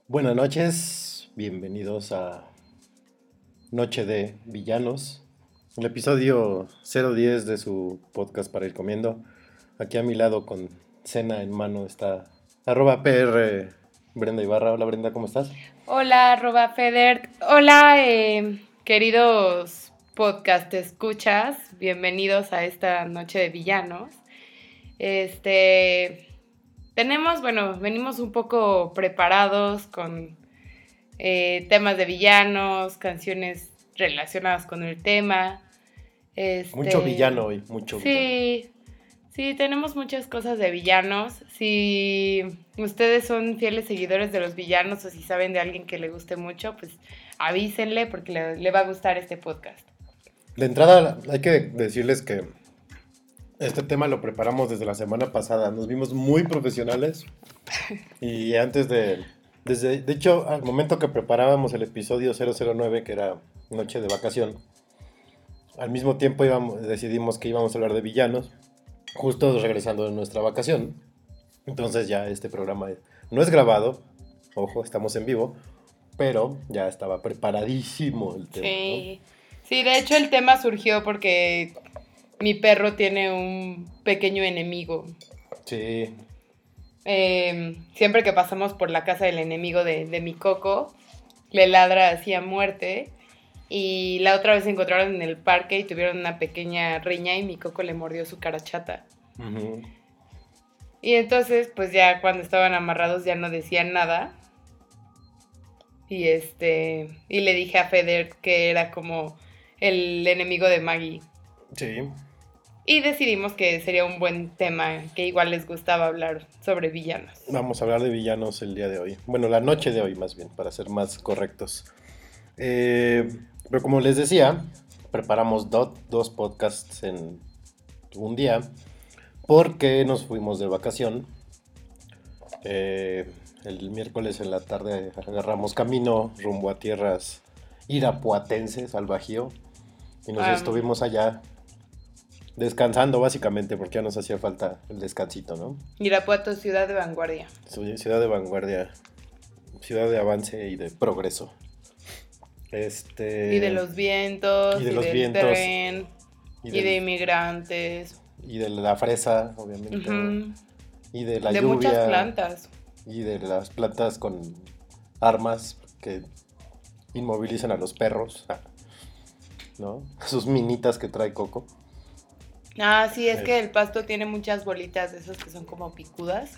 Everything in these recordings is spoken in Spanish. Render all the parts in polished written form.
Buenas noches, bienvenidos a Noche de Villanos, el episodio 010 de su podcast para ir comiendo. Aquí a mi lado con cena en mano está @PR Brenda Ibarra. Hola Brenda, ¿cómo estás? Hola, Feder. Hola, queridos podcast escuchas. Bienvenidos a esta noche de villanos. Venimos un poco preparados con temas de villanos, canciones relacionadas con el tema. Mucho villano hoy, mucho villano. Sí, tenemos muchas cosas de villanos. Si ustedes son fieles seguidores de los villanos o si saben de alguien que le guste mucho, pues avísenle porque le va a gustar este podcast. De entrada hay que decirles que este tema lo preparamos desde la semana pasada. Nos vimos muy profesionales y de hecho, al momento que preparábamos el episodio 009, que era Noche de Vacación, al mismo tiempo decidimos que íbamos a hablar de villanos, justo regresando de nuestra vacación. Entonces ya este programa no es grabado, ojo, estamos en vivo, pero ya estaba preparadísimo el tema, Sí, sí, de hecho el tema surgió porque mi perro tiene un pequeño enemigo. Sí. Siempre que pasamos por la casa del enemigo de mi Coco, le ladra así a muerte. Y la otra vez se encontraron en el parque y tuvieron una pequeña riña y mi Coco le mordió su cara chata. Uh-huh. Y entonces, pues ya cuando estaban amarrados ya no decían nada. Y y le dije a Feder que era como el enemigo de Maggie. Sí. Y decidimos que sería un buen tema, que igual les gustaba hablar sobre villanos. Vamos a hablar de villanos el día de hoy. Bueno, la noche de hoy más bien, para ser más correctos. Pero como les decía, preparamos dos podcasts en un día porque nos fuimos de vacación. El miércoles en la tarde agarramos camino rumbo a tierras irapuatenses, al Bajío, y nos estuvimos allá descansando básicamente porque ya nos hacía falta el descansito, ¿no? Irapuato, ciudad de vanguardia. Ciudad de vanguardia, ciudad de avance y de progreso. Y de los vientos, y de y los del vientos, tren, y de inmigrantes. y de la fresa, obviamente, Uh-huh. y de la de lluvia, muchas plantas. y de las plantas con armas que inmovilizan a los perros, ¿no? Sus minitas que trae Coco. Ah, sí, es que el pasto tiene muchas bolitas de esas que son como picudas.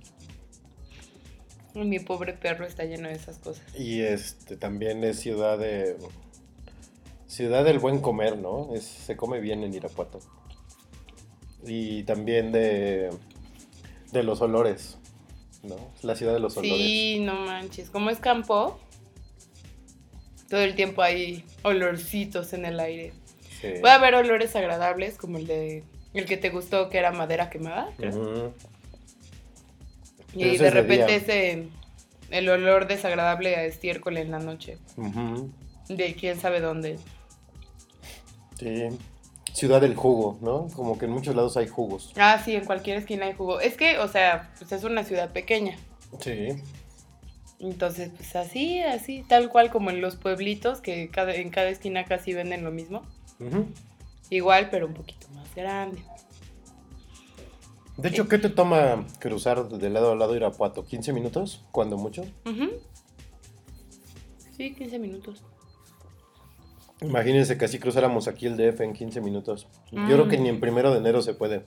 Mi pobre perro está lleno de esas cosas. Y también es ciudad del buen comer, ¿no? Se come bien en Irapuato. Y también de los olores, ¿no? Es la ciudad de los olores. Sí, no manches. Como es campo, todo el tiempo hay olorcitos en el aire. Sí. Puede haber olores agradables, como el que te gustó, que era madera quemada, creo. Uh-huh. Y de repente el olor desagradable a estiércol en la noche. Uh-huh. De quién sabe dónde. Sí. Ciudad del jugo, ¿no? Como que en muchos lados hay jugos. Ah, sí, en cualquier esquina hay jugo. Es que, o sea, pues es una ciudad pequeña. Sí. Entonces, pues así, tal cual como en los pueblitos, que en cada esquina casi venden lo mismo. Uh-huh. Igual, pero un poquito más grande. De hecho, ¿qué te toma cruzar de lado a lado Irapuato? ¿15 minutos? ¿Cuándo mucho? Uh-huh. Sí, 15 minutos. Imagínense que así cruzáramos aquí el DF en 15 minutos. Yo creo que ni en 1 de enero se puede.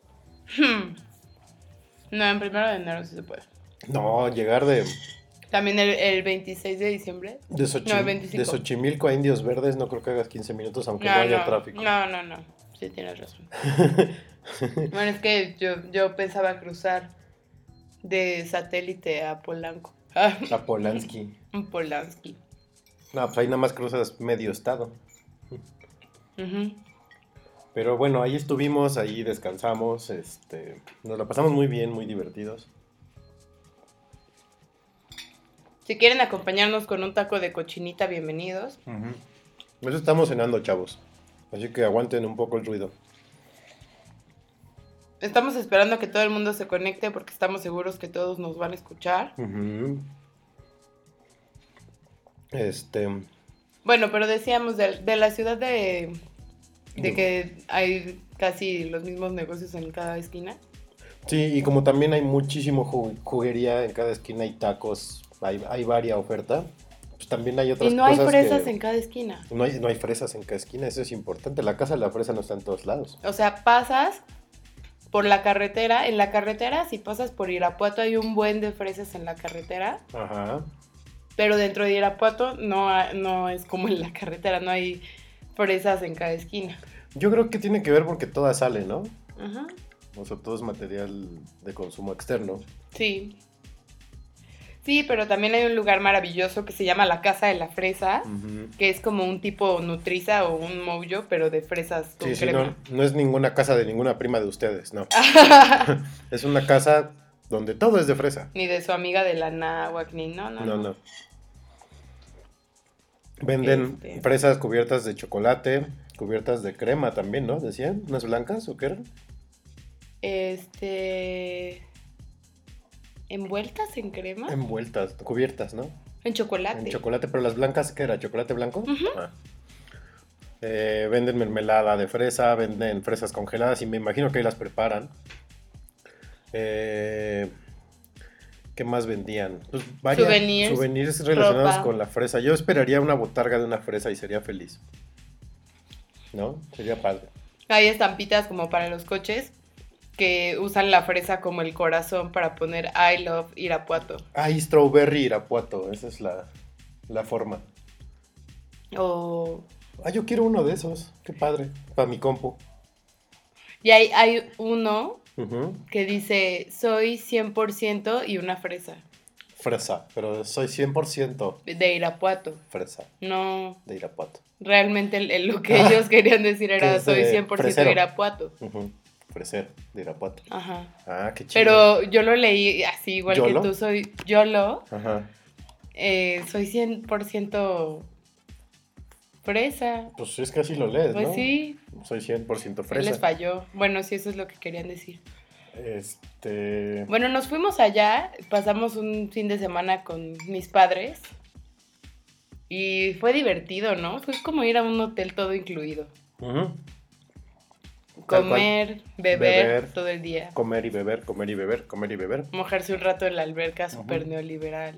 No, en 1 de enero sí se puede. No, llegar de... También el 26 de diciembre. De Xochimilco a Indios Verdes no creo que hagas 15 minutos aunque no haya tráfico. No. Sí, tienes razón. Bueno, es que yo pensaba cruzar de Satélite a Polanco. A Polanski. Polanski. No, pues ahí nada más cruzas medio estado. Uh-huh. Pero bueno, ahí estuvimos, ahí descansamos, nos la pasamos muy bien, muy divertidos. Si quieren acompañarnos con un taco de cochinita, bienvenidos. Uh-huh. Eso estamos cenando, chavos. Así que aguanten un poco el ruido. Estamos esperando a que todo el mundo se conecte porque estamos seguros que todos nos van a escuchar. Uh-huh. Bueno, pero decíamos de la ciudad de que hay casi los mismos negocios en cada esquina. Sí, y como también hay muchísimo juguería en cada esquina, hay tacos, hay varia oferta, pues también hay otras Y no cosas hay fresas que... en cada esquina. No hay fresas en cada esquina, eso es importante. La casa de la fresa no está en todos lados. O sea, pasas por la carretera. En la carretera, si pasas por Irapuato, hay un buen de fresas en la carretera. Ajá. Pero dentro de Irapuato no es como en la carretera, no hay fresas en cada esquina. Yo creo que tiene que ver porque toda sale, ¿no? Ajá. O sea, todo es material de consumo externo. Sí. Sí, pero también hay un lugar maravilloso que se llama la Casa de la Fresa, que es como un tipo Nutriza o un Mojo, pero de fresas con crema. No es ninguna casa de ninguna prima de ustedes, no. Es una casa donde todo es de fresa. Ni de su amiga de la náhuatl, ni no. Venden fresas cubiertas de chocolate, cubiertas de crema también, ¿no? ¿Decían? ¿Unas blancas o qué eran? ¿Envueltas en crema? Envueltas, cubiertas, ¿no? En chocolate. En chocolate, pero las blancas, ¿qué era? ¿Chocolate blanco? Uh-huh. Venden mermelada de fresa, venden fresas congeladas y me imagino que ahí las preparan. ¿Qué más vendían? Pues souvenirs relacionados con la fresa. Yo esperaría una botarga de una fresa y sería feliz. ¿No? Sería padre. Hay estampitas como para los coches que usan la fresa como el corazón para poner I love Irapuato. Strawberry Irapuato, esa es la forma. Yo quiero uno de esos, qué padre, para mi compu. Y hay uno que dice, soy 100% y una fresa. Fresa, pero soy 100% de Irapuato. Fresa. No. De Irapuato. Realmente lo que ellos querían decir era soy 100% fresero. Irapuato. Fresero, de Irapuato. Ajá. Qué chido. Pero yo lo leí así, igual ¿Yolo? que tú, soy YOLO. Ajá. Soy 100% fresa. Pues es que así lo lees, pues ¿no? Sí. Soy 100% fresa. Les falló. Bueno, sí, eso es lo que querían decir. Bueno, nos fuimos allá, pasamos un fin de semana con mis padres y fue divertido, ¿no? Fue como ir a un hotel todo incluido. Comer, beber todo el día. Comer y beber, comer y beber, comer y beber. Mojarse un rato en la alberca, súper neoliberal.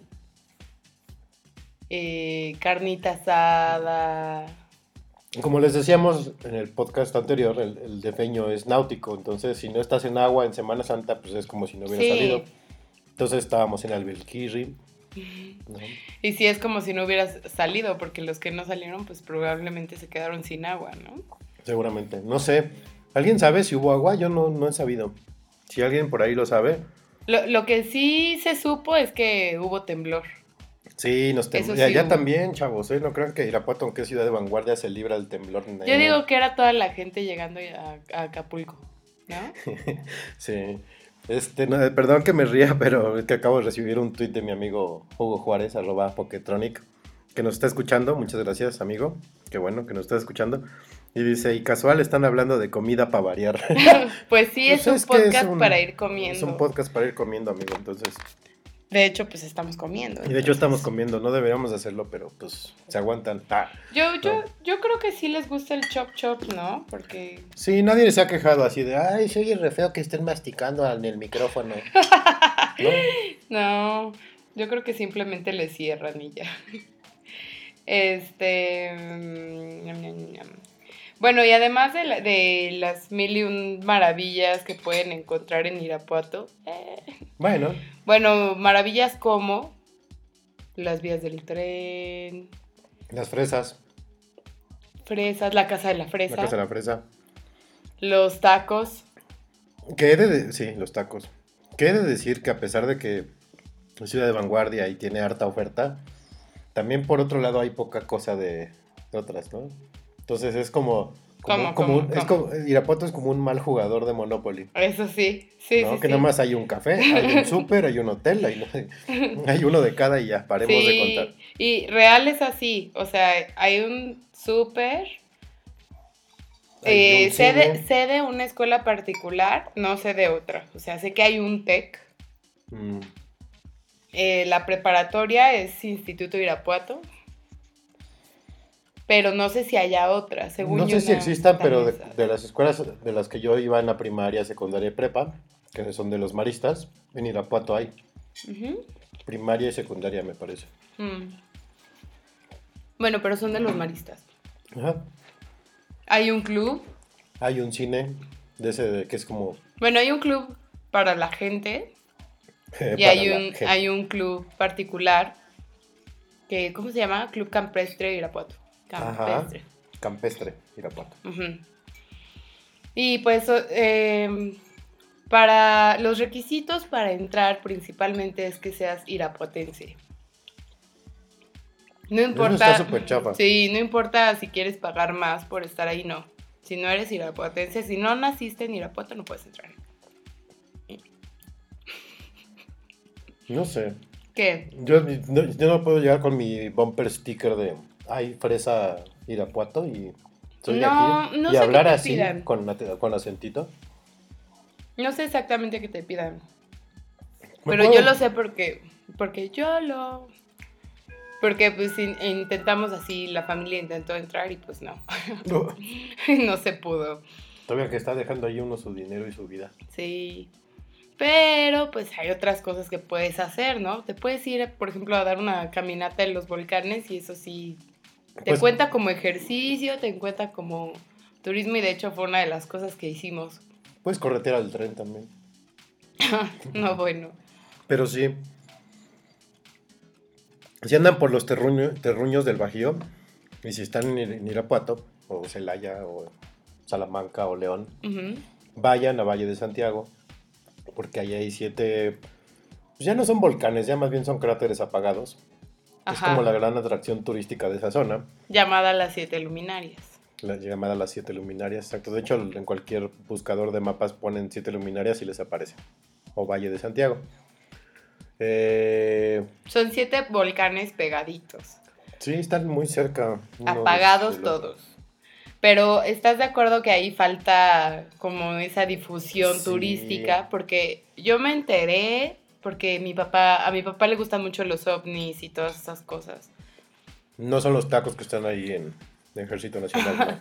Carnita asada. Como les decíamos en el podcast anterior, el defeño es náutico, entonces si no estás en agua en Semana Santa, pues es como si no hubiera salido. Entonces estábamos en Alberquirri. ¿No? Y sí, es como si no hubieras salido, porque los que no salieron, pues probablemente se quedaron sin agua, ¿no? Seguramente. No sé. ¿Alguien sabe si hubo agua? Yo no he sabido. Si alguien por ahí lo sabe. Lo que sí se supo es que hubo temblor. Sí, nos tembló. Ya también, chavos, No crean que Irapuato, aunque es ciudad de vanguardia, se libra del temblor. Yo digo que era toda la gente llegando a Acapulco, ¿no? Sí. Perdón que me ría, pero es que acabo de recibir un tuit de mi amigo Hugo Juárez, @Poketronic, que nos está escuchando. Muchas gracias, amigo. Qué bueno que nos está escuchando. Y dice, y casual están hablando de comida para variar. Pues sí, es un podcast para ir comiendo. Es un podcast para ir comiendo, amigo, entonces... De hecho, pues estamos comiendo. Y de hecho estamos comiendo, no deberíamos hacerlo, pero pues se aguantan. Yo creo que sí les gusta el chop chop, ¿no? Porque... Sí, nadie se ha quejado así de, ay, se oye re feo que estén masticando en el micrófono. No, yo creo que simplemente le cierran y ya. Bueno, y además de las 1001 maravillas que pueden encontrar en Irapuato. Bueno, maravillas como las vías del tren. Las fresas. La casa de la fresa. La casa de la fresa. Los tacos. Sí, los tacos. ¿Qué he de decir que a pesar de que es ciudad de vanguardia y tiene harta oferta, también por otro lado hay poca cosa de otras, ¿no? Entonces es como Irapuato es como un mal jugador de Monopoly. Eso sí, sí, ¿no? sí. Que nomás hay un café, hay un súper, hay un hotel, hay uno de cada y ya, paremos de contar. Y real es así, o sea, hay un súper, sé de una escuela particular, no sé de otra, o sea, sé que hay un TEC. La preparatoria es Instituto Irapuato. pero no sé si haya otras, según No yo. sé si existan, pero esas. de las escuelas de las que yo iba en la primaria, secundaria y prepa, que son de los maristas, en Irapuato hay. Ujú. Primaria y secundaria, me parece. Mm. Bueno, pero son de los maristas. Ajá. Hay un club. Hay un cine de ese que es como Bueno, hay un club para la gente y para la gente. hay un club particular que, ¿cómo se llama? Club Campestre Irapuato. Ajá. Campestre. Campestre, Irapuato. Ujú. Y pues para los requisitos para entrar principalmente es que seas irapuatense. No Eso está importa, súper chafa. sí, no importa si quieres pagar más por estar ahí, no. Si no eres irapuatense, si no naciste en Irapuato, no puedes entrar. No sé. ¿Qué? Yo no puedo llegar con mi bumper sticker de ay, fresa Irapuato y soy de aquí. No, no Y sé qué hablar te así, pidan. con acentito. No sé exactamente qué te pidan. ¿Me Pero puedo? yo lo sé porque yo lo... Porque pues intentamos así, la familia intentó entrar y pues no. No. No se pudo. Todavía que está dejando ahí uno su dinero y su vida. Sí. Pero pues hay otras cosas que puedes hacer, ¿no? Te puedes ir, por ejemplo, a dar una caminata en los volcanes y eso sí, te Pues cuenta como ejercicio, te cuenta como turismo y de hecho fue una de las cosas que hicimos. puedes corretear al tren también. No, bueno. Pero sí, si andan por los terruños del Bajío, y si están en Irapuato, o Celaya, o Salamanca, o León, Ujú. vayan a Valle de Santiago, porque ahí hay 7, pues ya no son volcanes, ya más bien son cráteres apagados. Es como la Ajá. gran atracción turística de esa zona, Llamada las 7 luminarias. la llamada las 7 luminarias, exacto. De hecho, en cualquier buscador de mapas ponen 7 luminarias y les aparece. O Valle de Santiago. Son 7 volcanes pegaditos, Sí, están muy cerca uno apagados del otro. todos. Pero ¿estás de acuerdo que ahí falta como esa difusión Sí, turística? Porque yo me enteré, porque a mi papá le gustan mucho los ovnis y todas esas cosas. no son los tacos que están ahí en el Ejército Nacional, ¿no?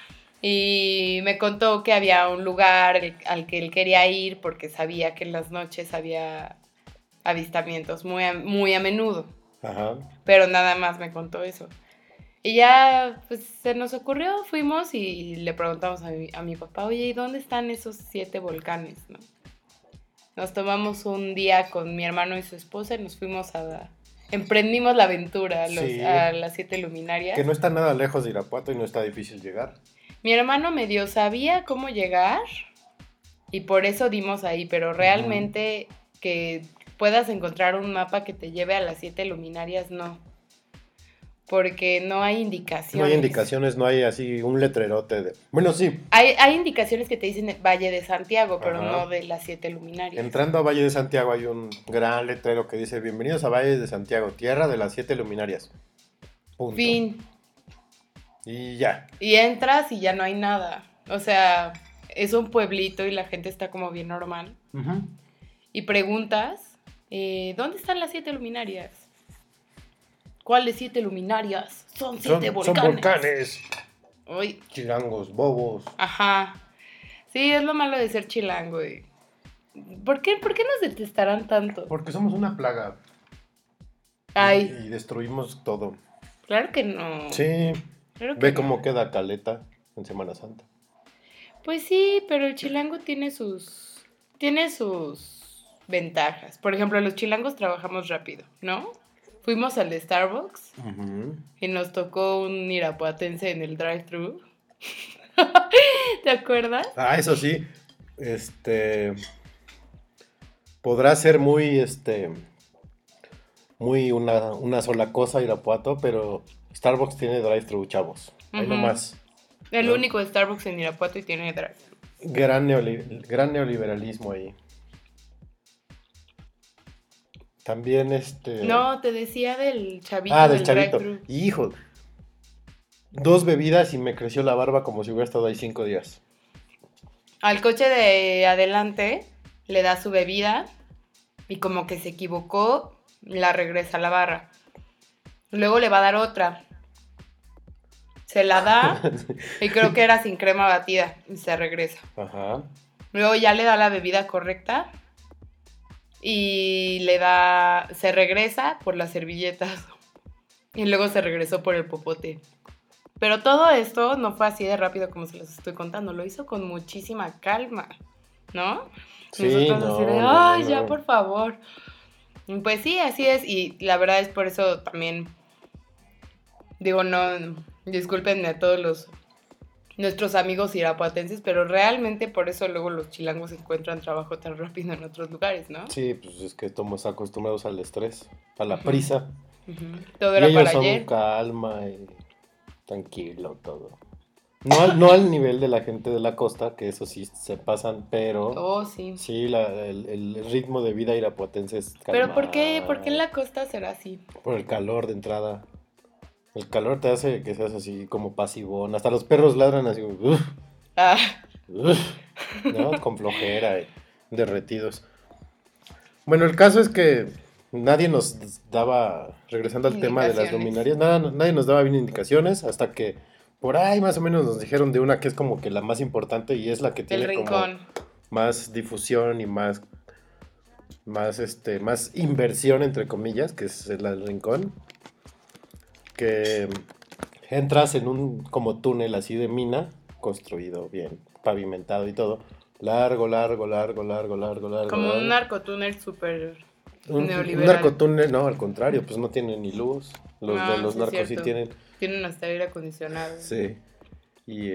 Y me contó que había un lugar al que él quería ir porque sabía que en las noches había avistamientos muy a menudo. Ajá. Pero nada más me contó eso. Y ya, pues se nos ocurrió, fuimos y le preguntamos a mi papá, oye, ¿y dónde están esos 7 volcanes, no? Nos tomamos un día con mi hermano y su esposa y nos fuimos emprendimos la aventura Sí, a las 7 que luminarias. no está nada lejos de Irapuato y no está difícil llegar. Mi hermano medio sabía cómo llegar y por eso dimos ahí, pero Ujú. realmente que puedas encontrar un mapa que te lleve a las 7 luminarias, no. Porque no hay No hay indicaciones. indicaciones, no hay así un letrerote de... Bueno, sí, Hay indicaciones que te dicen Valle de Santiago, pero ajá. no de las 7 luminarias. Entrando a Valle de Santiago hay un gran letrero que dice bienvenidos a Valle de Santiago, tierra de las 7 luminarias. Punto. Fin. Y ya. Y entras y ya no hay nada. O sea, es un pueblito y la gente está como bien normal. Ujú. Y preguntas, ¿dónde están las 7 luminarias? ¿Cuáles 7 luminarias? Son 7 volcanes. Son volcanes. Uy, Chilangos, bobos. ajá. Sí, es lo malo de ser chilango. ¿Por qué nos detestarán tanto? Porque somos una plaga. Ay, Y destruimos todo. claro que no. Sí. Claro que Ve no. cómo queda Caleta en Semana Santa. Pues sí, pero el chilango tiene sus ventajas. Por ejemplo, los chilangos trabajamos rápido, ¿no? Fuimos al Starbucks Ujú. y nos tocó un irapuatense en el drive-thru. ¿Te acuerdas? Ah, eso sí. Podrá ser muy, muy una sola cosa Irapuato, pero Starbucks tiene drive-thru, chavos. Ahí Ujú. nomás. El ¿No? único Starbucks en Irapuato y tiene drive-thru. Gran neoliberalismo ahí. También No, te decía del chavito del del chavito. drive-thru. Hijo. 2 bebidas y me creció la barba como si hubiera estado ahí 5 días. Al coche de adelante le da su bebida y como que se equivocó, la regresa a la barra. Luego le va a dar otra. Se la da y creo que era sin crema batida y se regresa. Ajá. Luego ya le da la bebida correcta y se regresa por las servilletas y luego se regresó por el popote. Pero todo esto no fue así de rápido como se los estoy contando, lo hizo con muchísima calma, ¿no? Sí, nosotros así de, ay, no. ya, por favor. Pues sí, así es, y la verdad es por eso también, digo, no, discúlpenme a todos nuestros amigos irapuatenses, pero realmente por eso luego los chilangos encuentran trabajo tan rápido en otros lugares, ¿no? Sí, pues es que estamos acostumbrados al estrés, a la prisa. Todo Y era ellos para son ayer. calma y tranquilo todo. No al nivel de la gente de la costa, que eso sí se pasan, pero Oh, sí. sí, el ritmo de vida irapuatense es Pero calmado. ¿por qué en la costa será así? Por el calor de entrada. El calor te hace que seas así como pasivón. Hasta los perros ladran así, "Uf, Ah, uf", ¿no? Con flojera y derretidos. Bueno, el caso es que nadie nos daba, regresando al tema de las Indicaciones. luminarias, nadie nos daba bien indicaciones hasta que por ahí más o menos nos dijeron de una que es como que la más importante y es la que el tiene como rincón. más difusión y más inversión, entre comillas, que es la del Rincón, que entras en un como túnel así de mina, construido bien, pavimentado y todo, largo. Como un narcotúnel súper Un neoliberal. narcotúnel, no, al contrario, pues no tiene ni luz. Los de los sí, narcos sí cierto. tienen. Tienen hasta aire acondicionado. Sí. Y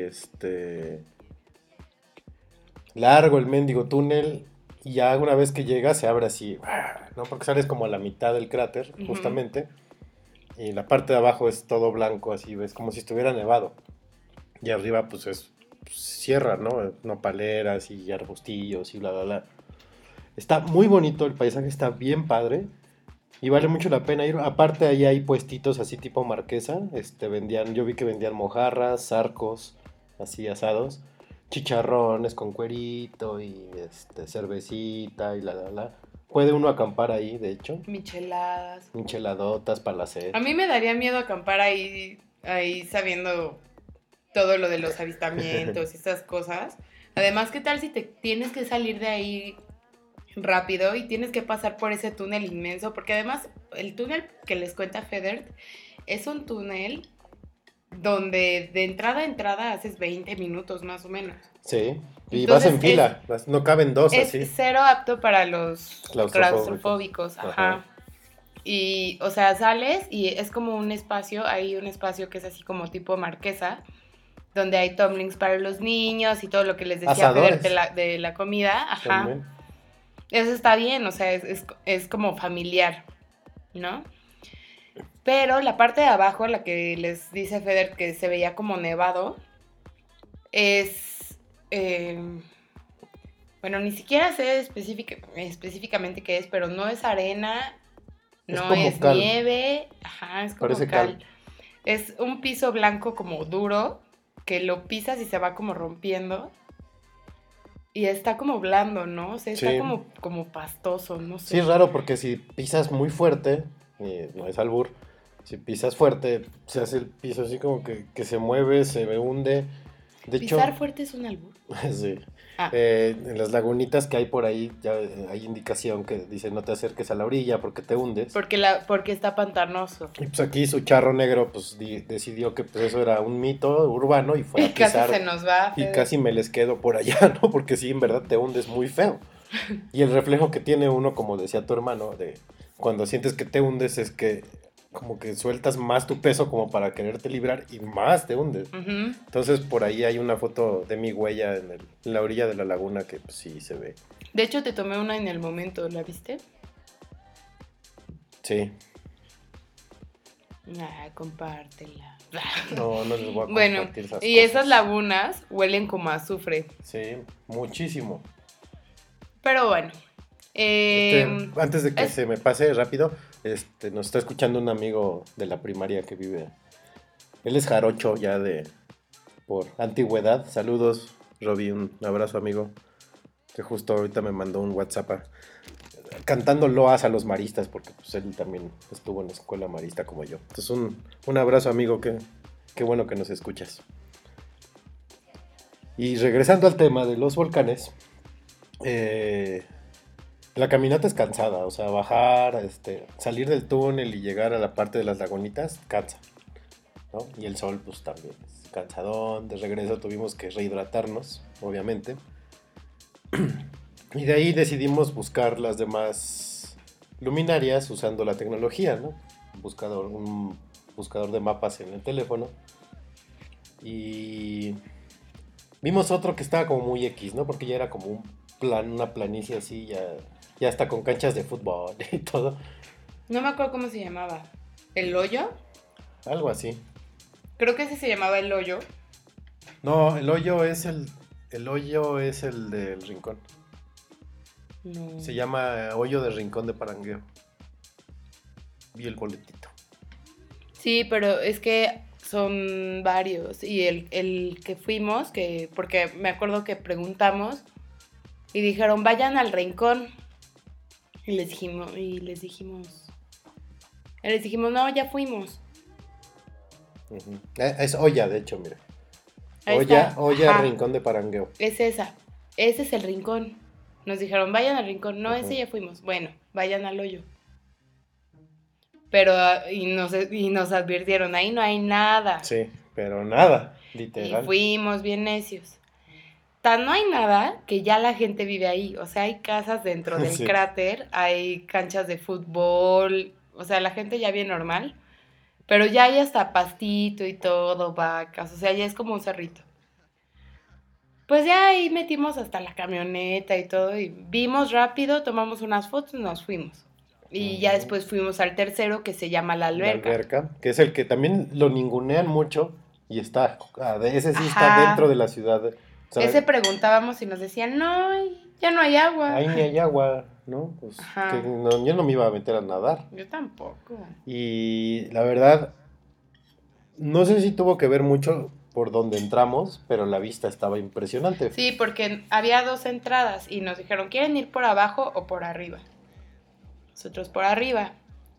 largo el mendigo túnel. Y ya una vez que llegas se abre así, ¿no? Porque sales como a la mitad del cráter, justamente. Y la parte de abajo es todo blanco, así, ves, como si estuviera nevado. Y arriba, pues es sierra, ¿no? Nopaleras y arbustillos y bla, bla, bla. Está muy bonito, el paisaje está bien padre. Y vale mucho la pena ir. Aparte, ahí hay puestitos así tipo marquesa. Yo vi que vendían mojarras, zarcos, así asados. Chicharrones con cuerito y cervecita y la. Puede uno acampar ahí, de hecho. Micheladas. Micheladotas para la sed. A mí me daría miedo acampar ahí sabiendo todo lo de los avistamientos y esas cosas. Además, ¿qué tal si te tienes que salir de ahí rápido y tienes que pasar por ese túnel inmenso? Porque además el túnel que les cuenta Federt es un túnel donde de entrada a entrada haces 20 minutos más o menos. Sí, y Entonces, vas en fila, no caben dos es así. cero apto para los Claustrofóbicos. Ajá. Y, o sea, sales y es como un espacio, hay un espacio que es así como tipo marquesa, donde hay tumblings para los niños y todo lo que les decía Asadores. Feder de la comida. Ajá. También. Eso está bien, o sea, es como familiar, ¿no? Pero la parte de abajo, la que les dice Feder que se veía como nevado, es... bueno, ni siquiera sé específicamente qué es, pero no es arena, no es cal. Nieve, ajá, es como Parece cal. cal. Es un piso blanco como duro, que lo pisas y se va como rompiendo. Y está como blando, ¿no? O sea, está Sí. como pastoso, no sé. Sí, es raro porque si pisas muy fuerte, no es albur, si pisas fuerte, se hace el piso así como que se mueve, se hunde. De ¿Pisar hecho, fuerte es un albur? sí. Ah. En las lagunitas que hay por ahí, ya hay indicación que dice no te acerques a la orilla porque te hundes. Porque está pantanoso. Y pues aquí su charro negro pues decidió que pues eso era un mito urbano y fue a pisar. Casi se nos va. Y casi me les quedo por allá, ¿no? Porque sí, en verdad te hundes muy feo. Y el reflejo que tiene uno, como decía tu hermano, de cuando sientes que te hundes es que como que sueltas más tu peso como para quererte librar y más te hundes. Uh-huh. Entonces por ahí hay una foto de mi huella en la orilla de la laguna que pues, sí se ve. De hecho te tomé una en el momento, ¿la viste? Sí. Compártela. No les voy a compartir bueno, esas cosas. y esas lagunas huelen como a azufre. Sí, muchísimo. Pero bueno. Antes de que se me pase rápido, nos está escuchando un amigo de la primaria que vive. Él es jarocho ya por antigüedad. Saludos, Roby, un abrazo, amigo. Que justo ahorita me mandó un WhatsApp cantando loas a los maristas, porque pues él también estuvo en la escuela marista como yo. Entonces un abrazo, amigo, que Qué bueno que nos escuchas. Y regresando al tema de los volcanes, la caminata es cansada, o sea, bajar, salir del túnel y llegar a la parte de las lagunitas cansa, ¿no? Y el sol pues también es cansadón. De regreso tuvimos que rehidratarnos, obviamente. Y de ahí decidimos buscar las demás luminarias usando la tecnología, ¿no? Un buscador de mapas en el teléfono. Y vimos otro que estaba como muy X, ¿no? Porque ya era como una planicie así, ya está con canchas de fútbol y todo. No me acuerdo cómo se llamaba. ¿El Hoyo? Algo así. Creo que ese se llamaba El Hoyo. No, el hoyo es el del Rincón. No. Se llama Hoyo de Rincón de Parangueo. Vi el boletito. Sí, pero es que son varios. Y el que fuimos, porque me acuerdo que preguntamos y dijeron, vayan al Rincón. Y les dijimos, no, ya fuimos. Uh-huh. Es Olla, de hecho, mira. Ahí Olla, está. Olla, Ajá. Rincón de Parangueo. Es esa. Ese es el Rincón. Nos dijeron, vayan al Rincón. No, ese ya fuimos. Bueno, vayan al Hoyo. Pero, y nos advirtieron, ahí no hay nada. Sí, pero nada, literal. Y fuimos bien necios. Tan no hay nada que ya la gente vive ahí. O sea, hay casas dentro del Sí. cráter, hay canchas de fútbol. O sea, la gente ya bien normal. Pero ya hay hasta pastito y todo, vacas. O sea, ya es como un cerrito. Pues ya ahí metimos hasta la camioneta y todo. Y vimos rápido, tomamos unas fotos y nos fuimos. Y ya después fuimos al tercero, que se llama La Alberca. La Alberca, que es el que también lo ningunean mucho. Y está, ese sí está Ajá. dentro de la ciudad. O sea, Ese preguntábamos y nos decían, no, ya no hay agua. ahí ni hay agua, ¿no? Pues Ajá. que no, yo no me iba a meter a nadar. Yo tampoco. Y la verdad, no sé si tuvo que ver mucho por donde entramos, pero la vista estaba impresionante. Sí, porque había dos entradas y nos dijeron, ¿quieren ir por abajo o por arriba? Nosotros por arriba.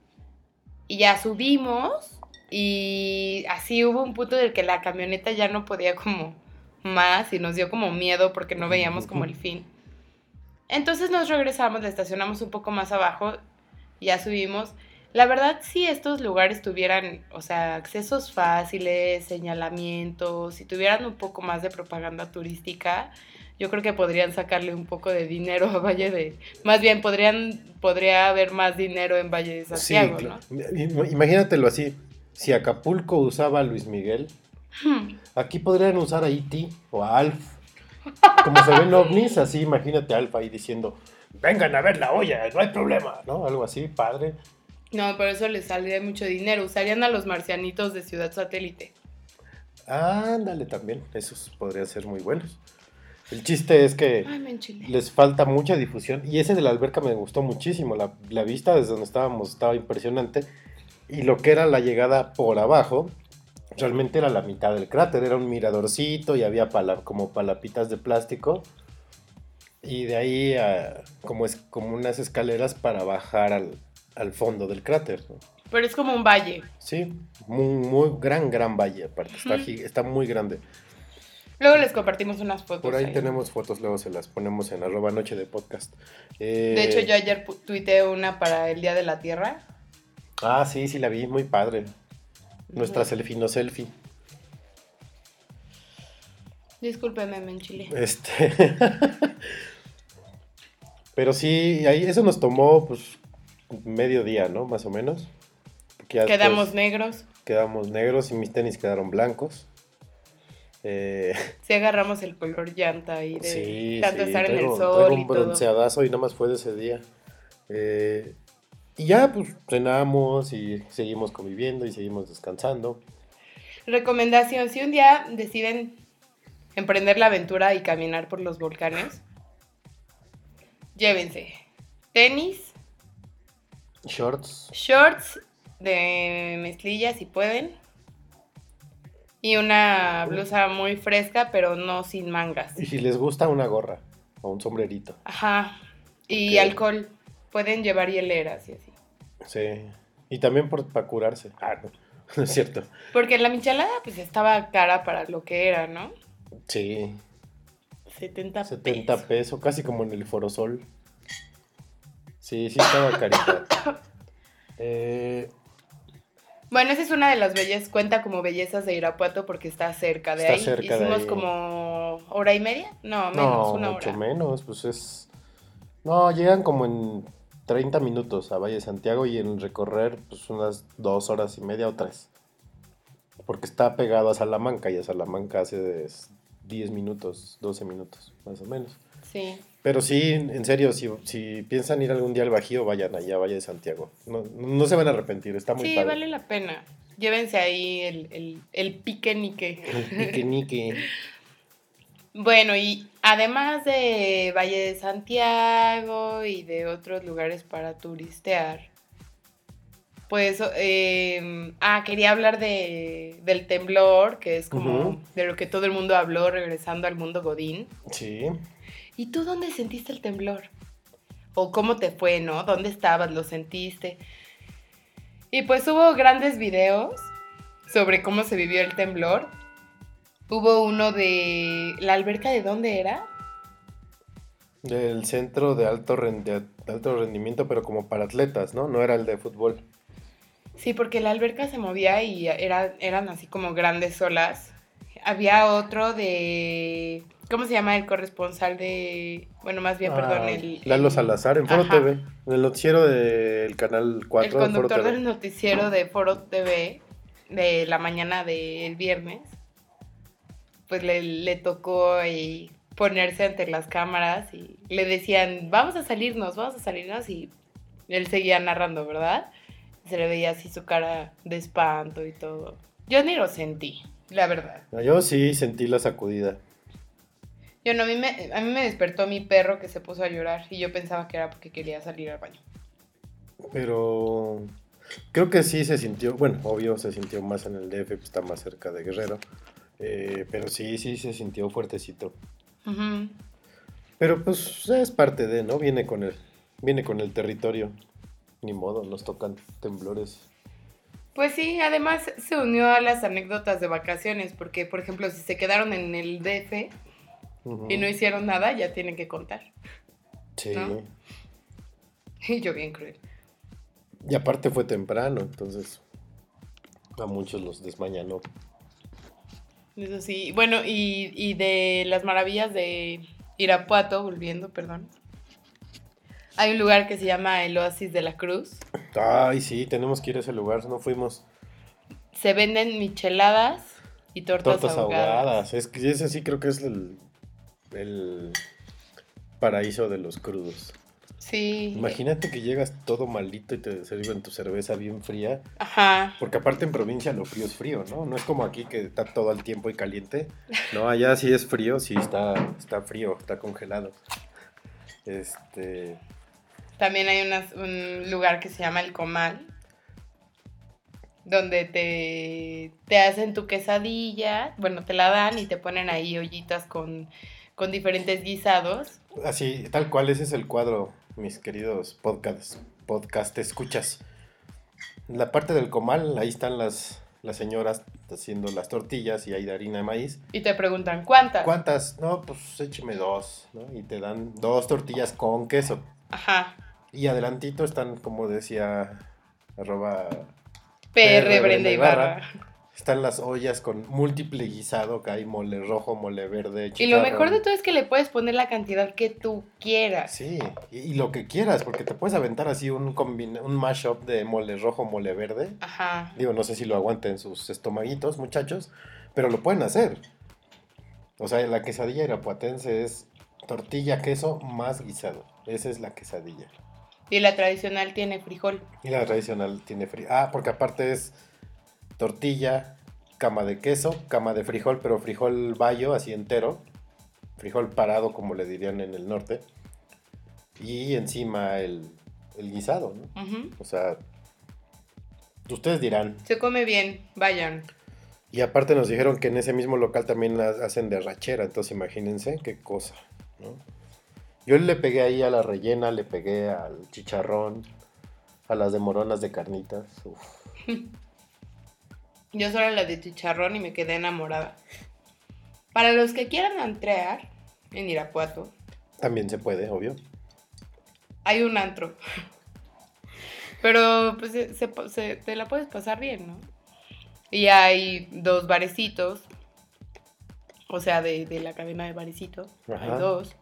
Y ya subimos y así hubo un punto del que la camioneta ya no podía como más y nos dio como miedo porque no veíamos como el fin. Entonces nos regresamos, la estacionamos un poco más abajo y ya subimos. La verdad, si estos lugares tuvieran, o sea, accesos fáciles, señalamientos, si tuvieran un poco más de propaganda turística, yo creo que podrían sacarle un poco de dinero a Valle de... Más bien, podría haber más dinero en Valle de Santiago, Sí, ¿no? imagínatelo así. Si Acapulco usaba a Luis Miguel, aquí podrían usar a E.T. o a Alf. Como se ven ovnis, así imagínate a Alf ahí diciendo, vengan a ver la olla, no hay problema, ¿no? Algo así, padre. No, pero eso les saldría mucho dinero. Usarían a los marcianitos de Ciudad Satélite. Ándale también, esos podrían ser muy buenos. El chiste es que Ay, me enchilé. les falta mucha difusión. Y ese de la alberca me gustó muchísimo. La vista desde donde estábamos estaba impresionante. Y lo que era la llegada por abajo, realmente era la mitad del cráter. Era un miradorcito y había como palapitas de plástico. Y de ahí como unas escaleras para bajar al fondo del cráter, ¿no? Pero es como un valle. Sí, muy gran valle aparte. Está muy grande. Luego les compartimos unas fotos. Por ahí tenemos fotos, luego se las ponemos en @noche-de-podcast. De hecho, yo ayer tuiteé una para el Día de la Tierra. Ah, sí, la vi, muy padre. Nuestra selfie, no selfie. Discúlpeme, me enchilé. Pero sí, ahí eso nos tomó pues medio día, ¿no? Más o menos. Quedamos negros. Quedamos negros y mis tenis quedaron blancos. Sí agarramos el color llanta ahí de tanto estar en el sol traigo y un todo. bronceadazo y nada más fue de ese día. Y ya, pues cenamos y seguimos conviviendo y seguimos descansando. Recomendación, si un día deciden emprender la aventura y caminar por los volcanes, llévense tenis, shorts de mezclilla si pueden, y una blusa muy fresca, pero no sin mangas. Y si les gusta, una gorra o un sombrerito. Ajá. Y Okay. Alcohol. Pueden llevar hieleras y así. Sí. Y también para curarse. No. no es cierto. Porque la michelada pues estaba cara para lo que era, ¿no? Sí. 70 pesos, casi como en el Forosol. Sí, estaba carita. Bueno, esa es una de las bellezas, cuenta como bellezas de Irapuato porque está cerca de ahí. Cerca Hicimos de ahí. como hora y media, no, menos, No, una mucho hora. menos, pues es... No, llegan como en 30 minutos a Valle de Santiago y en recorrer pues unas 2 horas y media o 3. Porque está pegado a Salamanca y a Salamanca hace 10 minutos, 12 minutos, más o menos. Sí. Pero sí, en serio, si piensan ir algún día al Bajío, vayan allá, Valle de Santiago. No se van a arrepentir, está muy Sí, padre. vale la pena. Llévense ahí el piquenique. El piquenique. Bueno, y además de Valle de Santiago y de otros lugares para turistear, pues, quería hablar del temblor, que es como de lo que todo el mundo habló regresando al mundo Godín. Sí. ¿Y tú dónde sentiste el temblor? ¿O cómo te fue, no? ¿Dónde estabas? ¿Lo sentiste? Y pues hubo grandes videos sobre cómo se vivió el temblor. Hubo uno de... ¿La alberca de dónde era? Del centro de alto rendimiento, pero como para atletas, ¿no? No era el de fútbol. Sí, porque la alberca se movía y eran así como grandes olas. Había otro de... ¿Cómo se llama el corresponsal de... Bueno, más bien, perdón, Lalo Salazar en Foro TV, en el noticiero del canal 4 el conductor de Foro TV. del noticiero de Foro TV de la mañana del viernes, pues le tocó ponerse ante las cámaras y le decían, vamos a salirnos, y él seguía narrando, ¿verdad? Se le veía así su cara de espanto y todo. Yo ni lo sentí, la verdad. No, yo sí sentí la sacudida. Yo no, a mí me despertó mi perro que se puso a llorar y yo pensaba que era porque quería salir al baño. Pero creo que sí se sintió, bueno, obvio se sintió más en el DF, pues está más cerca de Guerrero. Pero sí se sintió fuertecito. Uh-huh. Pero pues es parte de, ¿no? Viene con el territorio. Ni modo, nos tocan temblores. Pues sí, además se unió a las anécdotas de vacaciones, porque por ejemplo, si se quedaron en el DF y no hicieron nada, ya tienen que contar. Sí. ¿No? Y yo bien cruel. Y aparte fue temprano, entonces a muchos los desmañanó. Eso sí, bueno, y de las maravillas de Irapuato, volviendo, perdón. Hay un lugar que se llama el Oasis de la Cruz. Ay, sí, tenemos que ir a ese lugar, no fuimos. Se venden micheladas y tortas ahogadas. Es que ese sí creo que es el paraíso de los crudos. Sí. Imagínate que llegas todo maldito y te sirven tu cerveza bien fría. Ajá. Porque aparte en provincia lo frío es frío, ¿no? No es como aquí que está todo el tiempo y caliente. No, allá sí es frío, sí está frío, está congelado. También hay un lugar que se llama El Comal, donde te hacen tu quesadilla, bueno, te la dan y te ponen ahí ollitas con diferentes guisados. Así, tal cual, ese es el cuadro, mis queridos podcast escuchas. En la parte del comal, ahí están las señoras haciendo las tortillas y hay de harina de maíz. Y te preguntan, ¿cuántas? ¿Cuántas? No, pues écheme 2, ¿no? Y te dan 2 tortillas con queso. Ajá. Y adelantito están, como decía, PR Brenda Ibarra. Están las ollas con múltiple guisado, que hay mole rojo, mole verde, chicharrón. Y lo mejor de todo es que le puedes poner la cantidad que tú quieras. Sí, y lo que quieras, porque te puedes aventar así un mashup de mole rojo, mole verde. Ajá. Digo, no sé si lo aguanten sus estomaguitos, muchachos, pero lo pueden hacer. O sea, la quesadilla irapuatense es tortilla, queso, más guisado. Esa es la quesadilla. Y la tradicional tiene frijol. Y la tradicional tiene frijol. Ah, porque aparte es tortilla, cama de queso, cama de frijol, pero frijol bayo, así entero. Frijol parado, como le dirían en el norte. Y encima el guisado, ¿no? Uh-huh. O sea, ustedes dirán. Se come bien, vayan. Y aparte nos dijeron que en ese mismo local también las hacen de arrachera, entonces imagínense qué cosa, ¿no? Yo le pegué ahí a la rellena, le pegué al chicharrón, a las de moronas de carnitas. Uf. Yo solo la de chicharrón y me quedé enamorada. Para los que quieran antrear en Irapuato. También se puede, obvio. Hay un antro. Pero pues te la puedes pasar bien, ¿no? Y hay 2 barecitos. O sea, de la cadena de barecitos. Hay 2.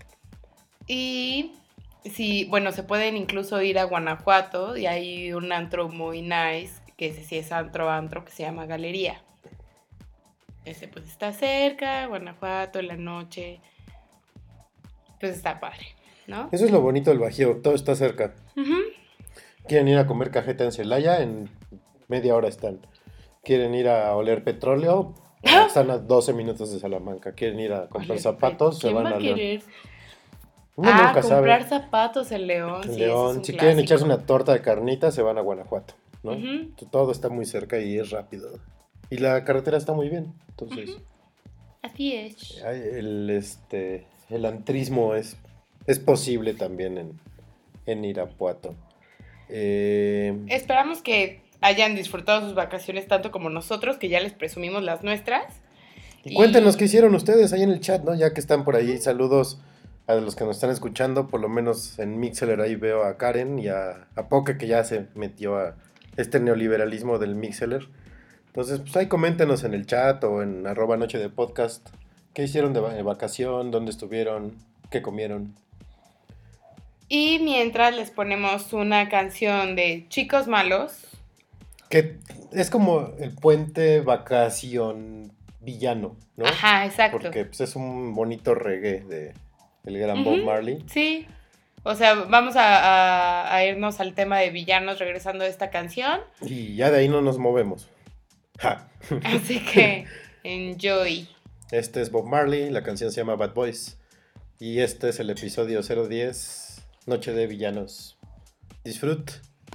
Y sí, bueno, se pueden incluso ir a Guanajuato. Y hay un antro muy nice. Que ese sí es antro, que se llama Galería. Ese pues está cerca, Guanajuato, en la noche. Pues está padre, ¿no? Eso es lo bonito del Bajío, todo está cerca. Quieren ir a comer cajeta en Celaya, en media hora están. Quieren ir a oler petróleo, están a 12 minutos de Salamanca. Quieren ir a comprar zapatos, se van a León. Comprar zapatos en León. En León, si quieren echarse una torta de carnitas, se van a Guanajuato, ¿no? Todo está muy cerca y es rápido. Y la carretera está muy bien, entonces. Así es. El antrismo es posible también en Irapuato. Esperamos que hayan disfrutado sus vacaciones tanto como nosotros, que ya les presumimos las nuestras. Y cuéntenos qué hicieron ustedes ahí en el chat, ¿no? Ya que están por ahí, saludos a los que nos están escuchando, por lo menos en Mixlr ahí veo a Karen y a Poke, que ya se metió a este neoliberalismo del Mixlr. Entonces, pues ahí coméntenos en el chat o en @nochedepodcast qué hicieron de vacación, dónde estuvieron, qué comieron. Y mientras les ponemos una canción de Chicos Malos. Que es como el puente vacación villano, ¿no? Ajá, exacto. Porque pues, es un bonito reggae del gran Bob Marley. Sí. O sea, vamos a irnos al tema de villanos regresando a esta canción. Y ya de ahí no nos movemos. Así que, enjoy. Este es Bob Marley, la canción se llama Bad Boys. Y este es el episodio 010, Noche de Villanos. Disfrut.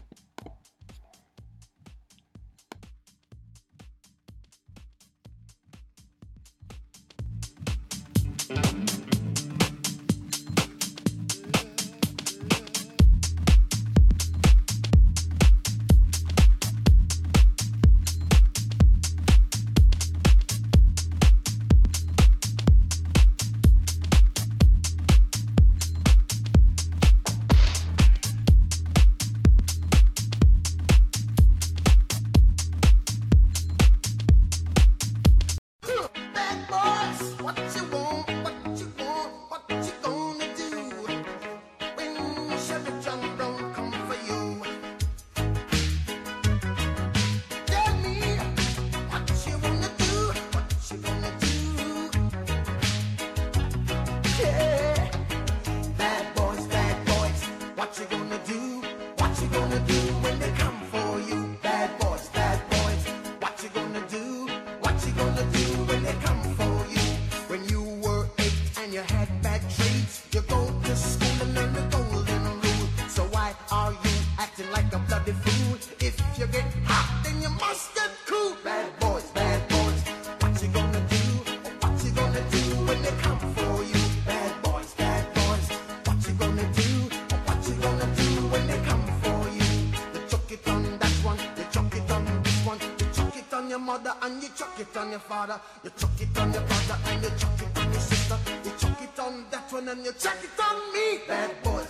You chuck it on your brother and you chuck it on your sister. You chuck it on that one and you chuck it on me. Bad boys,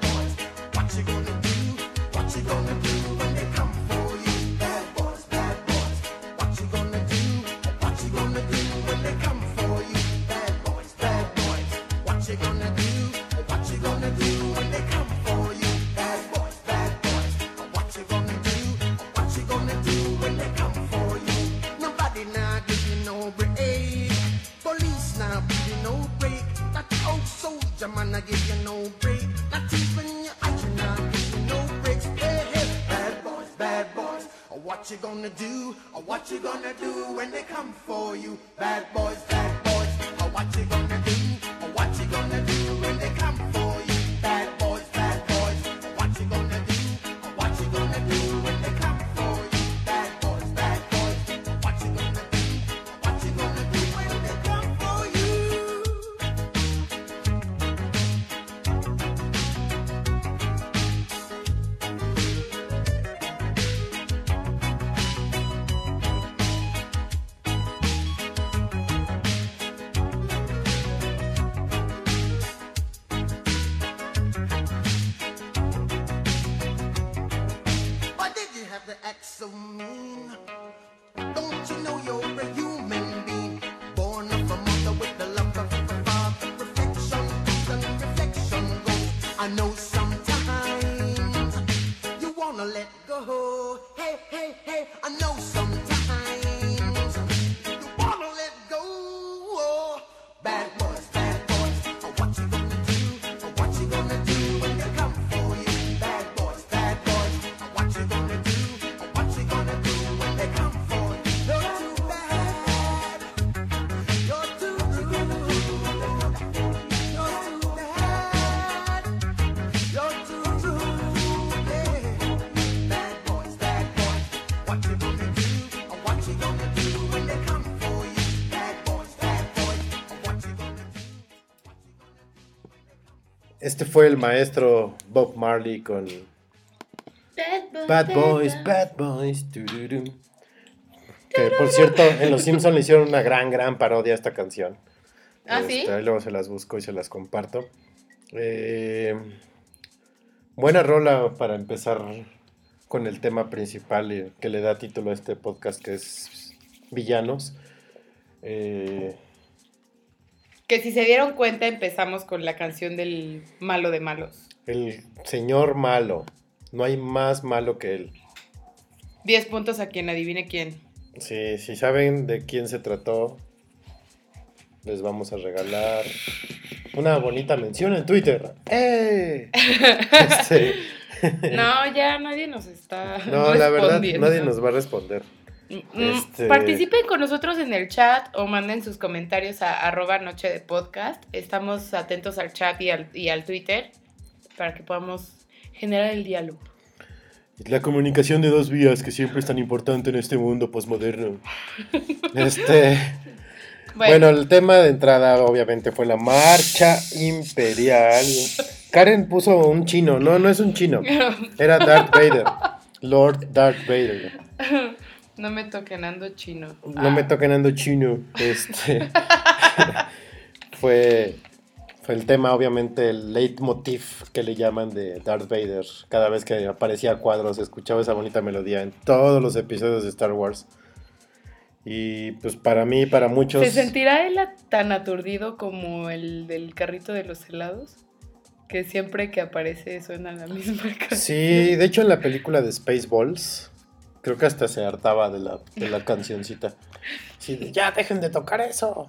what you gonna do? What you gonna do when they come for you? Bad boys, what you gonna do? What you gonna do when they come for you? Bad boys, what you gonna do? What you gonna do when they come for you? Bad boys, what you gonna do? What you gonna do when they come for you? Nobody now give you no break. Police now give you no break. That old soldier man I give you no break. Not even your action now give you no breaks. Hey, hey, bad boys, what you gonna do? What you gonna do when they come for you? Bad boys, what you gonna do? What you gonna do when they come for you? Bad boys, what you gonna do? What you gonna do when they come for you? Bad boys, what you gonna do? What you gonna do when they come for you? act so mean? Don't you know you're a human being, born of a mother with the love of a father? Perfection comes and reflection goes. I know sometimes you wanna let go. Hey, hey, hey, I know sometimes you wanna let go. Bad boys, what you gonna do? What you gonna do when they come for you? Bad boys, what you gonna do? What you gonna do when they come for you? You're too bad, you're too rude, you're too bad, you're too rude, yeah. Bad boys, what you gonna do? What you gonna do when they come for you? Bad boys, what you gonna do? Este fue el maestro Bob Marley con Bad Boys. Tururú. Que por cierto, en Los Simpsons le hicieron una gran parodia a esta canción. ¿Ah, sí? Ahí luego se las busco y se las comparto. Buena rola para empezar con el tema principal y que le da título a este podcast, que es villanos. Que si se dieron cuenta, empezamos con la canción del malo de malos. El señor malo. No hay más malo que él. 10 puntos a quien adivine quién. Sí, si saben de quién se trató, les vamos a regalar una bonita mención en Twitter. ¡Eh! No, ya nadie nos está No, la verdad, nadie nos va a responder. Participen con nosotros en el chat o manden sus comentarios a @nochedepodcast. Estamos atentos al chat y al Twitter para que podamos generar el diálogo. La comunicación de dos vías, que siempre es tan importante en este mundo posmoderno. Bueno, el tema de entrada obviamente fue la marcha imperial. Karen puso un chino. No es un chino. Era Darth Vader. Lord Darth Vader. No me toquen, ando chino. No me toquen, ando chino. Fue el tema, obviamente, el leitmotiv que le llaman de Darth Vader. Cada vez que aparecía a cuadros, escuchaba esa bonita melodía en todos los episodios de Star Wars. Y pues para mí, para muchos... ¿Se sentirá él tan aturdido como el del carrito de los helados? Que siempre que aparece suena la misma canción. Sí, de hecho en la película de Spaceballs, creo que hasta se hartaba de la cancioncita. Sí, ya dejen de tocar eso.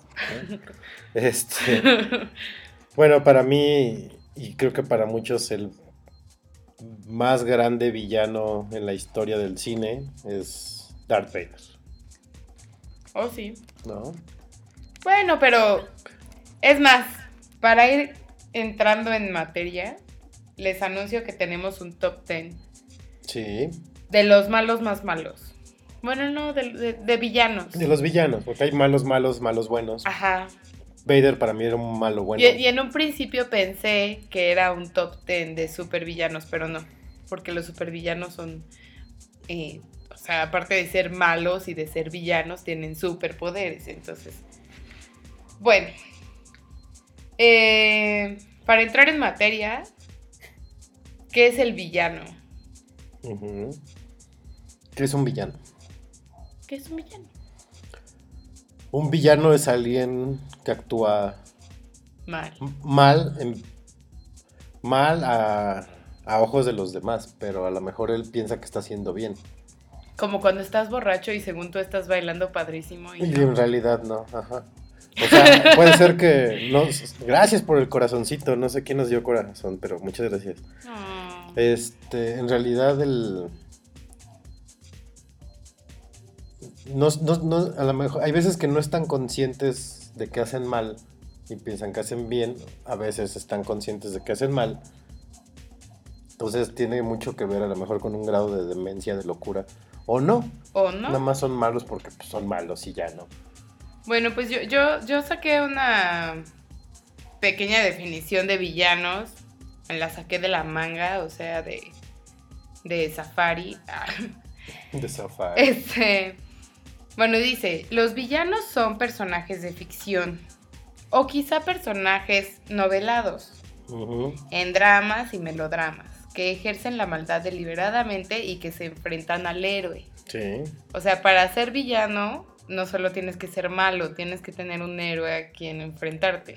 Bueno, para mí, y creo que para muchos, el más grande villano en la historia del cine es Darth Vader. Oh, sí. ¿No? Bueno, pero es más, para ir entrando en materia, les anuncio que tenemos un top 10. Sí. De los malos más malos. Bueno, no, de villanos. De los villanos, porque hay malos, buenos. Ajá. Vader para mí era un malo bueno. Y en un principio pensé que era un top 10 de supervillanos, pero no. Porque los supervillanos son... o sea, aparte de ser malos y de ser villanos, tienen superpoderes. Entonces, bueno. Para entrar en materia, ¿qué es el villano? Uh-huh. ¿Qué es un villano? ¿Qué es un villano? Un villano es alguien que actúa mal a ojos de los demás, pero a lo mejor él piensa que está haciendo bien. Como cuando estás borracho y según tú estás bailando padrísimo. Y en realidad no, ajá. O sea, puede ser que... No, gracias por el corazoncito, no sé quién nos dio corazón, pero muchas gracias. Oh. En realidad No, a lo mejor hay veces que no están conscientes de que hacen mal y piensan que hacen bien, a veces están conscientes de que hacen mal. Entonces tiene mucho que ver a lo mejor con un grado de demencia, de locura. O no. Nada más son malos porque pues, son malos y ya no. Bueno, pues yo saqué una pequeña definición de villanos. La saqué de la manga, o sea, de Safari. De Safari. Bueno, dice, los villanos son personajes de ficción o quizá personajes novelados, uh-huh, en dramas y melodramas, que ejercen la maldad deliberadamente y que se enfrentan al héroe. Sí. O sea, para ser villano, no solo tienes que ser malo, tienes que tener un héroe a quien enfrentarte.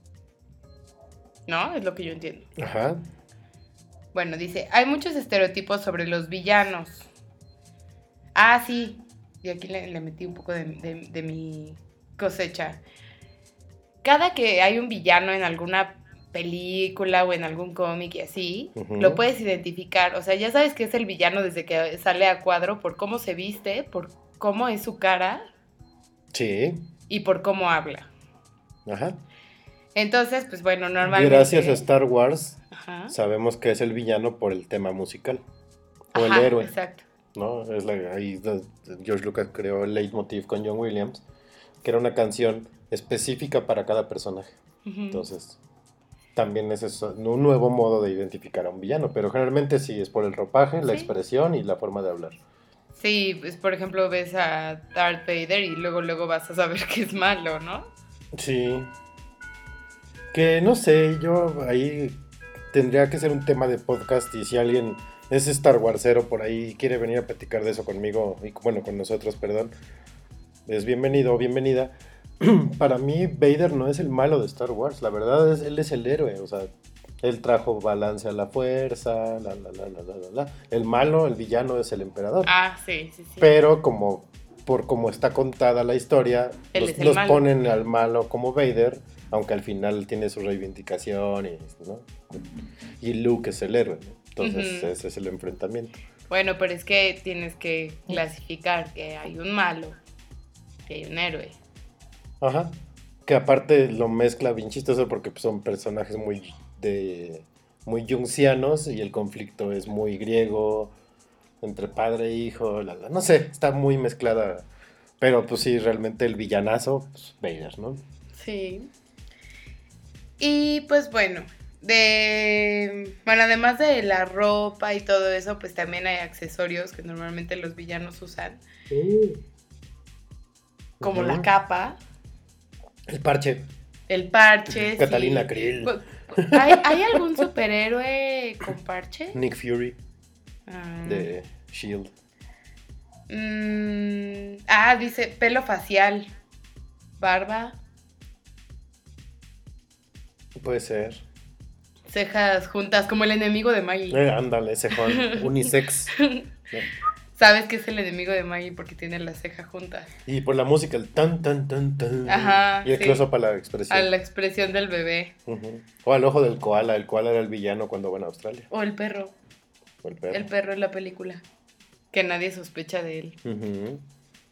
¿No? Es lo que yo entiendo. Ajá. Bueno, dice, hay muchos estereotipos sobre los villanos. Ah, sí. Y aquí le metí un poco de mi cosecha. Cada que hay un villano en alguna película o en algún cómic y así, lo puedes identificar. O sea, ya sabes que es el villano desde que sale a cuadro por cómo se viste, por cómo es su cara. Sí. Y por cómo habla. Ajá. Entonces, pues bueno, normalmente... Gracias a Star Wars, Ajá. sabemos que es el villano por el tema musical. O Ajá, el héroe. Exacto. ¿No? Ahí George Lucas creó el leitmotiv con John Williams, que era una canción específica para cada personaje. Entonces, también ese es un nuevo modo de identificar a un villano, pero generalmente sí es por el ropaje, la expresión y la forma de hablar. Sí, pues por ejemplo ves a Darth Vader y luego vas a saber que es malo, ¿no? Sí. Que no sé, yo ahí tendría que ser un tema de podcast y si alguien es Star Warsero por ahí y quiere venir a platicar de eso conmigo, y bueno, con nosotros, perdón, es bienvenido o bienvenida. Para mí Vader no es el malo de Star Wars, la verdad él es el héroe, o sea, él trajo balance a la fuerza, el malo, el villano es el emperador. Ah, sí. Pero por como está contada la historia, los ponen al malo como Vader, aunque al final tiene su reivindicación ¿no? Y Luke es el héroe, ¿no? Entonces ese es el enfrentamiento. Bueno, pero es que tienes que clasificar que hay un malo, que hay un héroe. Ajá. Que aparte lo mezcla bien chistoso porque son personajes muy jungianos y el conflicto es muy griego, entre padre e hijo, no sé, está muy mezclada. Pero pues sí, realmente el villanazo, pues Vader, ¿no? Sí. Y pues bueno, además de la ropa y todo eso, pues también hay accesorios que normalmente los villanos usan. Como la capa. El parche. El parche. Catalina Krill. ¿Hay algún superhéroe con parche? Nick Fury. De S.H.I.E.L.D. Dice pelo facial. Barba. Puede ser. Cejas juntas, como el enemigo de Maggie. Ándale, cejón. Unisex. Sabes que es el enemigo de Maggie porque tiene las cejas juntas. Y por la música, el tan, tan, tan, tan. Ajá. Y el close-up a la expresión. A la expresión del bebé. O al ojo del koala. El koala era el villano cuando van a Australia. O el perro. El perro en la película. Que nadie sospecha de él.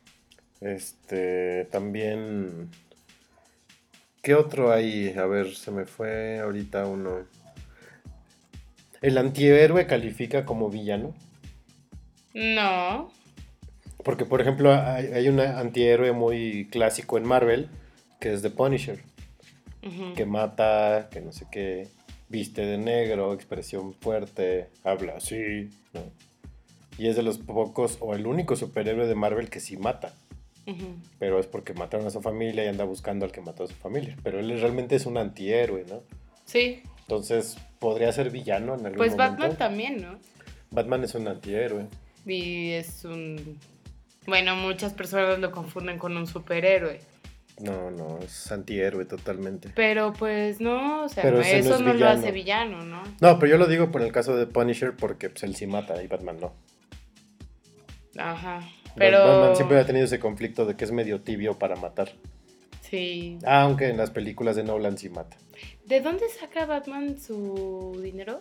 También... ¿Qué otro hay? A ver, se me fue ahorita uno. ¿El antihéroe califica como villano? No. Porque, por ejemplo, hay un antihéroe muy clásico en Marvel, que es The Punisher. Que mata, que no sé qué, viste de negro, expresión fuerte, habla así, ¿no? Y es de los pocos, o el único superhéroe de Marvel que sí mata. Pero es porque mataron a su familia y anda buscando al que mató a su familia. Pero él realmente es un antihéroe, ¿no? Sí. Entonces, ¿podría ser villano en algún momento? Pues Batman también, ¿no? Batman es un antihéroe. Y es un... Bueno, muchas personas lo confunden con un superhéroe. No, es antihéroe totalmente. Pero pues no, o sea, pero eso no lo hace villano, ¿no? No, pero yo lo digo por el caso de Punisher porque pues, él sí mata y Batman no. Ajá. Pero... Batman siempre ha tenido ese conflicto de que es medio tibio para matar. Sí. Aunque en las películas de Nolan sí mata. ¿De dónde saca Batman su dinero?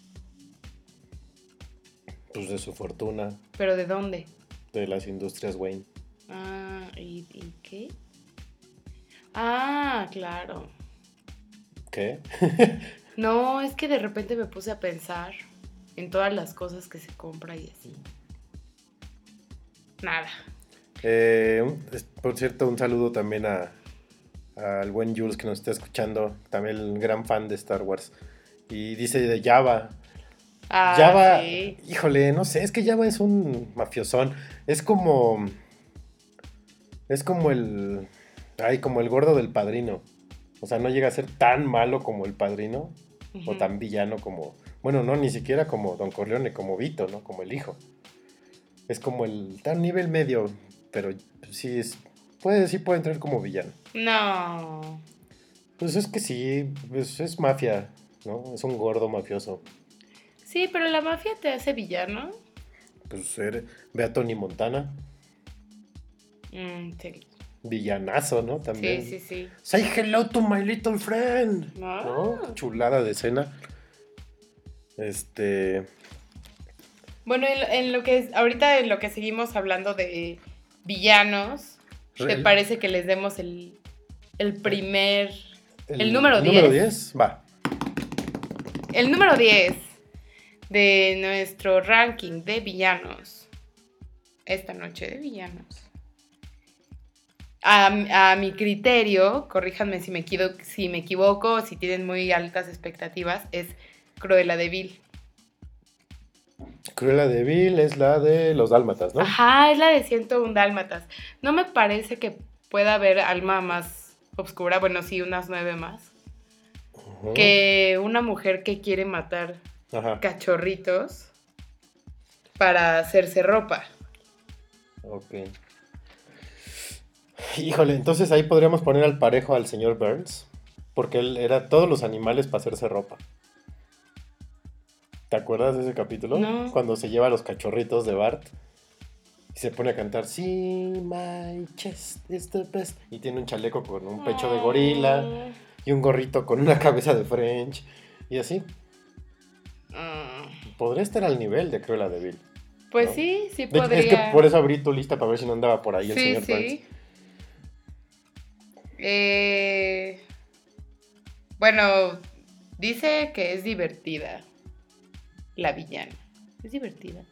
Pues de su fortuna. ¿Pero de dónde? De las industrias Wayne. ¿Y qué? Ah, claro. ¿Qué? No, es que de repente me puse a pensar en todas las cosas que se compra y así. Nada. Por cierto, un saludo también al buen Jules que nos está escuchando, también el gran fan de Star Wars. Y dice de Java. Java, sí. Híjole, no sé, es que Java es un mafiosón. Es como el gordo del Padrino. O sea, no llega a ser tan malo como el Padrino, o tan villano como... Bueno, no, ni siquiera como Don Corleone, como Vito, ¿no? Como el hijo. Es como está a nivel medio, pero sí puede entrar como villano. No. Pues es que sí, pues es mafia, ¿no? Es un gordo mafioso. Sí, pero la mafia te hace villano. Pues ve a Tony Montana, Sí. villanazo, ¿no? También. Sí. Say hello to my little friend. Ah. ¿No? Chulada de escena. Bueno, ahorita en lo que seguimos hablando de villanos, ¿te parece que les demos el número 10? ¿Número 10? Va. El número 10 de nuestro ranking de villanos. Esta noche de villanos. A mi criterio, corríjanme si me equivoco, si tienen muy altas expectativas, es Cruella de Vil. Cruella de Vil es la de los dálmatas, ¿no? Ajá, es la de 101 dálmatas. No me parece que pueda haber alma más oscura, bueno, sí, unas 9 más, que una mujer que quiere matar cachorritos para hacerse ropa. Ok. Híjole, entonces ahí podríamos poner al parejo al señor Burns, porque él era todos los animales para hacerse ropa. ¿Te acuerdas de ese capítulo? No. Cuando se lleva a los cachorritos de Bart y se pone a cantar See my chest is the best. Y tiene un chaleco con un pecho de gorila y un gorrito con una cabeza de French. Y así. Podría estar al nivel de Cruella de Vil. Pues ¿no? sí De podría. hecho, es que por eso abrí tu lista para ver si no andaba por ahí el señor Burns. Bueno, dice que es divertida la villana. Es divertida.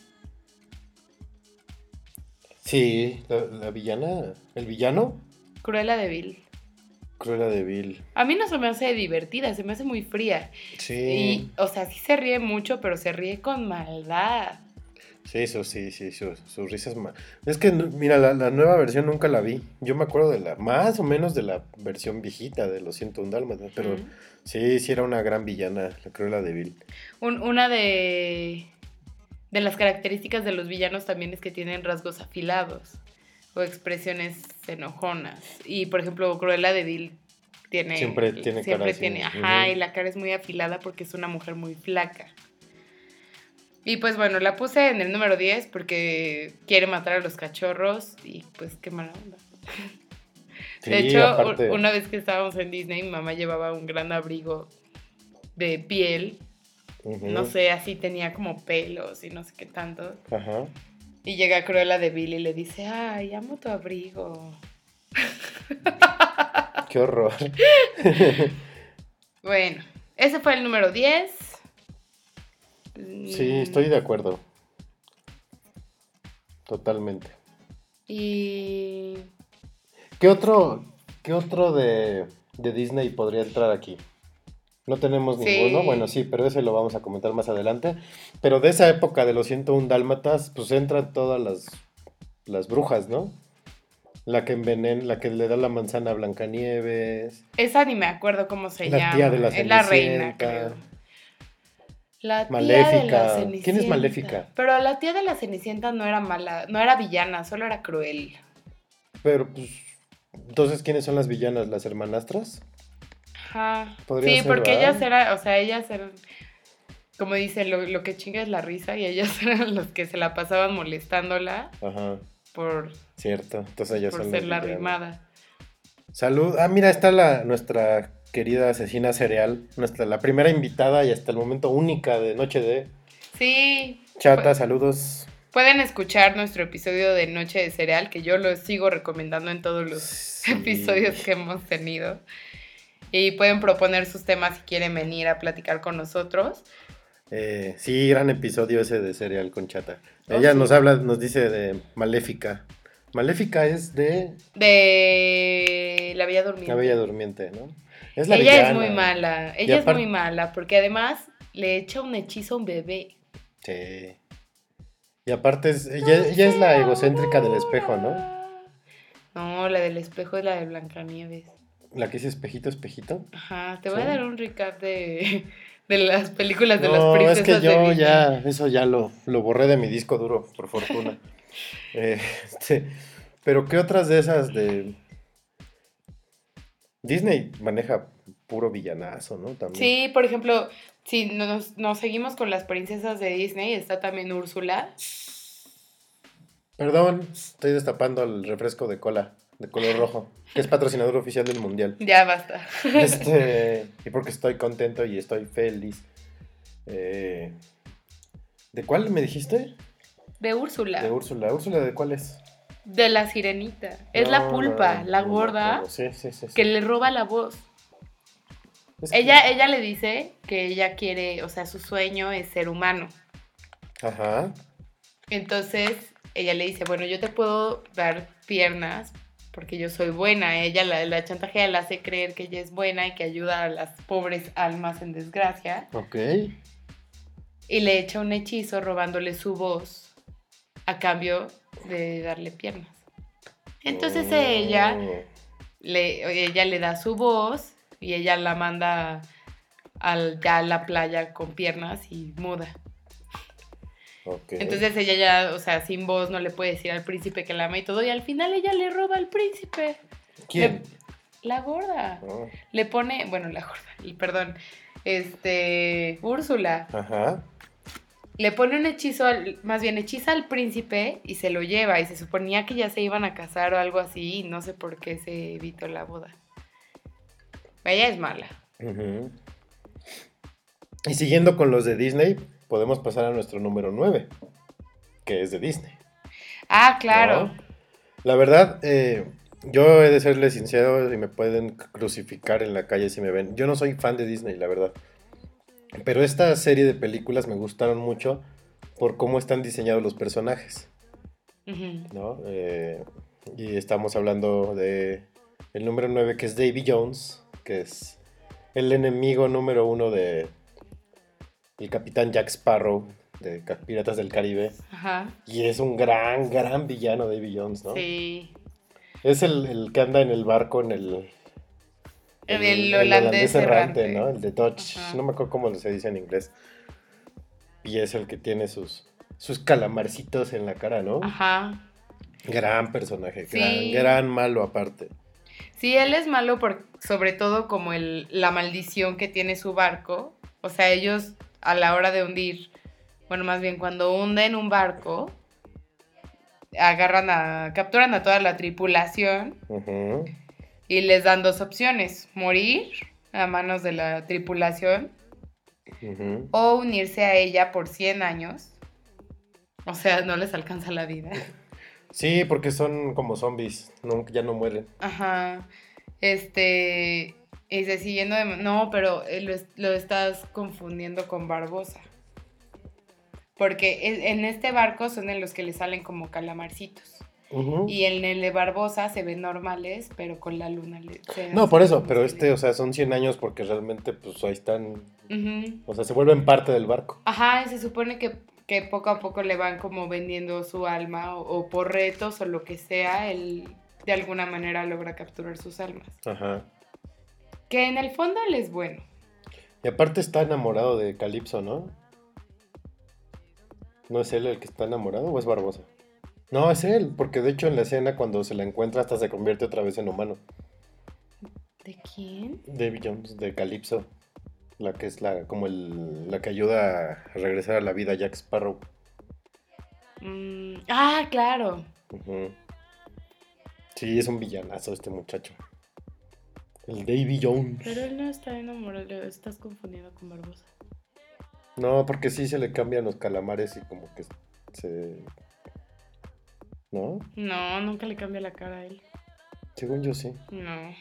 Sí, la villana. ¿El villano? Cruella de Vil. Cruella de Vil. A mí no se me hace divertida, se me hace muy fría. Sí. Y, o sea, sí se ríe mucho, pero se ríe con maldad. Sí, eso sí, su risa es más... Es que, mira, la nueva versión nunca la vi. Yo me acuerdo de más o menos de la versión viejita de los 101 dálmatas, pero sí era una gran villana, la Cruella de Vil. Una de las características de los villanos también es que tienen rasgos afilados o expresiones enojonas. Y, por ejemplo, Cruella de Vil siempre tiene, ajá, y la cara es muy afilada porque es una mujer muy flaca. Y pues bueno, la puse en el número 10 porque quiere matar a los cachorros y pues qué mala onda. Sí, de hecho, aparte... una vez que estábamos en Disney, mi mamá llevaba un gran abrigo de piel. No sé, así tenía como pelos y no sé qué tanto. Ajá. Y llega Cruella de Vil y le dice, ay, amo tu abrigo. Qué horror. Bueno, ese fue el número 10. Sí, estoy de acuerdo. Totalmente. Y... ¿Qué otro de Disney podría entrar aquí? No tenemos ninguno. Bueno, sí, pero ese lo vamos a comentar más adelante. Pero de esa época de los 101 dálmatas, pues entran todas las brujas, ¿no? La que envenena, la que le da la manzana a Blancanieves. Esa ni me acuerdo cómo se llama. La tía de la Cenicienta. Es la reina, creo. La tía Maléfica. De la Cenicienta. ¿Quién es Maléfica? Pero la tía de la Cenicienta no era mala, no era villana, solo era cruel. Pero pues, entonces, ¿quiénes son las villanas? ¿Las hermanastras? Ajá. Podría sí, ser, porque ¿verdad? ellas eran, como dicen, lo que chinga es la risa y ellas eran los que se la pasaban molestándola. Ajá. Por... Cierto, entonces ellas por son ser las la villanas. rimada. Salud. Ah, mira, está nuestra querida asesina serial, la primera invitada y hasta el momento única de Noche de... Sí. Chata, saludos. Pueden escuchar nuestro episodio de Noche de Cereal, que yo lo sigo recomendando en todos los episodios que hemos tenido. Y pueden proponer sus temas si quieren venir a platicar con nosotros. Sí, gran episodio ese de Cereal con Chata. Ella nos dice de Maléfica. Maléfica es de La Bella Durmiente. La Bella Durmiente, ¿no? Es la ella villana. Es muy mala. Ella es muy mala porque además le echa un hechizo a un bebé. Sí. Y aparte ella es la egocéntrica del espejo, ¿no? No, la del espejo es la de Blancanieves. ¿La que dice espejito, espejito? Ajá, te voy a dar un recap de de las películas de las No, princesas es que de yo Disney. ya, eso ya lo borré de mi disco duro, por fortuna. Eh, pero ¿qué otras de esas de Disney maneja puro villanazo, ¿no? También. Sí, por ejemplo, si nos seguimos con las princesas de Disney, está también Úrsula. Perdón, estoy destapando el refresco de cola, de color rojo, que es patrocinador oficial del mundial. Ya basta. Y porque estoy contento y estoy feliz. ¿De cuál me dijiste? De Úrsula. De Úrsula. ¿Úrsula de cuál es? De la sirenita. Es la pulpa, la no, gorda, sí. que le roba la voz. Es que- Ella le dice que ella quiere, o sea, su sueño es ser humano. Ajá. Entonces, ella le dice, bueno, yo te puedo dar piernas porque yo soy buena. Ella la chantajea, la hace creer que ella es buena y que ayuda a las pobres almas en desgracia. Ok. Y le echa un hechizo robándole su voz a cambio de darle piernas. Entonces ella le da su voz y ella la manda ya a la playa con piernas y muda. Ok. Entonces ella ya, o sea, sin voz no le puede decir al príncipe que la ama y todo, y al final ella le roba al príncipe. ¿Quién? La gorda. Oh. Le pone, bueno, la gorda, perdón, Úrsula. Ajá. Le pone un hechizo, más bien hechiza al príncipe y se lo lleva, y se suponía que ya se iban a casar o algo así, y no sé por qué se evitó la boda. Ella es mala. Ujú. Y siguiendo con los de Disney, podemos pasar a nuestro número 9, que es de Disney. Ah, claro. ¿No? La verdad, yo he de serles sincero y me pueden crucificar en la calle si me ven. Yo no soy fan de Disney, la verdad. Pero esta serie de películas me gustaron mucho por cómo están diseñados los personajes, Ujú. ¿no? Y estamos hablando de el número 9, que es Davy Jones, que es el enemigo número 1 de el capitán Jack Sparrow de Piratas del Caribe. Ajá. Y es un gran villano Davy Jones, ¿no? Sí. Es el que anda en el barco, en El holandés errante. ¿no? El de Dodge. Ajá. No me acuerdo cómo se dice en inglés. Y es el que tiene sus calamarcitos en la cara, ¿no? Ajá. Gran personaje, Sí. gran malo aparte. Sí, él es malo sobre todo como la maldición que tiene su barco. O sea, ellos a la hora de hundir, bueno, más bien cuando hunden un barco, capturan a toda la tripulación Ujú. y les dan dos opciones: morir a manos de la tripulación Ujú. o unirse a ella por 100 años. O sea, no les alcanza la vida. Sí, porque son como zombies, ya no mueren. Ajá. Y se siguiendo de... No, pero lo estás confundiendo con Barbosa. Porque en este barco son en los que le salen como calamarcitos. Ujú. Y en el de Barbosa se ven normales, pero con la luna No, por eso, como pero se o sea, son 100 años porque realmente, pues ahí están, Ujú. o sea, se vuelven parte del barco. Ajá, y se supone que poco a poco le van como vendiendo su alma o por retos o lo que sea, él de alguna manera logra capturar sus almas. Ajá. Que en el fondo él es bueno. Y aparte está enamorado de Calypso, ¿no? ¿No es él el que está enamorado o es Barbosa? No, es él, porque de hecho en la escena cuando se la encuentra hasta se convierte otra vez en humano. ¿De quién? Davy Jones, de Calypso. La que es la que ayuda a regresar a la vida a Jack Sparrow. Claro. Ujú. Sí, es un villanazo este muchacho. El Davy Jones. Pero él no está enamorado, lo estás confundiendo con Barbosa. No, porque sí se le cambian los calamares y como que se... ¿No? No, nunca le cambia la cara a él. Según yo sí. No.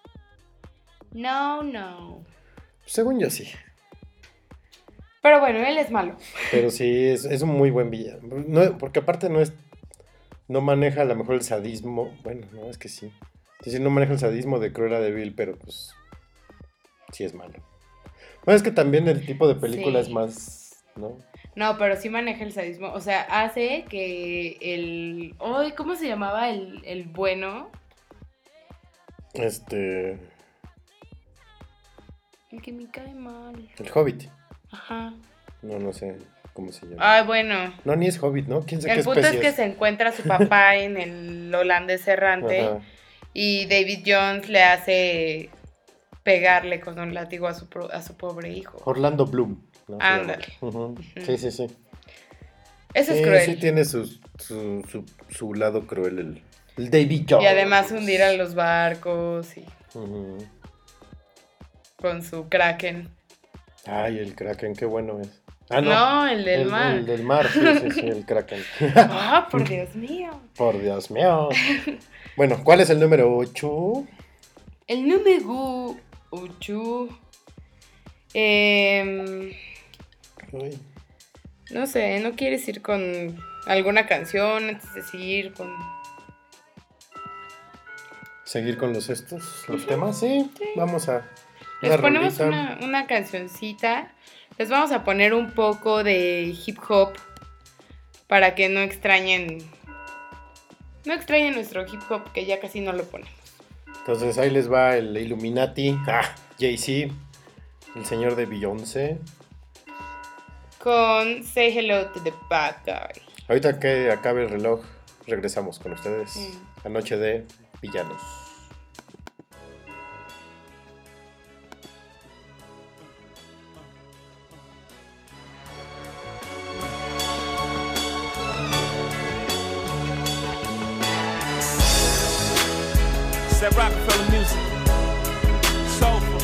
No. Según yo sí. Pero bueno, él es malo. Pero sí, es un muy buen villano. No, porque aparte no maneja a lo mejor el sadismo. Bueno, no, es que sí. Sí, no maneja el sadismo de Cruella de Vil, pero pues sí es malo. Bueno, es que también el tipo de película Sí. es más, ¿no? No, pero sí maneja el sadismo. O sea, hace que el... Ay, ¿cómo se llamaba el bueno? El que me cae mal. El Hobbit. Ajá. No sé cómo se llama. Ay, bueno. No, ni es Hobbit, ¿no? ¿Quién sabe qué El punto especie es que se encuentra a su papá en el holandés errante. Ajá. Y David Jones le hace pegarle con un látigo a su pobre hijo. Orlando Bloom, ¿no? Ándale. Uh-huh. Sí. Eso es cruel. Sí tiene su lado cruel el David Jones. Y además hundir a los barcos y Uh-huh. con su Kraken. Ay, el Kraken, qué bueno es. No, el del mar. El del mar, sí, el Kraken. Ah, por Dios mío. Por Dios mío. Bueno, ¿cuál es el número 8? El número 8. No sé, ¿no quieres ir con alguna canción antes de seguir con...? ¿Seguir con los temas? Sí. Vamos a... Les ponemos una cancioncita. Les vamos a poner un poco de hip hop para que no extrañen nuestro hip hop, que ya casi no lo ponemos. Entonces ahí les va el Illuminati, Jay-Z, el señor de Beyoncé. Con Say Hello to the Bad Guy. Ahorita que acabe el reloj, regresamos con ustedes a Noche de Villanos. That Rockefeller music, soulful.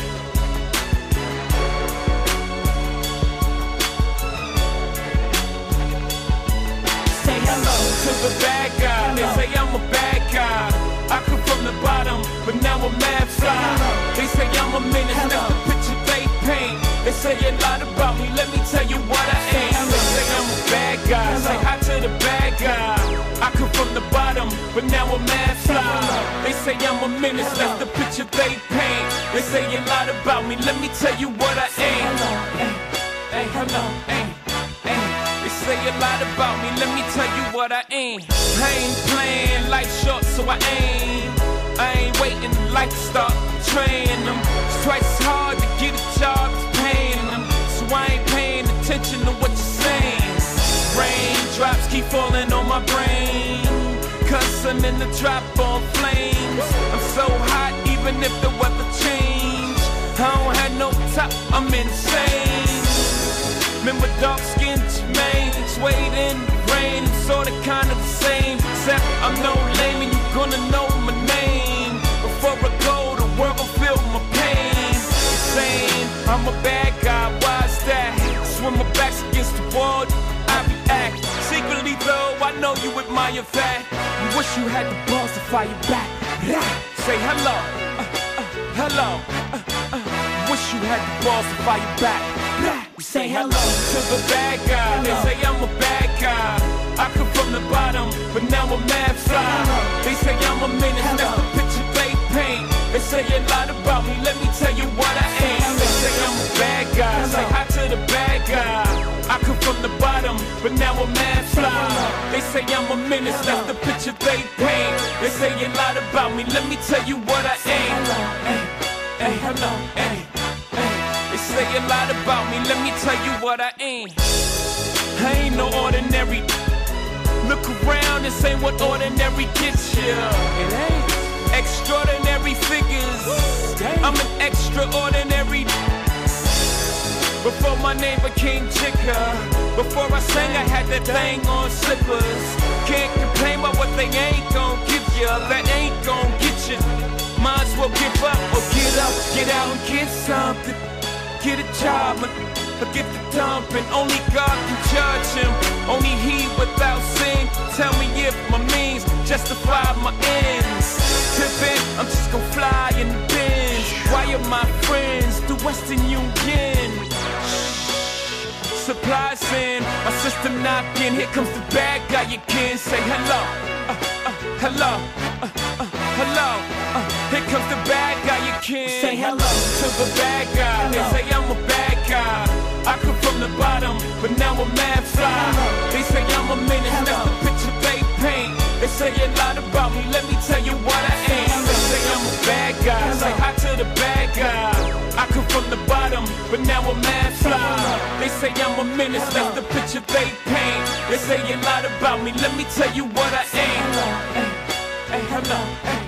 Say hello to the bad guy. They say I'm a bad guy. I come from the bottom, but now I'm mad fly. They say I'm a menace, that's the picture they paint. They say a lot about me, let me tell you what I ain't. They say I'm a bad guy, say hi to the bad guy. I come from the bottom, but now I'm mad fly. They say I'm a menace, that's the picture they paint. They say a lot about me, let me tell you what I ain't. Hey, hello, hey, hey. They say a lot about me, let me tell you what I ain't. I ain't playing life short, so I ain't waiting, life to start training them. It's twice as hard to get a job as paying them. So I ain't paying attention to what you're saying. Raindrops keep falling on my brain, cause I'm in the drop on flames. I'm so hot even if the weather change. I don't have no top, I'm insane. Remember dark skin Jermaine, swayed in the rain. It's sorta kinda the same, except I'm no lame and you gonna know my name. Before I go, the world will feel my pain. You're saying I'm a bad guy, why's that? It's when my back's against the wall, I react. Secretly though, I know you admire that. You wish you had the balls to fire back. Say hello, hello. Wish you had the balls to fire back. Say hello to the bad guy. They say I'm a bad guy. I come from the bottom, but now I'm mad fly. They say I'm a menace, that's the picture they paint. They say a lot about me, let me tell you what I ain't. They say I'm a bad guy, say hi to the bad guy. I come from the bottom, but now I'm mad fly. They say I'm a menace, that's the picture they paint. They say a lot about me, let me tell you what I ain't. Hey, hello, hey. They say a lot about me, let me tell you what I ain't. I ain't no ordinary. Look around, this ain't what ordinary gets you. It ain't. Extraordinary figures. I'm an extraordinary. Before my name became Chica, before I sang I had that thing on slippers. Can't complain about what they ain't gon' give you, that ain't gon' get you. Might as well give up or get up, get out and get something. Get a job or get the dumping. Only God can judge him, only he without sin. Tell me if my means justify my ends. Tipping, I'm just gon' fly in the bins. Wire my friends through Western Union. Supplies in, my system knocking. Here comes the bad guy, you can't say hello. Hello, hello. Here comes the bad guy, you can't say hello to the bad guy. They say I'm a bad guy. I come from the bottom, but now I'm mad fly. They say I'm a menace, that's the picture they paint. They say a lot about me, let me tell what I ain't. They say I'm a bad guy, say hi to the bad guy. I come from the bottom. but now I'm mad fly. They say I'm a menace, that's the picture they paint. They say a lot about me, let me tell you what I ain't. Hey, hello, hey.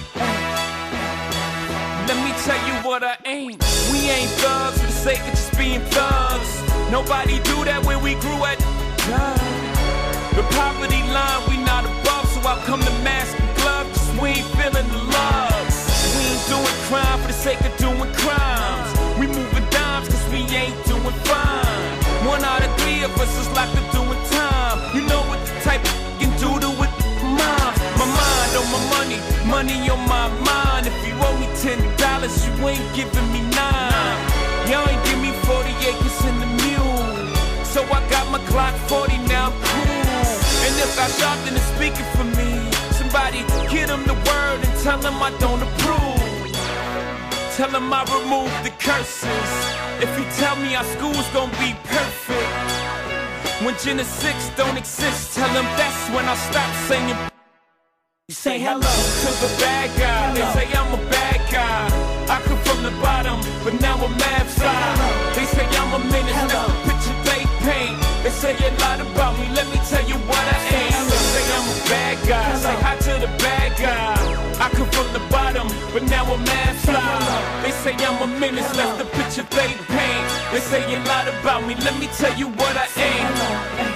Let me tell you what I ain't. We ain't thugs for the sake of just being thugs. Nobody do that where we grew at. The poverty line, we not above, so I'll come to mask and glove, cause we ain't feeling the love. We ain't doing crime for the sake of doing crimes. We moving dimes cause we ain't doing fine. 1 out of 3 of us is locked up doing time. You know what the type of can do to it? My mind on my money, money on my mind. If you owe me $10, you ain't giving me 9. Y'all ain't give me 40 acres in the mule. So I got my Glock 40, now I'm cool. And if I shot, then it's speaking for me. Somebody get him the word and tell him I don't approve. Tell him I remove the curses. If you tell me our school's gonna be perfect, when Gen 6 don't exist, tell him that's when I stop singing. Say hello to the bad guy. They say I'm a bad guy. I come from the bottom, but now I'm mad fly. They say I'm a menace, that's the picture they paint. They say a lot about me, let me tell you what I ain't. They say I'm a bad guy, say hi to the bad guy. I come from the bottom, but now I'm mad fly. They say I'm a menace, that's the picture they paint. They say a lot about me, let me tell you what I ain't.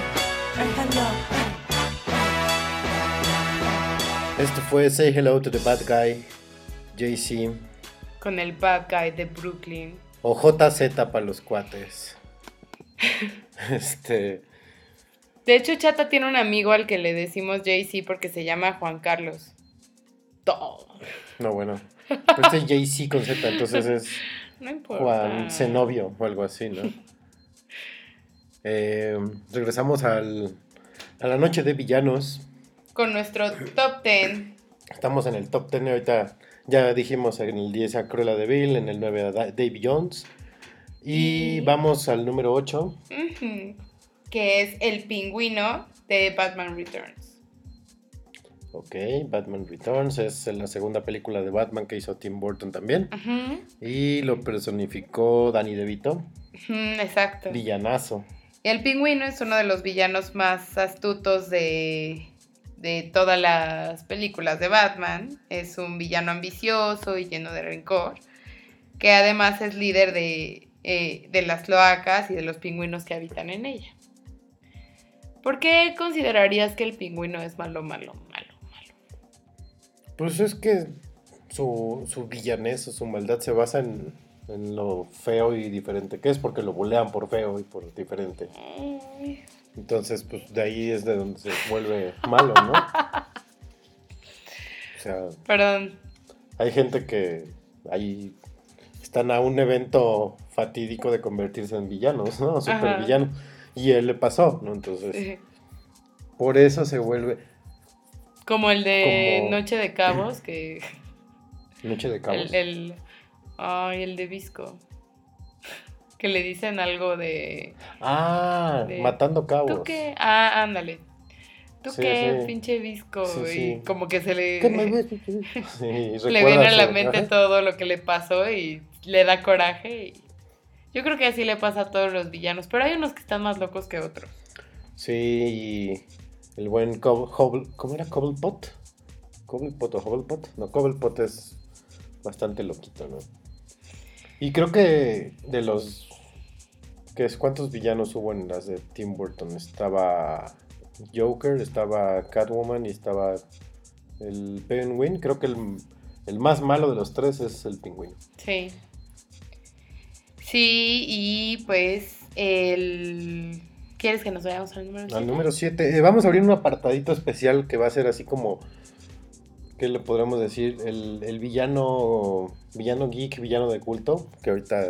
Esto fue Say Hello to the Bad Guy, Jay-Z. Con el bad guy de Brooklyn. O JZ para los cuates. De hecho, Chata tiene un amigo al que le decimos Jay-Z porque se llama Juan Carlos. No, bueno. Este es Jay-Z con Z, entonces es no importa. Juan Zenobio o algo así, ¿no? Regresamos a la noche de villanos. Con nuestro top 10. Estamos en el top 10 ahorita. Ya dijimos en el 10 a Cruella de Vil, en el 9 a Davy Jones. Y vamos al número 8. Que es El Pingüino de Batman Returns. Ok, Batman Returns es la segunda película de Batman que hizo Tim Burton también. Y lo personificó Danny DeVito. Exacto. Villanazo. El Pingüino es uno de los villanos más astutos de todas las películas de Batman. Es un villano ambicioso y lleno de rencor, que además es líder de las cloacas y de los pingüinos que habitan en ella. ¿Por qué considerarías que el pingüino es malo? Pues es que su villanez o su maldad se basa en lo feo y diferente que es, porque lo bulean por feo y por diferente. Entonces, pues de ahí es de donde se vuelve malo, ¿no? O sea, perdón. Hay gente que ahí están a un evento fatídico de convertirse en villanos, ¿no? Supervillano. Y él le pasó, ¿no? Entonces, por eso se vuelve... Como el de Noche de Cabos, que... Noche de Cabos. El de Visco. Que le dicen algo de... Matando cabos. ¿Tú qué? Ándale. ¿Tú qué, sí. Pinche Visco? Sí. Y como que se le... ¿Qué me ves? Sí, le viene a la mente todo lo que le pasó y le da coraje. Yo creo que así le pasa a todos los villanos, pero hay unos que están más locos que otros. Sí, y el buen ¿cómo era? ¿Cobblepot? ¿Cobblepot o Hobblepot? No, Cobblepot es bastante loquito, ¿no? Y creo que de los... ¿Cuántos villanos hubo en las de Tim Burton? Estaba Joker, estaba Catwoman y estaba el Penguin. Creo que el más malo de los tres es el Pingüino. Sí. Sí, y pues ¿Quieres que nos vayamos al número 7? Al número 7. Vamos a abrir un apartadito especial que va a ser así como... ¿Qué le podríamos decir? El villano geek, villano de culto, que ahorita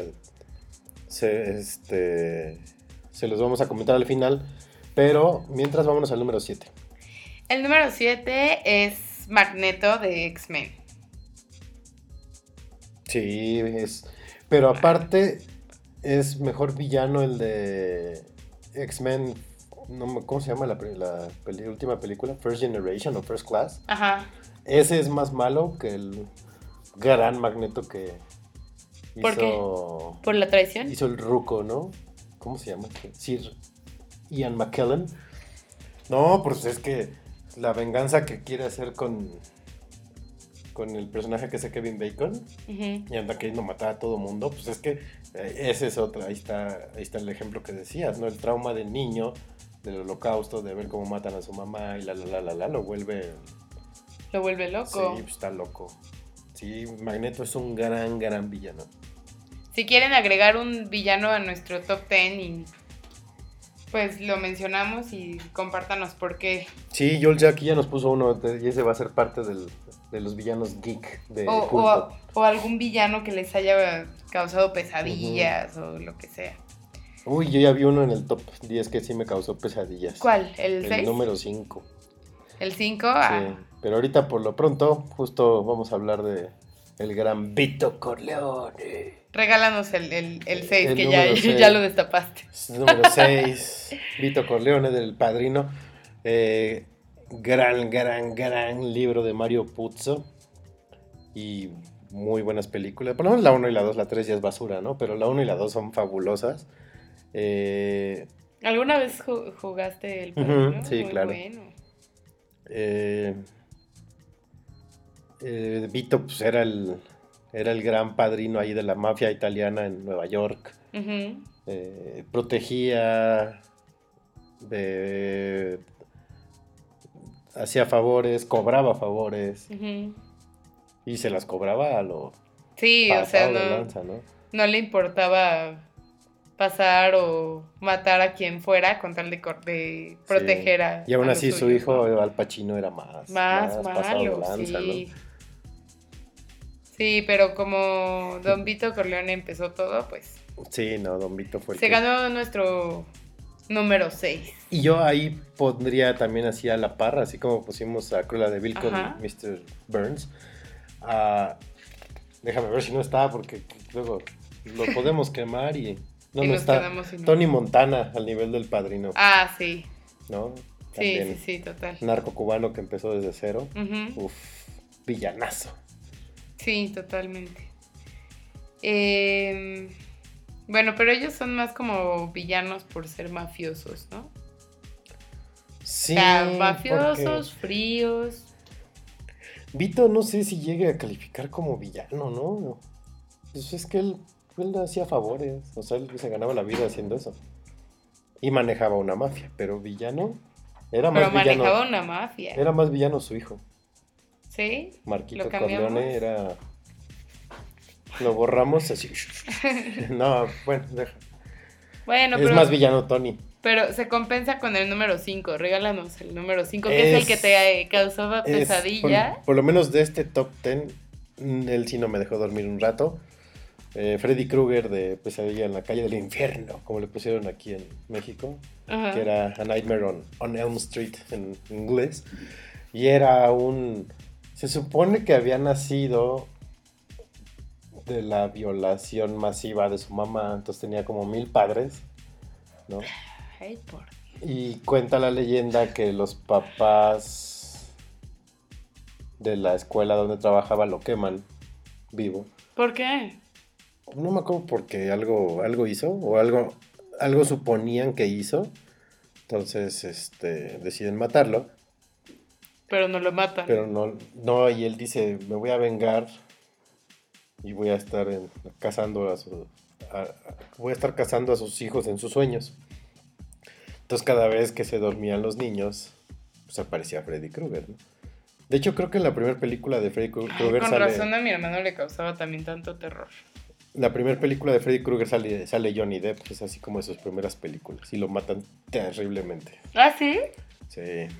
se los vamos a comentar al final, pero mientras vámonos al número 7. El número 7 es Magneto de X-Men. Sí, pero aparte es mejor villano el de X-Men, ¿cómo se llama la última película? First Generation o First Class. Ajá. Ese es más malo que el gran Magneto que ¿Por qué? ¿Por la traición? Hizo el ruco, ¿no? ¿Cómo se llama? Sir Ian McKellen. No, pues es que la venganza que quiere hacer con el personaje que es Kevin Bacon, Ujú. y anda queriendo matar a todo mundo, pues es que ese es otro, ahí está el ejemplo que decías, ¿no? El trauma del niño, del holocausto, de ver cómo matan a su mamá y lo vuelve... Lo vuelve loco. Sí, pues está loco. Sí, Magneto es un gran villano. Si quieren agregar un villano a nuestro top 10 y pues lo mencionamos y compártanos por qué. Sí, Joel ya aquí ya nos puso uno y ese va a ser parte de los villanos geek de O, culto. o algún villano que les haya causado pesadillas o lo que sea. Uy, yo ya vi uno en el top 10 que sí me causó pesadillas. ¿Cuál? ¿El 6? número 5. ¿El 5? Sí, pero ahorita por lo pronto justo vamos a hablar de el gran Vito Corleone. Regálanos el 6, El que número 6. ya lo destapaste. Número 6, Vito Corleone del Padrino. Gran libro de Mario Puzo. Y muy buenas películas. Por lo menos la 1 y la 2, la 3 ya es basura, ¿no? Pero la 1 y la 2 son fabulosas. ¿Alguna vez jugaste el Padrino? Sí, Muy claro. bueno. Vito pues, era el gran padrino ahí de la mafia italiana en Nueva York. Ujú. Protegía, hacía favores, cobraba favores Ujú. y se las cobraba a lo Sí, o sea, pasado de lanza, ¿no? no le importaba pasar o matar a quien fuera con tal de proteger a Y aún a así los su suyos, hijo ¿no? Al Pacino era más pasado de malo, lanza, sí. ¿no? Sí, pero como Don Vito Corleone empezó todo, pues Sí, no, Don Vito fue el se que... ganó nuestro número 6. Y yo ahí pondría también así a la par, así como pusimos a Cruella de Vil con Ajá. Mr. Burns. Déjame ver si no está, porque luego lo podemos quemar y no Y nos está. quedamos sin- Tony Montana al nivel del Padrino, Ah, sí. ¿no? Sí, También sí, total. narco cubano que empezó desde cero. Ujú. Uf, villanazo. Sí, totalmente. Bueno, pero ellos son más como villanos por ser mafiosos, ¿no? Sí, O sea, mafiosos, porque fríos. Vito no sé si llegue a calificar como villano, ¿no? Pues es que él hacía favores, o sea, él se ganaba la vida haciendo eso. Y manejaba una mafia, pero villano era Pero más villano. manejaba una mafia. Era más villano su hijo. ¿Sí? Marquito ¿Lo cambiamos? Corleone era... Lo borramos así. No, bueno, deja. Bueno, Es pero, más villano Tony. pero se compensa con el número 5. Regálanos el número 5, que es el que te causaba pesadilla. Por lo menos de este top 10, él sí no me dejó dormir un rato. Freddy Krueger de Pesadilla en la calle del infierno, como le pusieron aquí en México, Ajá. que era A Nightmare on Elm Street en inglés. Y era se supone que había nacido de la violación masiva de su mamá, entonces tenía como 1000 padres, ¿no? Ay, por... Y cuenta la leyenda que los papás de la escuela donde trabajaba lo queman vivo. ¿Por qué? No me acuerdo porque algo hizo o algo suponían que hizo. Entonces deciden matarlo. Pero no lo matan. Pero no, y él dice, me voy a vengar y voy a estar cazando voy a estar cazando a sus hijos en sus sueños. Entonces cada vez que se dormían los niños, pues aparecía Freddy Krueger, ¿no? De hecho, creo que en la primera película de Freddy Ay, Krueger con sale... razón a mi hermano le causaba también tanto terror. La primera película de Freddy Krueger sale Johnny Depp, es así como de sus primeras películas, y lo matan terriblemente. ¿Ah, sí? Sí.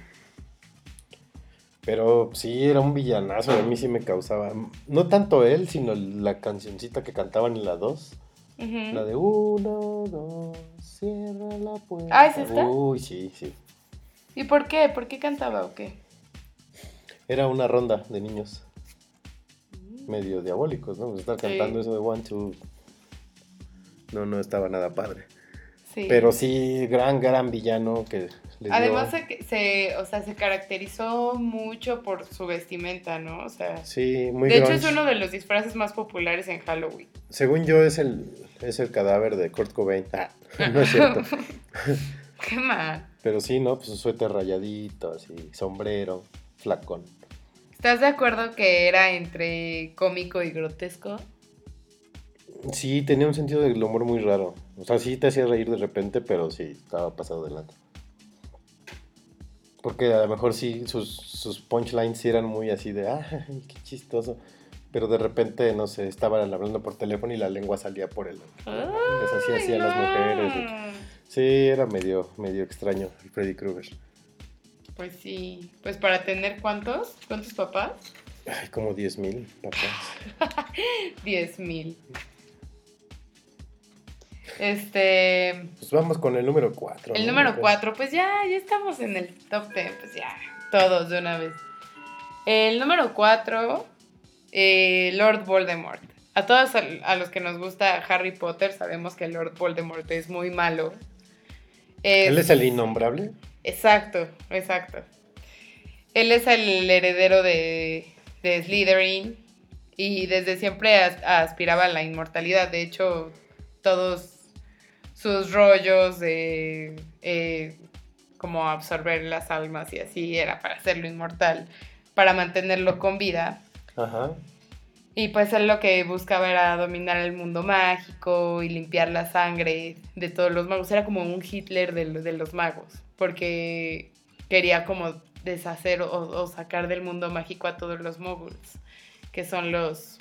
Pero sí, era un villanazo, a mí sí me causaba... No tanto él, sino la cancioncita que cantaban en la 2. Ujú. La de 1, 2, cierra la puerta. Ah, ¿es esta? Uy, sí. ¿Y por qué? ¿Por qué cantaba o qué? Era una ronda de niños medio diabólicos, ¿no? Pues estar Sí. cantando eso de 1, 2... No estaba nada padre. Sí. Pero sí, gran villano que Además se caracterizó mucho por su vestimenta, ¿no? O sea, Sí, muy de hecho grunge. es uno de los disfraces más populares en Halloween. Según yo es el cadáver de Kurt Cobain. No es cierto. Qué mal. Pero sí, ¿no? Pues un suéter rayadito, así, sombrero, flacón. ¿Estás de acuerdo que era entre cómico y grotesco? Sí, tenía un sentido del humor muy raro. O sea, sí te hacía reír de repente, pero sí, estaba pasado de lanza. Porque a lo mejor sí, sus punchlines sí eran muy así de, ¡ay, qué chistoso! Pero de repente, no sé, estaban hablando por teléfono y la lengua salía por el... Les hacía así a las mujeres. Sí, era medio extraño el Freddy Krueger. Pues sí. Pues para tener ¿cuántos papás? Ay, como 10,000 papás. 10,000. Pues vamos con el número 4. El número 4, pues ya estamos en el top 10, pues ya, todos de una vez. El número 4, Lord Voldemort. A todos a los que nos gusta Harry Potter sabemos que Lord Voldemort es muy malo. ¿Él es el innombrable? Exacto. Él es el heredero de Slytherin y desde siempre aspiraba a la inmortalidad. De hecho, todos sus rollos de como absorber las almas y así era para hacerlo inmortal, para mantenerlo con vida. Ajá. Y pues él lo que buscaba era dominar el mundo mágico y limpiar la sangre de todos los magos. Era como un Hitler de los magos, porque quería como deshacer o sacar del mundo mágico a todos los moguls, que son los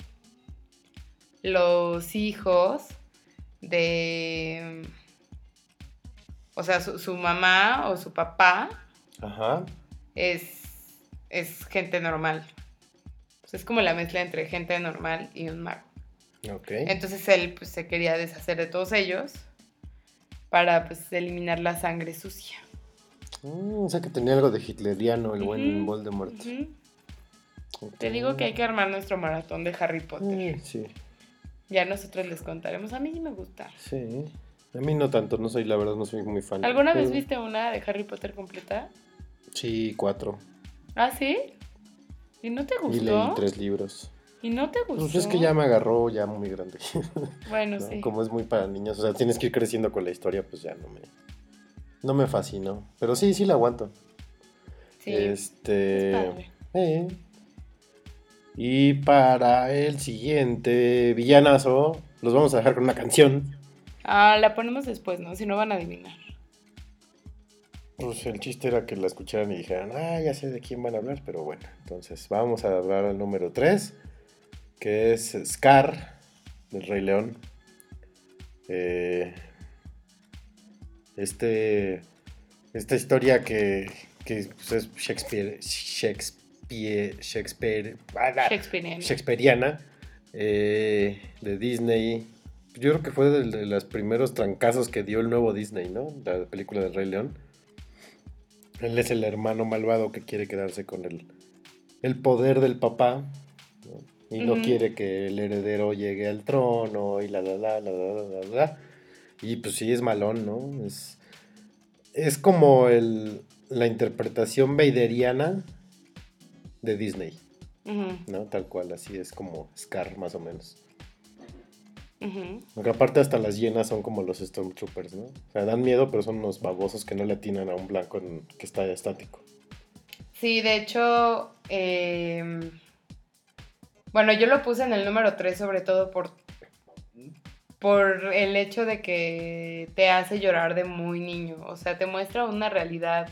hijos de... O sea, su mamá o su papá. Ajá. Es gente normal. Pues es como la mezcla entre gente normal y un mago. Ok. Entonces él pues se quería deshacer de todos ellos para pues eliminar la sangre sucia. O sea que tenía algo de hitleriano el buen Voldemort. Uh-huh. Okay. Te digo que hay que armar nuestro maratón de Harry Potter. Sí. Ya nosotros les contaremos. A mí sí me gusta. Sí. A mí no tanto, la verdad no soy muy fan. ¿Alguna vez viste una de Harry Potter completa? Sí, 4. ¿Ah, sí? ¿Y no te gustó? Y leí 3 libros. ¿Y no te gustó? Pues es que ya me agarró ya muy grande. Bueno, ¿no? sí. Como es muy para niños, o sea, tienes que ir creciendo con la historia, pues ya no me fascinó. Pero sí la aguanto. Sí, es padre. Y para el siguiente villanazo, los vamos a dejar con una canción. La ponemos después, ¿no? Si no van a adivinar. Pues el chiste era que la escucharan y dijeran, ya sé de quién van a hablar, pero bueno, entonces vamos a hablar al número 3, que es Scar, del Rey León. Esta historia que pues es shakespeariana, de Disney. Yo creo que fue de los primeros trancazos que dio el nuevo Disney, ¿no? La película del Rey León. Él es el hermano malvado que quiere quedarse con el poder del papá, ¿no? Y no quiere que el heredero llegue al trono y la. Y pues sí, es malón, ¿no? Es como la interpretación vaderiana de Disney, ¿no? Tal cual, así es como Scar, más o menos. Aunque aparte hasta las hienas son como los Stormtroopers, ¿no? O sea, dan miedo, pero son unos babosos que no le atinan a un blanco que está estático. Sí, de hecho, bueno, yo lo puse en el número 3 sobre todo por el hecho de que te hace llorar de muy niño. O sea, te muestra una realidad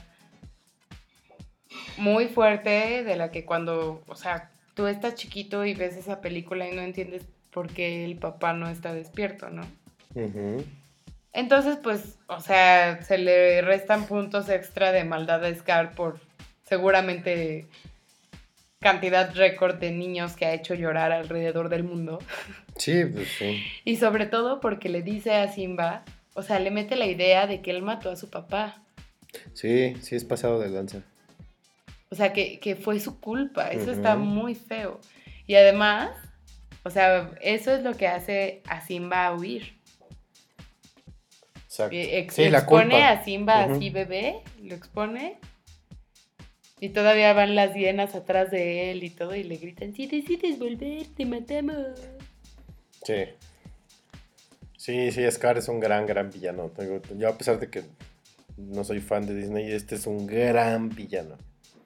muy fuerte de la que cuando, o sea, tú estás chiquito y ves esa película y no entiendes por qué el papá no está despierto, ¿no? Uh-huh. Entonces, pues, o sea, se le restan puntos extra de maldad a Scar por seguramente cantidad récord de niños que ha hecho llorar alrededor del mundo. Sí, pues sí. Y sobre todo porque le dice a Simba, o sea, le mete la idea de que él mató a su papá. Sí es pasado de lanza. O sea, que fue su culpa. Eso está muy feo. Y además, o sea, eso es lo que hace a Simba huir. Exacto. Sí, la expone culpa. a Simba así bebé, lo expone. Y todavía van las hienas atrás de él y todo y le gritan, si decides volver, te matamos. Sí. Sí, Scar es un gran villano. Yo a pesar de que no soy fan de Disney, este es un gran villano.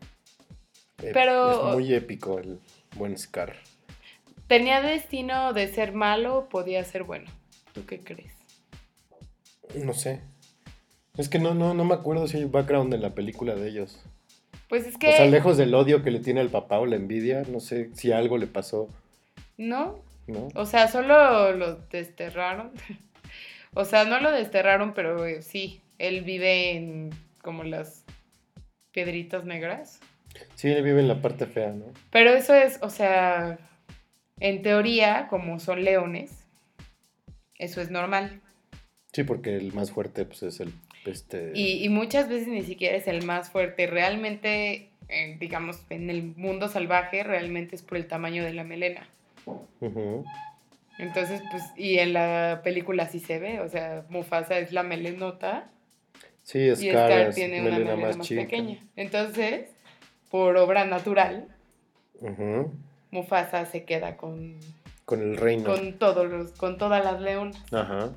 Pero es muy épico el buen Scar. ¿tenía destino de ser malo o podía ser bueno? ¿Tú qué crees? No sé. Es que no me acuerdo si hay background en la película de ellos. Pues es que... O sea, lejos del odio que le tiene al papá o la envidia, no sé si algo le pasó. ¿No? ¿No? O sea, solo lo desterraron. O sea, no lo desterraron, pero sí, él vive en como las piedritas negras. Sí, él vive en la parte fea, ¿no? Pero eso es, o sea, en teoría, como son leones, eso es normal. Sí, porque el más fuerte pues es el... Y muchas veces ni siquiera es el más fuerte. Realmente, digamos, en el mundo salvaje, realmente es por el tamaño de la melena. Uh-huh. Entonces, pues, y en la película sí se ve, o sea, Mufasa es la melenota Sí, y Scar es tiene una melena más chica. pequeña. Entonces, por obra natural, Uh-huh. Mufasa se queda con el reino. con todas las leonas. Ajá.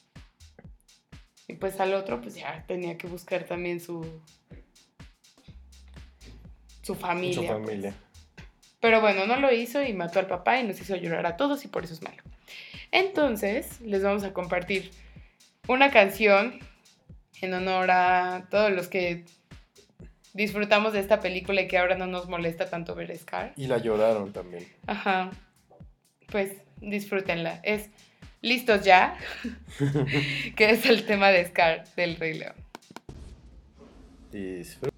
Y pues al otro, pues ya tenía que buscar también su familia. Su familia. Pues. Pero bueno, no lo hizo y mató al papá y nos hizo llorar a todos y por eso es malo. Entonces, les vamos a compartir una canción en honor a todos los que disfrutamos de esta película y que ahora no nos molesta tanto ver Scar. Y la lloraron también. Ajá. Pues disfrútenla. Es ¿Listos ya? Que es el tema de Scar del Rey León. Disfruta.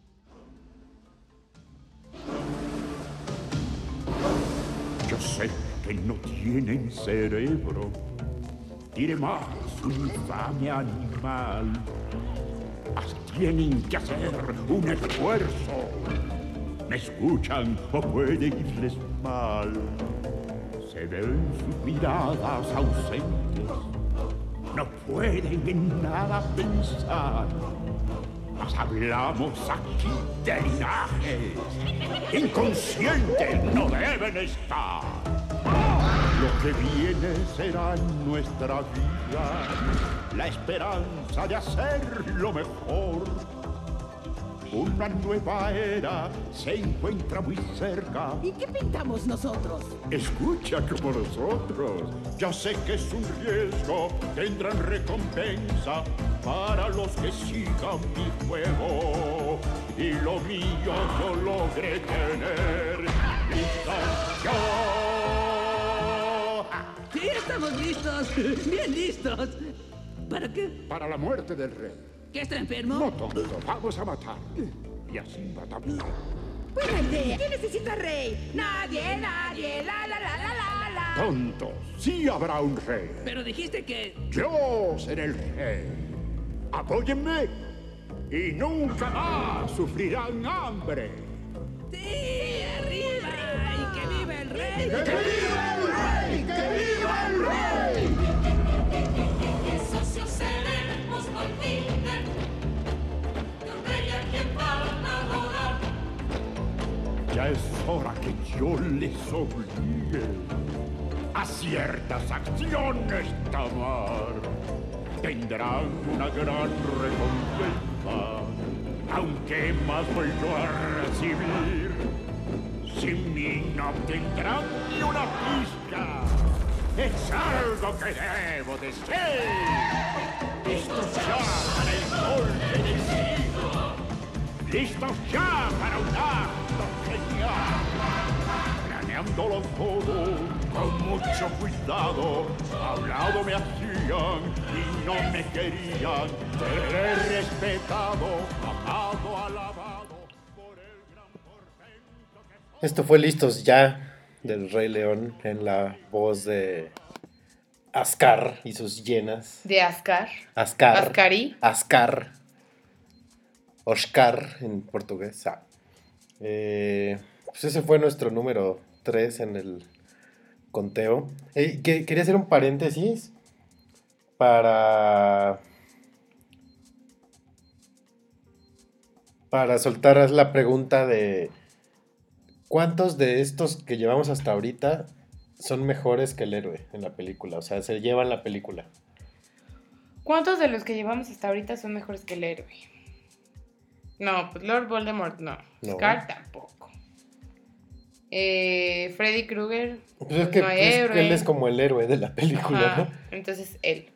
Yo sé que no tienen cerebro, diré más, un infame animal. Mas tienen que hacer un esfuerzo. ¿Me escuchan o puede irles mal? Se ven sus miradas ausentes, no pueden en nada pensar. Mas hablamos aquí de linajes, inconscientes no deben estar. Lo que viene será en nuestra vida la esperanza de hacer lo mejor. Una nueva era se encuentra muy cerca. ¿Y qué pintamos nosotros? Escucha como nosotros. Ya sé que es un riesgo, tendrán recompensa para los que sigan mi juego. Y lo mío yo logré tener. ¡Listo yo! Sí, estamos listos. Bien listos. ¿Para qué? Para la muerte del rey. ¿Que está enfermo? No, tonto, vamos a matarlo. Y así va también. Buena idea. ¿Quién necesita rey? Nadie, nadie. La, la, la, la, la, la. Tonto, sí habrá un rey. Pero dijiste que... Yo seré el rey. Apóyenme y nunca más sufrirán hambre. ¡Sí! ¡Arriba! ¡Y que viva el rey! ¡Que viva el rey! ¡Que viva el rey! Socios seremos por ti, de un rey a quien van a adorar. Ya es hora que yo les obligue a ciertas acciones tomar. Tendrán una gran recompensa, aunque más voy yo a recibir. Sin mí no tendrán ni una pizca. Es algo que debo decir. Listos ya para el golpe del siglo. Listos ya para un acto genial. Planeándolo todo con mucho cuidado. A un lado me hacían y no me querían. Seré respetado, amado, alabado por el gran portento que soy. Esto fue Listos Ya del Rey León en la voz de Ascar y sus hienas. De Ascar. Ascar. Ascari. Ascar. Oscar en portugués. Pues ese fue nuestro número 3 en el conteo. Quería hacer un paréntesis para para soltar la pregunta de ¿cuántos de estos que llevamos hasta ahorita son mejores que el héroe en la película? O sea, se llevan la película. ¿Cuántos de los que llevamos hasta ahorita son mejores que el héroe? No, pues Lord Voldemort no. No. Scar tampoco. Freddy Krueger, Pues es que, no hay es que héroe. él es como el héroe de la película, Ajá, ¿no? entonces él.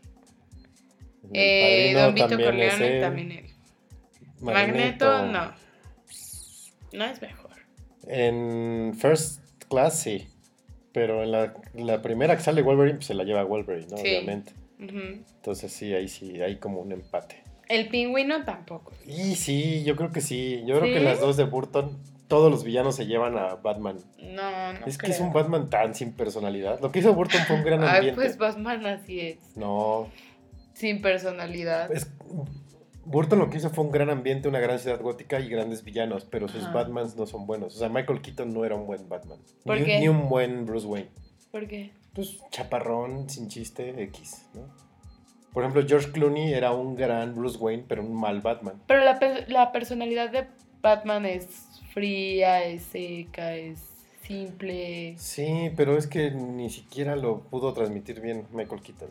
El Don Vito también es Corleone él. también él. Magneto no. No es mejor. En First Class sí. Pero en la primera que sale Wolverine, pues se la lleva Wolverine, ¿no? Sí. Obviamente. Ujú. Entonces sí, hay como un empate. El pingüino tampoco. Y sí, yo creo que sí. Yo creo ¿Sí? que las dos de Burton, todos los villanos se llevan a Batman. No, no Es que creo. es un Batman tan sin personalidad. Lo que hizo Burton fue un gran Ay, ambiente. pues Batman así es. No, Sin personalidad. Burton lo que hizo fue un gran ambiente, una gran ciudad gótica y grandes villanos, pero sus Ajá. Batmans no son buenos. O sea, Michael Keaton no era un buen Batman. ¿Por ni, qué? ni un buen Bruce Wayne. ¿Por qué? Pues chaparrón, sin chiste, X, ¿no? Por ejemplo, George Clooney era un gran Bruce Wayne, pero un mal Batman. Pero la personalidad de Batman es fría, es seca, es simple. Sí, pero es que ni siquiera lo pudo transmitir bien Michael Keaton,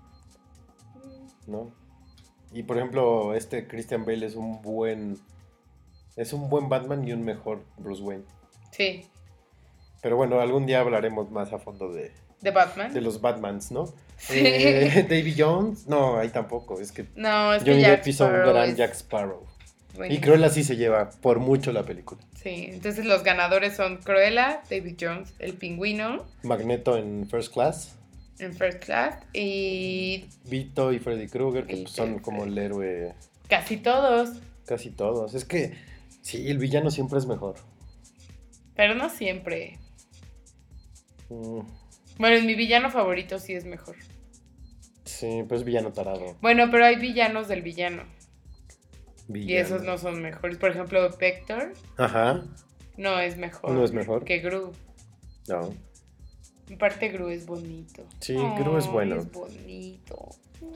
¿no? Y por ejemplo, Christian Bale es un buen Batman y un mejor Bruce Wayne. Sí. Pero bueno, algún día hablaremos más a fondo de Batman? los Batmans, ¿no? Sí. Davy Jones, no, ahí tampoco, es que No, es que Johnny Jack Depp hizo un Sparrow gran es Jack Sparrow. Y buenísimo. Cruella sí se lleva por mucho la película. Sí, entonces los ganadores son Cruella, David Jones, El Pingüino, Magneto en First Class, en First Class y Vito y Freddy Krueger, que Y pues, son como el héroe casi todos, casi todos. Es que sí, el villano siempre es mejor. pero no siempre. Mm, Bueno, mi villano favorito sí es mejor. sí, pues villano tarado. Bueno, pero hay villanos del villano. Y Villano. esos no son mejores. Por ejemplo, Vector Ajá, no es mejor. no es mejor. Que Gru. No. En parte Gru es bonito. Sí, Gru es bueno. Es bonito.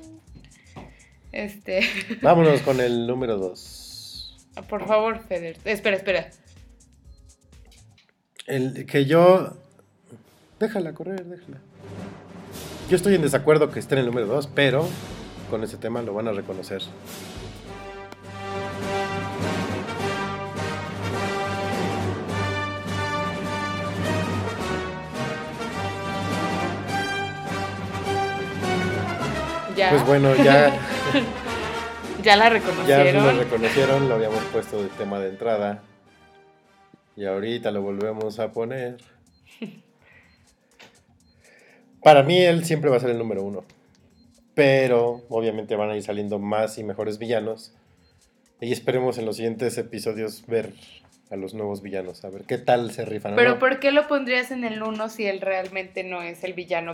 Vámonos con el número 2. Por favor, Feder. Espera. El que yo... Déjala correr, déjala. Yo estoy en desacuerdo que esté en el número 2, pero con ese tema lo van a reconocer. ¿Ya? Pues bueno, ya, ¿Ya la ya reconocieron? lo reconocieron, lo habíamos puesto de tema de entrada. Y ahorita lo volvemos a poner. Para mí él siempre va a ser el número 1. Pero obviamente van a ir saliendo más y mejores villanos. Y esperemos en los siguientes episodios ver a los nuevos villanos. A ver qué tal se rifan. Pero ¿no? ¿por qué lo pondrías en el 1 si él realmente no es el villano?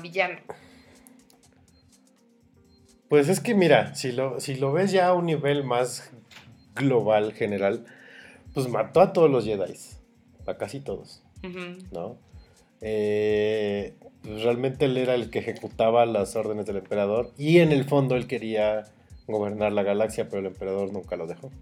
Pues es que mira, si lo ves ya a un nivel más global, general, pues mató a todos los Jedi. A casi todos, Ujú. ¿no? Pues realmente él era el que ejecutaba las órdenes del emperador. Y en el fondo él quería gobernar la galaxia, pero el emperador nunca lo dejó.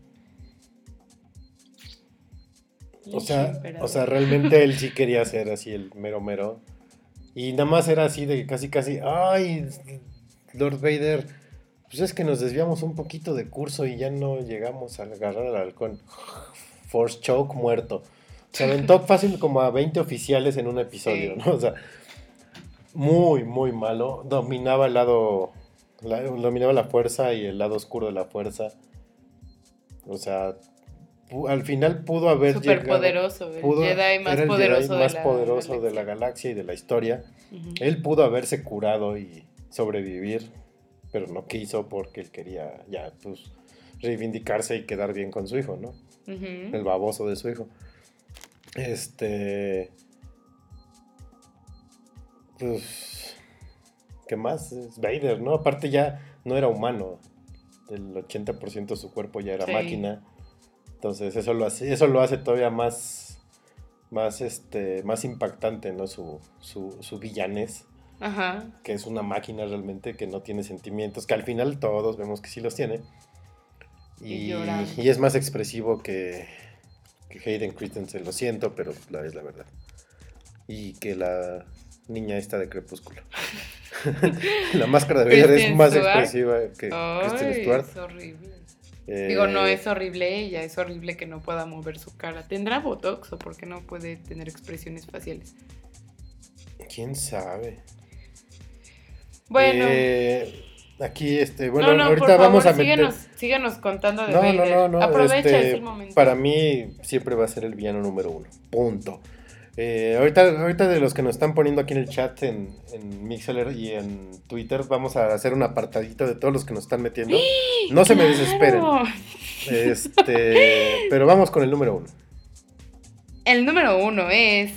O sea, realmente él sí quería ser así el mero mero. Y nada más era así de casi, ay, Lord Vader, pues es que nos desviamos un poquito de curso y ya no llegamos a agarrar al halcón. Force Choke muerto. Se aventó fácil como a 20 oficiales en un episodio, Sí. ¿no? O sea, muy, muy malo. Dominaba dominaba la fuerza y el lado oscuro de la fuerza. O sea, al final pudo haber Súper poderoso, el Jedi más era el poderoso, Jedi más de, la poderoso de galaxia. la galaxia y de la historia. Ujú. Él pudo haberse curado y sobrevivir, pero no quiso porque él quería ya, pues, reivindicarse y quedar bien con su hijo, ¿no? Ujú. El baboso de su hijo. Pues, ¿qué más? Es Vader, ¿no? Aparte ya no era humano. El 80% de su cuerpo ya era Sí. máquina. Entonces eso lo hace todavía más impactante, ¿no? Su villanés, Ajá. que es una máquina realmente que no tiene sentimientos, que al final todos vemos que sí los tiene. Y llorando. Y es más expresivo que Hayden Christensen, lo siento, pero es la verdad. Y que la niña esta de Crepúsculo. La máscara de Vader es Kristen más Stewart. expresiva que Kristen Ay, Stewart. es horrible. Digo, no es horrible ella, es horrible que no pueda mover su cara. ¿Tendrá botox o por qué no puede tener expresiones faciales? ¿Quién sabe? Bueno. Aquí, bueno, no, ahorita por favor, vamos a meter... síguenos contando de No, Vader. no, Aprovecha, es el momento. para mí siempre va a ser el villano número 1. Punto. Ahorita de los que nos están poniendo aquí en el chat en Mixler y en Twitter, vamos a hacer un apartadito de todos los que nos están metiendo. No se me desesperen. Pero vamos con el número 1. El número 1 es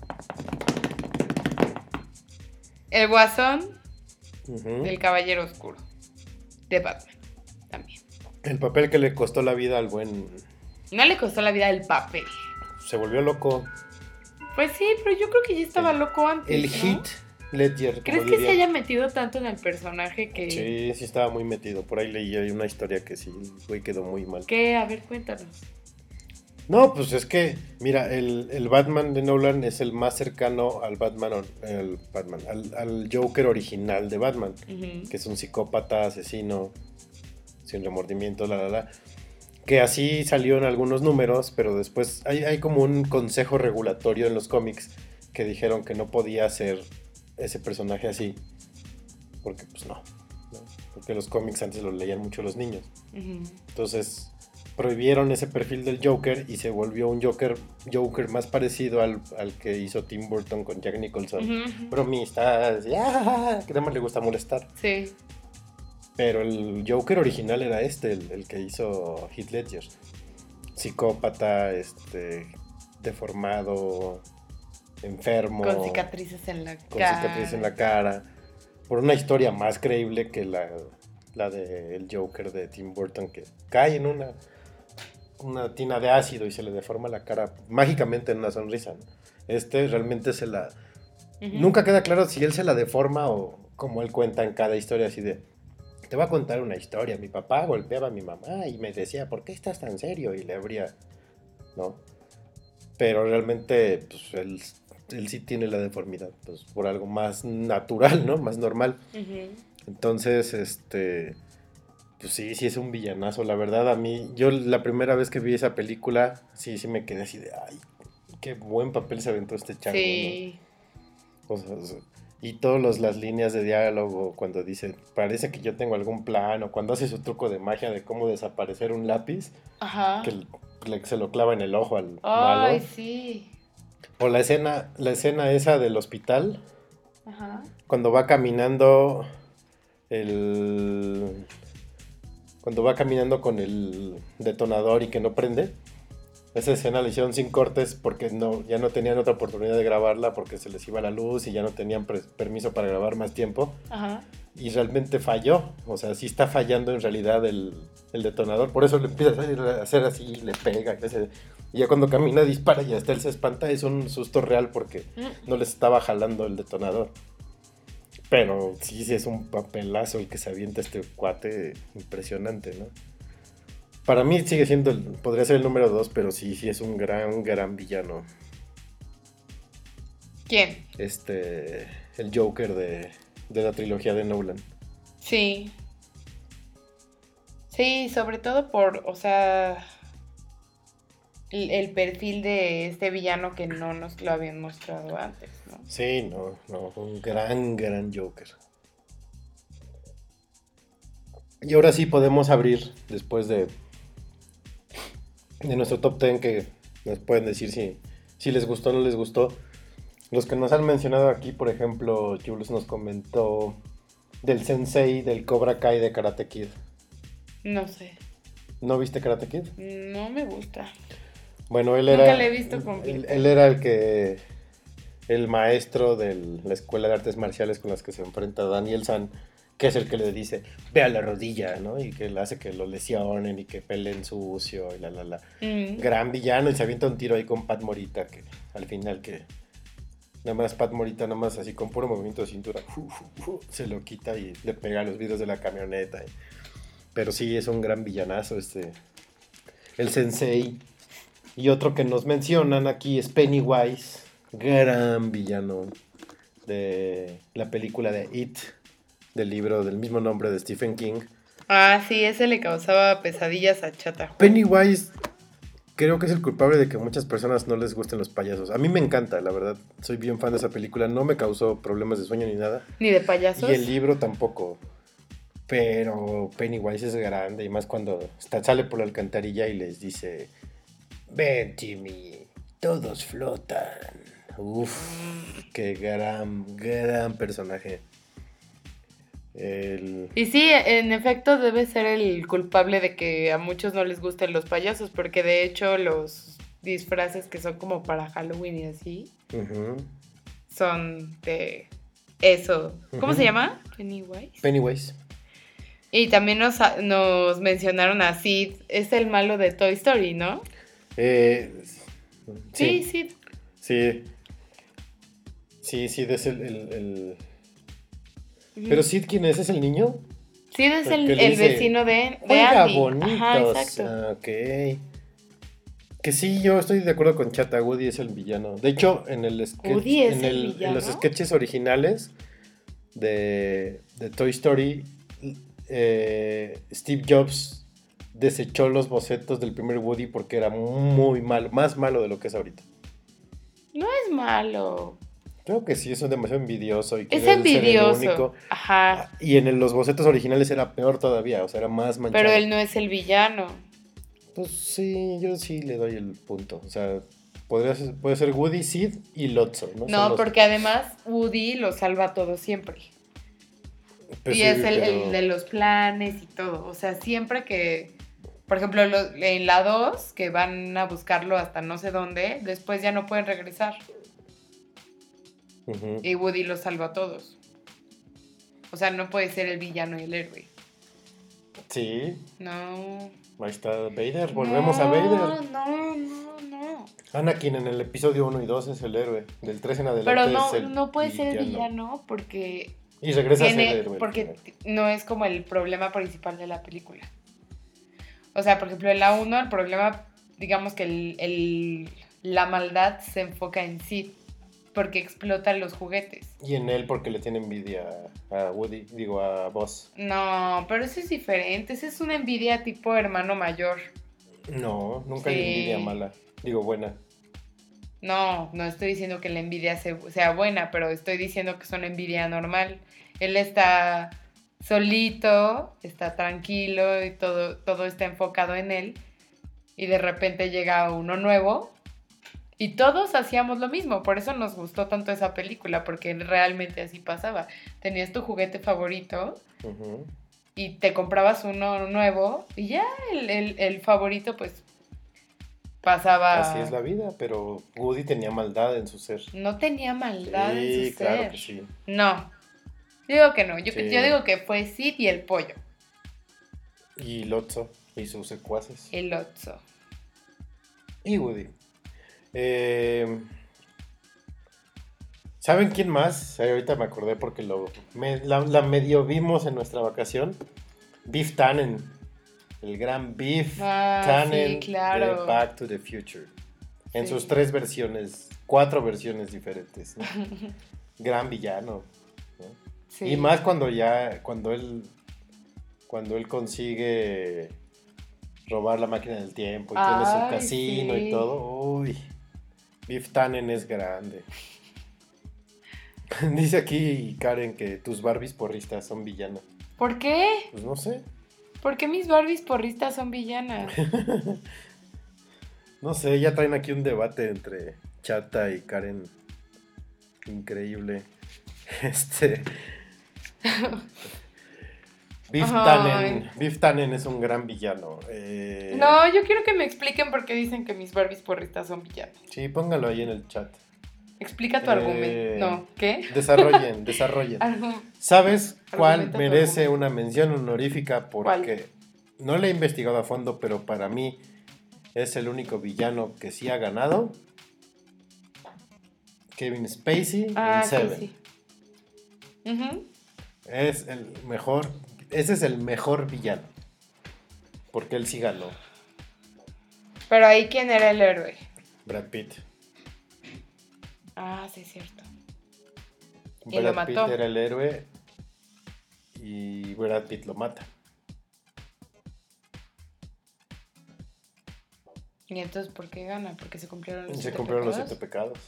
el Guasón del Caballero Oscuro de Batman también. El papel que le costó la vida al buen... No le costó la vida el papel. Se volvió loco. Pues sí, pero yo creo que ya estaba loco antes. El ¿no? Heath Ledger. ¿Crees que se haya metido tanto en el personaje que...? Sí estaba muy metido. Por ahí leí una historia que sí, güey, quedó muy mal. ¿Qué? A ver, cuéntanos. No, pues es que, mira, el Batman de Nolan es el más cercano al al Joker original de Batman, que es un psicópata, asesino, sin remordimiento, que así salió en algunos números, pero después hay como un consejo regulatorio en los cómics que dijeron que no podía ser ese personaje así, porque pues no, porque los cómics antes los leían mucho los niños. Entonces prohibieron ese perfil del Joker y se volvió un Joker más parecido al que hizo Tim Burton con Jack Nicholson. Bromista, que nada más le gusta molestar. Sí. Pero el Joker original era el que hizo Heath Ledger. Psicópata, deformado, enfermo. Con cicatrices en la cara. Por una historia más creíble que la del Joker de Tim Burton, que cae en una tina de ácido y se le deforma la cara mágicamente en una sonrisa, ¿no? Realmente nunca queda claro si él se la deforma o como él cuenta en cada historia, así de... Te voy a contar una historia. Mi papá golpeaba a mi mamá y me decía, ¿por qué estás tan serio? Y le abría, ¿no? Pero realmente, pues, él sí tiene la deformidad, pues, por algo más natural, ¿no? Más normal. Entonces, pues sí es un villanazo. La verdad, a mí, yo la primera vez que vi esa película, sí me quedé así de, ay, qué buen papel se aventó este chavo, sí. ¿no? O sea, y todas las líneas de diálogo, cuando dice, parece que yo tengo algún plan, o cuando hace su truco de magia de cómo desaparecer un lápiz, que se lo clava en el ojo al malo. Ay, sí. O la escena esa del hospital, cuando va caminando cuando va caminando con el detonador y que no prende. Esa escena la hicieron sin cortes porque ya no tenían otra oportunidad de grabarla porque se les iba la luz y ya no tenían permiso para grabar más tiempo. Y realmente falló. O sea, sí está fallando en realidad el detonador. Por eso le empieza a hacer así y le pega. Y ya cuando camina dispara y hasta él se espanta. Es un susto real porque no les estaba jalando el detonador. Pero sí es un papelazo el que se avienta este cuate impresionante, ¿no? Para mí sigue siendo, podría ser el número 2, pero sí es un gran villano. ¿Quién? El Joker de la trilogía de Nolan. Sí. Sí, sobre todo por, o sea, el perfil de este villano que no nos lo habían mostrado antes, ¿no? Sí, no, un gran Joker. Y ahora sí podemos abrir, después de nuestro top 10, que nos pueden decir si les gustó o no les gustó. Los que nos han mencionado aquí, por ejemplo, Jules nos comentó del Sensei del Cobra Kai de Karate Kid. No sé. ¿No viste Karate Kid? No me gusta. Bueno, Nunca le he visto completo. Él era el maestro de la escuela de artes marciales con las que se enfrenta Daniel San, que es el que le dice, ve a la rodilla, ¿no? Y que le hace que lo lesionen y que peleen sucio y Gran villano, y se avienta un tiro ahí con Pat Morita, que al final que nada más Pat Morita, nada más así con puro movimiento de cintura, se lo quita y le pega a los vidrios de la camioneta. Pero sí, es un gran villanazo el Sensei. Y otro que nos mencionan aquí es Pennywise, gran villano de la película de It, del libro del mismo nombre de Stephen King. Ah, sí, ese le causaba pesadillas a Chata. Pennywise creo que es el culpable de que a muchas personas no les gusten los payasos. A mí me encanta, la verdad. Soy bien fan de esa película. No me causó problemas de sueño ni nada. Ni de payasos. Y el libro tampoco. Pero Pennywise es grande. Y más cuando sale por la alcantarilla y les dice: ven, Timmy, todos flotan. Uf, qué gran personaje. Y sí, en efecto debe ser el culpable de que a muchos no les gusten los payasos, porque de hecho los disfraces que son como para Halloween y así, son de eso. ¿Cómo se llama? Pennywise. Y también nos mencionaron a Sid, es el malo de Toy Story, ¿no? Sí, Sid. Sí. Sí, Sid es el... Pero Sid, ¿quién es? ¿Es el niño? Sid es el dice, vecino de Juega Andy. bonitos. Ajá, exacto. Ok. Que sí, yo estoy de acuerdo con Chata. Woody es el villano. De hecho, en el sketch, ¿Woody es el villano? En los sketches originales de Toy Story, Steve Jobs desechó los bocetos del primer Woody porque era muy malo, más malo de lo que es ahorita. No es malo. Creo que sí, es demasiado envidioso. Y Es quiere ser el envidioso. único. Ajá. Y en los bocetos originales era peor todavía, o sea, era más manchado. Pero él no es el villano. Pues sí, yo sí le doy el punto. O sea, puede ser Woody, Sid y Lotso, ¿no? No, porque además Woody lo salva todo siempre. Pues y sí, es el de los planes y todo. O sea, siempre que, por ejemplo, en la 2, que van a buscarlo hasta no sé dónde, después ya no pueden regresar. Y Woody los salva a todos. O sea, no puede ser el villano y el héroe. Sí. No. Ahí está Vader, volvemos a Vader. No. Anakin en el episodio 1 y 2 es el héroe. Del 3 en adelante Pero es el no puede ser el villano porque... Y regresa a ser el héroe. Porque no es como el problema principal de la película. O sea, por ejemplo, en la 1 el problema, digamos que la maldad se enfoca en Sid. Porque explotan los juguetes. Y en él porque le tiene envidia a Woody, a Buzz. No, pero eso es diferente. Esa es una envidia tipo hermano mayor. No, nunca hay envidia mala. Buena. No estoy diciendo que la envidia sea buena, pero estoy diciendo que es una envidia normal. Él está solito, está tranquilo y todo está enfocado en él. Y de repente llega uno nuevo. Y todos hacíamos lo mismo, por eso nos gustó tanto esa película, porque realmente así pasaba. Tenías tu juguete favorito y te comprabas uno nuevo y ya el favorito pues pasaba... Así es la vida, pero Woody tenía maldad en su ser. No tenía maldad en su ser. Sí, claro que sí. No, yo digo que no, yo digo que fue Sid y el pollo. Y Lotso y sus secuaces. El Lotso. Y Woody. ¿Saben quién más? Ahorita me acordé porque la medio vimos en nuestra vacación. Biff Tannen. El gran Biff Tannen, sí, claro. de Back to the Future. En sus 4 versiones diferentes, ¿no? Gran villano, ¿no? Sí. Y más cuando él consigue robar la máquina del tiempo y tiene su casino y todo. Uy, Biff Tannen es grande. Dice aquí Karen que tus Barbies porristas son villanas. ¿Por qué? Pues no sé. ¿Por qué mis Barbies porristas son villanas? No sé, ya traen aquí un debate entre Chata y Karen. Increíble. Biff Tannen es un gran villano. No, yo quiero que me expliquen por qué dicen que mis Barbies porristas son villanas. Sí, póngalo ahí en el chat. Explica tu argumento. No, ¿qué? Desarrollen. ¿Sabes cuál merece argumento. una mención honorífica? Porque no le he investigado a fondo, pero para mí es el único villano que sí ha ganado. Kevin Spacey en Seven. Sí. Es el mejor. Ese es el mejor villano. Porque él sí ganó. Pero ahí, ¿quién era el héroe? Brad Pitt. Ah, sí, es cierto. Y lo Brad Pitt mató. era el héroe y Brad Pitt lo mata. ¿Y entonces por qué gana? Porque se cumplieron los Se 7 cumplieron los pecados. 7 pecados.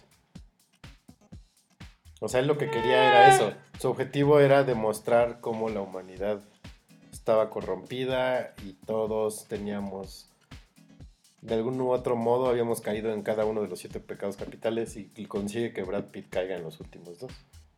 O sea, él lo que quería era eso. Su objetivo era demostrar cómo la humanidad estaba corrompida y todos teníamos, de algún u otro modo, habíamos caído en cada uno de los 7 pecados capitales y consigue que Brad Pitt caiga en los últimos 2.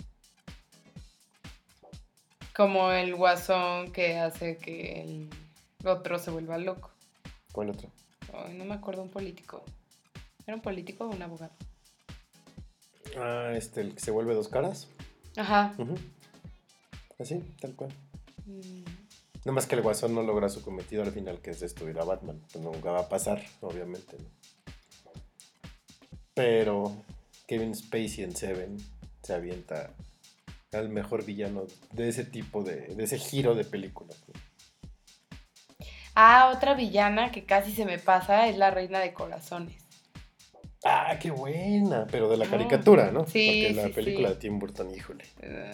Como el guasón que hace que el otro se vuelva loco. ¿Cuál otro? Ay, no me acuerdo, un político. ¿Era un político o un abogado? Ah, el que se vuelve 2 caras. Ajá. Ujú. Así, tal cual. Mm. Nada más que el guasón no logra su cometido al final, que es destruir a Batman. Pues nunca va a pasar, obviamente, ¿no? Pero Kevin Spacey en Seven se avienta al mejor villano de ese tipo de ese giro de película, ¿no? Ah, otra villana que casi se me pasa es la Reina de Corazones. Ah, qué buena, pero de la caricatura, ¿no? Sí, porque la sí, película sí. de Tim Burton, híjole.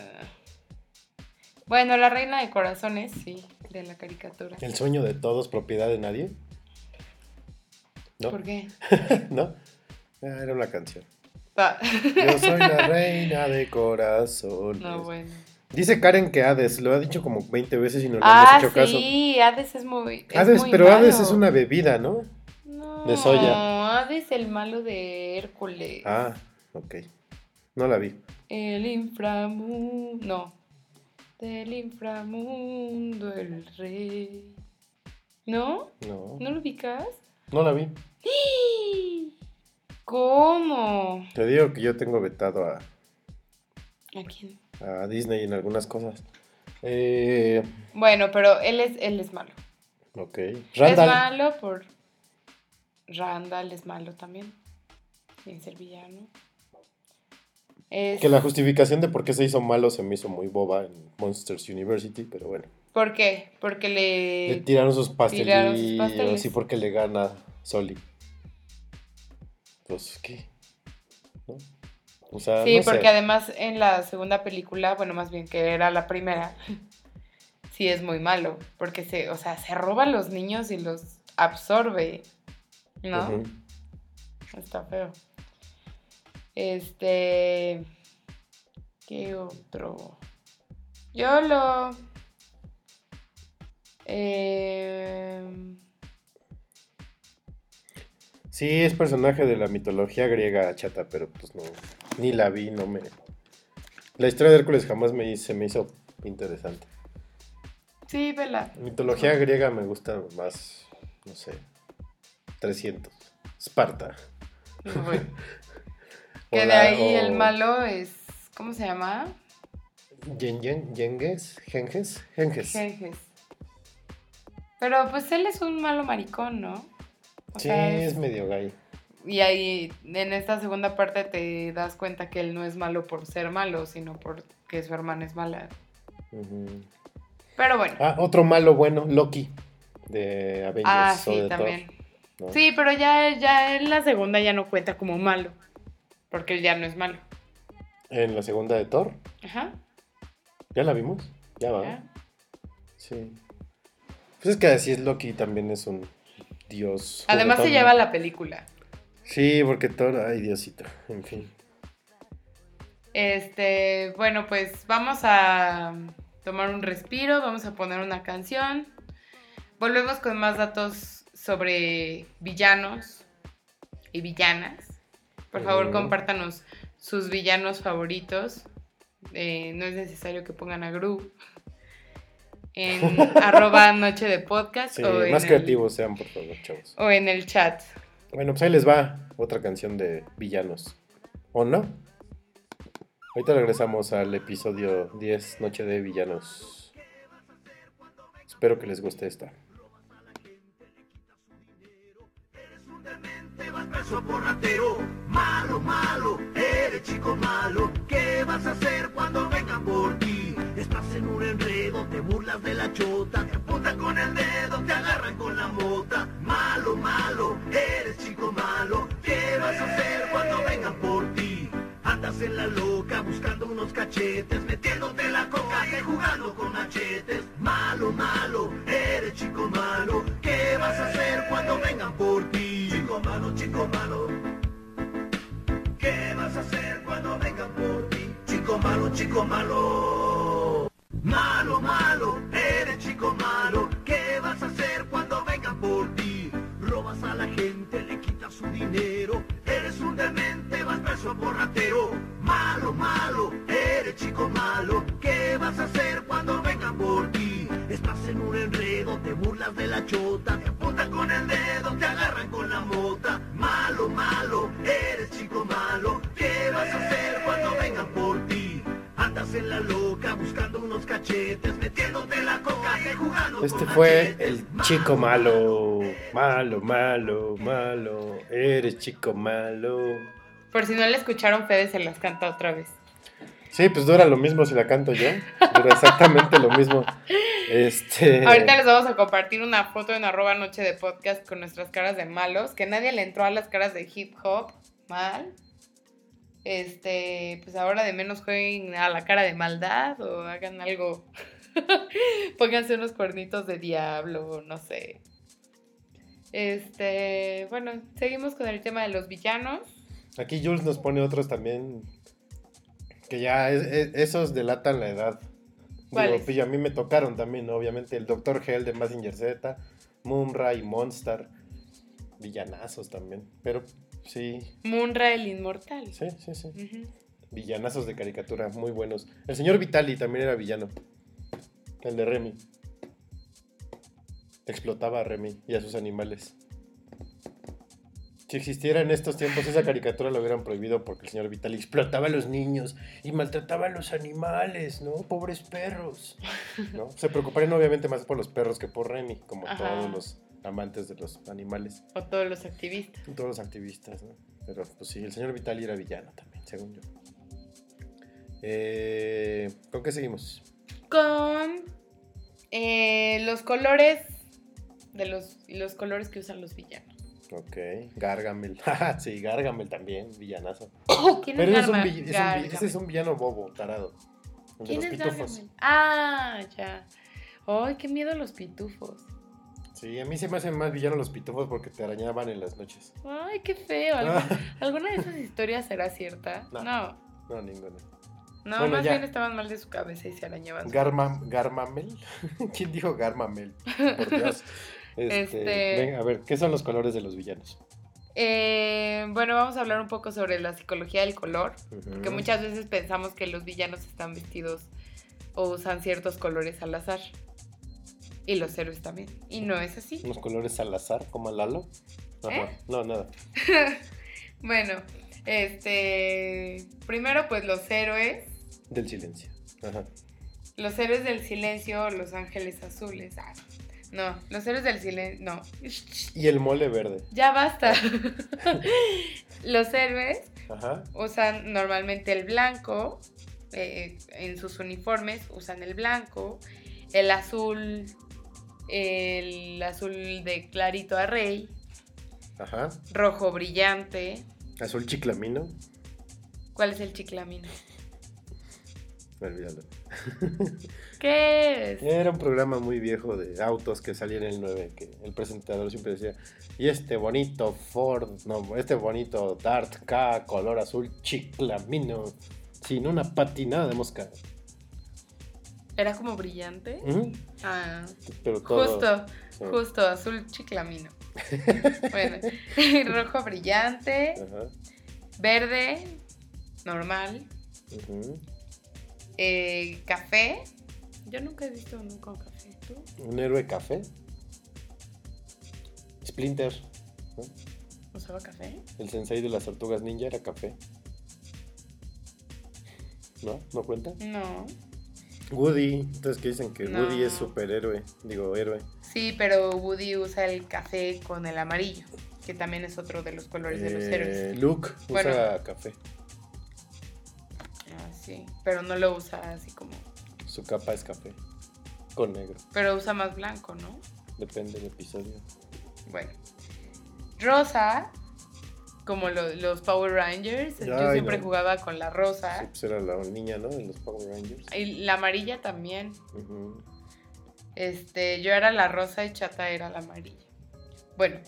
Bueno, la Reina de Corazones, sí, de la caricatura. El sueño de todos, propiedad de nadie. ¿No? ¿Por qué? ¿No? Ah, era una canción. Ah. Yo soy la reina de corazones. No, bueno. Dice Karen que Hades, lo ha dicho como 20 veces y no le hemos hecho caso. Sí, Hades es muy Hades, muy pero malo. Hades es una bebida, ¿no? No, de soya. Hades el malo de Hércules. Ah, ok. No la vi. El inframundo, no. Del inframundo el rey. ¿No? No, ¿No lo ubicas? no la vi. ¿Cómo? Te digo que yo tengo vetado ¿A quién? a Disney en algunas cosas. Bueno, pero él es malo. Ok. Es Randall. malo por... Randall es malo también. Sin ser villano. Es... Que la justificación de por qué se hizo malo se me hizo muy boba en Monsters University, pero bueno. ¿Por qué? Porque Le tiraron sus tiraron sus pastelillos pasteles. y porque le gana Sully. Pues, ¿qué? ¿No? O sea, Sí, no sé. porque además en la segunda película, bueno, más bien que era la primera, sí es muy malo, porque se roba a los niños y los absorbe, ¿no? Ujú. Está feo. ¿Qué otro? YOLO. Sí, es personaje de la mitología griega chata, pero pues no, ni la vi, no me... La historia de Hércules jamás se me hizo interesante. Sí, vela. Mitología griega me gusta más, no sé, 300. Esparta. Bueno. Que de ahí el malo es, ¿cómo se llama? Genghis. Genghis. Pero pues él es un malo maricón, ¿no? O Sí, sea, es medio gay. Y ahí en esta segunda parte te das cuenta que él no es malo por ser malo, sino porque su hermana es mala. Ujú. Pero bueno. Ah, otro malo bueno, Loki, de Avengers. Ah, o sí, de también. Thor, ¿no? Sí, pero ya en la segunda ya no cuenta como malo. Porque él ya no es malo. En la segunda de Thor, Ajá. ¿ya la vimos? Ya va. Ya. Sí. Pues es que así es Loki, también es un dios. Además se juguetón. lleva la película. Sí, porque Thor, ay Diosito, en fin. Bueno, pues vamos a tomar un respiro, vamos a poner una canción. Volvemos con más datos sobre villanos y villanas. Por favor, compártanos sus villanos favoritos. No es necesario que pongan a Gru. En @noche de podcast. Sí, o en más creativos sean, por favor, chavos. O en el chat. Bueno, pues ahí les va otra canción de villanos. ¿O no? Ahorita regresamos al episodio 10, Noche de Villanos. Espero que les guste esta. Te vas preso por ratero, malo, malo, eres chico malo. ¿Qué vas a hacer cuando vengan por ti? Estás en un enredo, te burlas de la chota, te apuntan con el dedo, te agarran con la machetes. Malo, malo, eres chico malo. ¿Qué vas a hacer cuando vengan por ti? Chico malo, chico malo. ¿Qué vas a hacer cuando vengan por ti? Chico malo, chico malo. Malo, malo, eres chico malo. ¿Qué vas a hacer cuando vengan por ti? Robas a la gente, le quitas su dinero. Eres un demente, vas preso por ratero. Malo, malo, eres chico malo. ¿Qué vas a hacer cuando vengan por ti? Estás en un enredo, te burlas de la chota. Te apuntan con el dedo, te agarran con la mota. Malo, malo, eres chico malo. ¿Qué vas a hacer cuando vengan por ti? Andas en la loca buscando unos cachetes, metiéndote la coca y jugando. Este con fue machetes. el chico malo. Malo, malo, malo. Eres chico malo. Por si no la escucharon, Fede se las canta otra vez. Sí, pues dura lo mismo si la canto yo. Dura exactamente lo mismo. Ahorita les vamos a compartir una foto en @noche de podcast con nuestras caras de malos. Que nadie le entró a las caras de hip hop. Mal. Pues ahora de menos jueguen a la cara de maldad o hagan algo. Pónganse unos cuernitos de diablo, no sé. Bueno, seguimos con el tema de los villanos. Aquí Jules nos pone otros también. Que ya esos delatan la edad. ¿Cuáles? Pues a mí me tocaron también, ¿no? Obviamente. El Dr. Hell de Mazinger Z, Moonra y Monster. Villanazos también. Pero sí. Munra el Inmortal. Sí, sí, sí. Ujú. Villanazos de caricatura, muy buenos. El señor Vitali también era villano. El de Remy. Explotaba a Remy y a sus animales. Si existiera en estos tiempos esa caricatura lo hubieran prohibido porque el señor Vitali explotaba a los niños y maltrataba a los animales, ¿no? Pobres perros, ¿no? Se preocuparían obviamente más por los perros que por Remy, como Ajá. todos los amantes de los animales, O todos los activistas. todos los activistas, ¿no? Pero pues sí, el señor Vitali era villano también, según yo. ¿Con qué seguimos? Con los colores de los colores que usan los villanos. Ok, Gargamel. Sí, Gargamel también, villanazo. ¿Quién Pero es ese Gargamel? ese es un villano bobo, tarado. El de ¿Quién los es pitufos. Gargamel? Ah, ya. Ay, qué miedo los pitufos. Sí, a mí se me hacen más villanos los pitufos porque te arañaban en las noches. Ay, qué feo. ¿Alguna de esas historias será cierta? No. No. No, ninguna. No, Bueno, más ya. bien estaban mal de su cabeza y se arañaban. Garmamel. ¿Quién dijo Garmamel? Por Dios. Venga, a ver, ¿qué son los colores de los villanos? Bueno, vamos a hablar un poco sobre la psicología del color. Ujú. Porque muchas veces pensamos que los villanos están vestidos o usan ciertos colores al azar. Y los héroes también. Y no es así. ¿Unos colores al azar, como Lalo? Ajá. No, nada. Bueno, primero pues los héroes. Del silencio. Ajá. Los héroes del silencio, los ángeles azules. Ah, no, los héroes del silencio. No. Y el mole verde. Ya basta. Los héroes Ajá. usan normalmente el blanco. En sus uniformes usan el blanco. El azul de clarito a rey. Ajá. Rojo brillante. Azul chiclamino. ¿Cuál es el chiclamino? Olvídalo. ¿Qué es? Era un programa muy viejo de autos que salía en el 9, que el presentador siempre decía, y este bonito Ford, no, este bonito Dart K color azul chiclamino, sin una patinada de mosca. ¿Era como brillante? Ujú. Ah, Pero todo, justo, azul chiclamino. Bueno, rojo brillante, Ajá. verde, normal, Ujú. café. Yo nunca he visto uno con café, ¿tú? Un héroe café. Splinter, ¿no? ¿Usaba café? El sensei de las tortugas ninja era café. ¿No? ¿No cuenta? No. Woody, entonces que dicen que No. Woody es superhéroe, digo héroe. Sí, pero Woody usa el café con el amarillo, que también es otro de los colores de los héroes. Luke Bueno. usa café. Ah, sí, pero no lo usa así como... Su capa es café. Con negro. Pero usa más blanco, ¿no? Depende del episodio. Bueno. Rosa, como los Power Rangers. Yo Ay, siempre no. jugaba con la Sí, rosa. pues era la niña, ¿no? En los Power Rangers. Y la amarilla también. Ujú. Yo era la rosa y Chata era la amarilla. Bueno,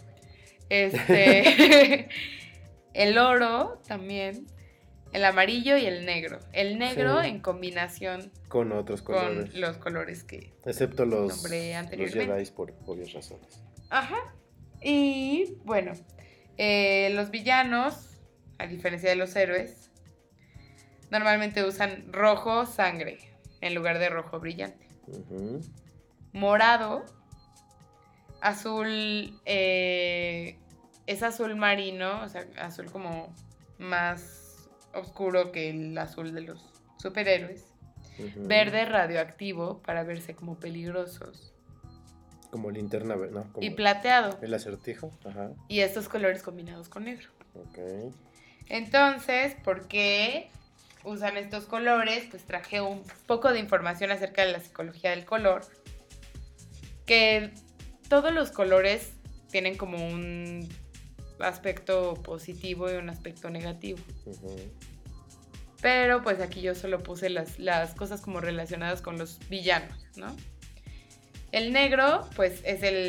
el oro también, el amarillo y el negro. El negro Sí. en combinación Con otros colores. con los colores que... Excepto los nombré anteriormente. Jedi por obvias razones. Ajá. Y bueno, los villanos, a diferencia de los héroes, normalmente usan rojo sangre en lugar de rojo brillante. Ujú. Morado, azul, es azul marino, o sea, azul como más oscuro que el azul de los superhéroes. Ujú. Verde radioactivo para verse como peligrosos. Como linterna, ¿no? Como Y plateado. el acertijo. Ajá. Y estos colores combinados con negro. Ok. Entonces, ¿por qué usan estos colores? Pues traje un poco de información acerca de la psicología del color. Que todos los colores tienen como un aspecto positivo y un aspecto negativo. Ujú. Pero pues aquí yo solo puse las cosas como relacionadas con los villanos, ¿no? El negro, pues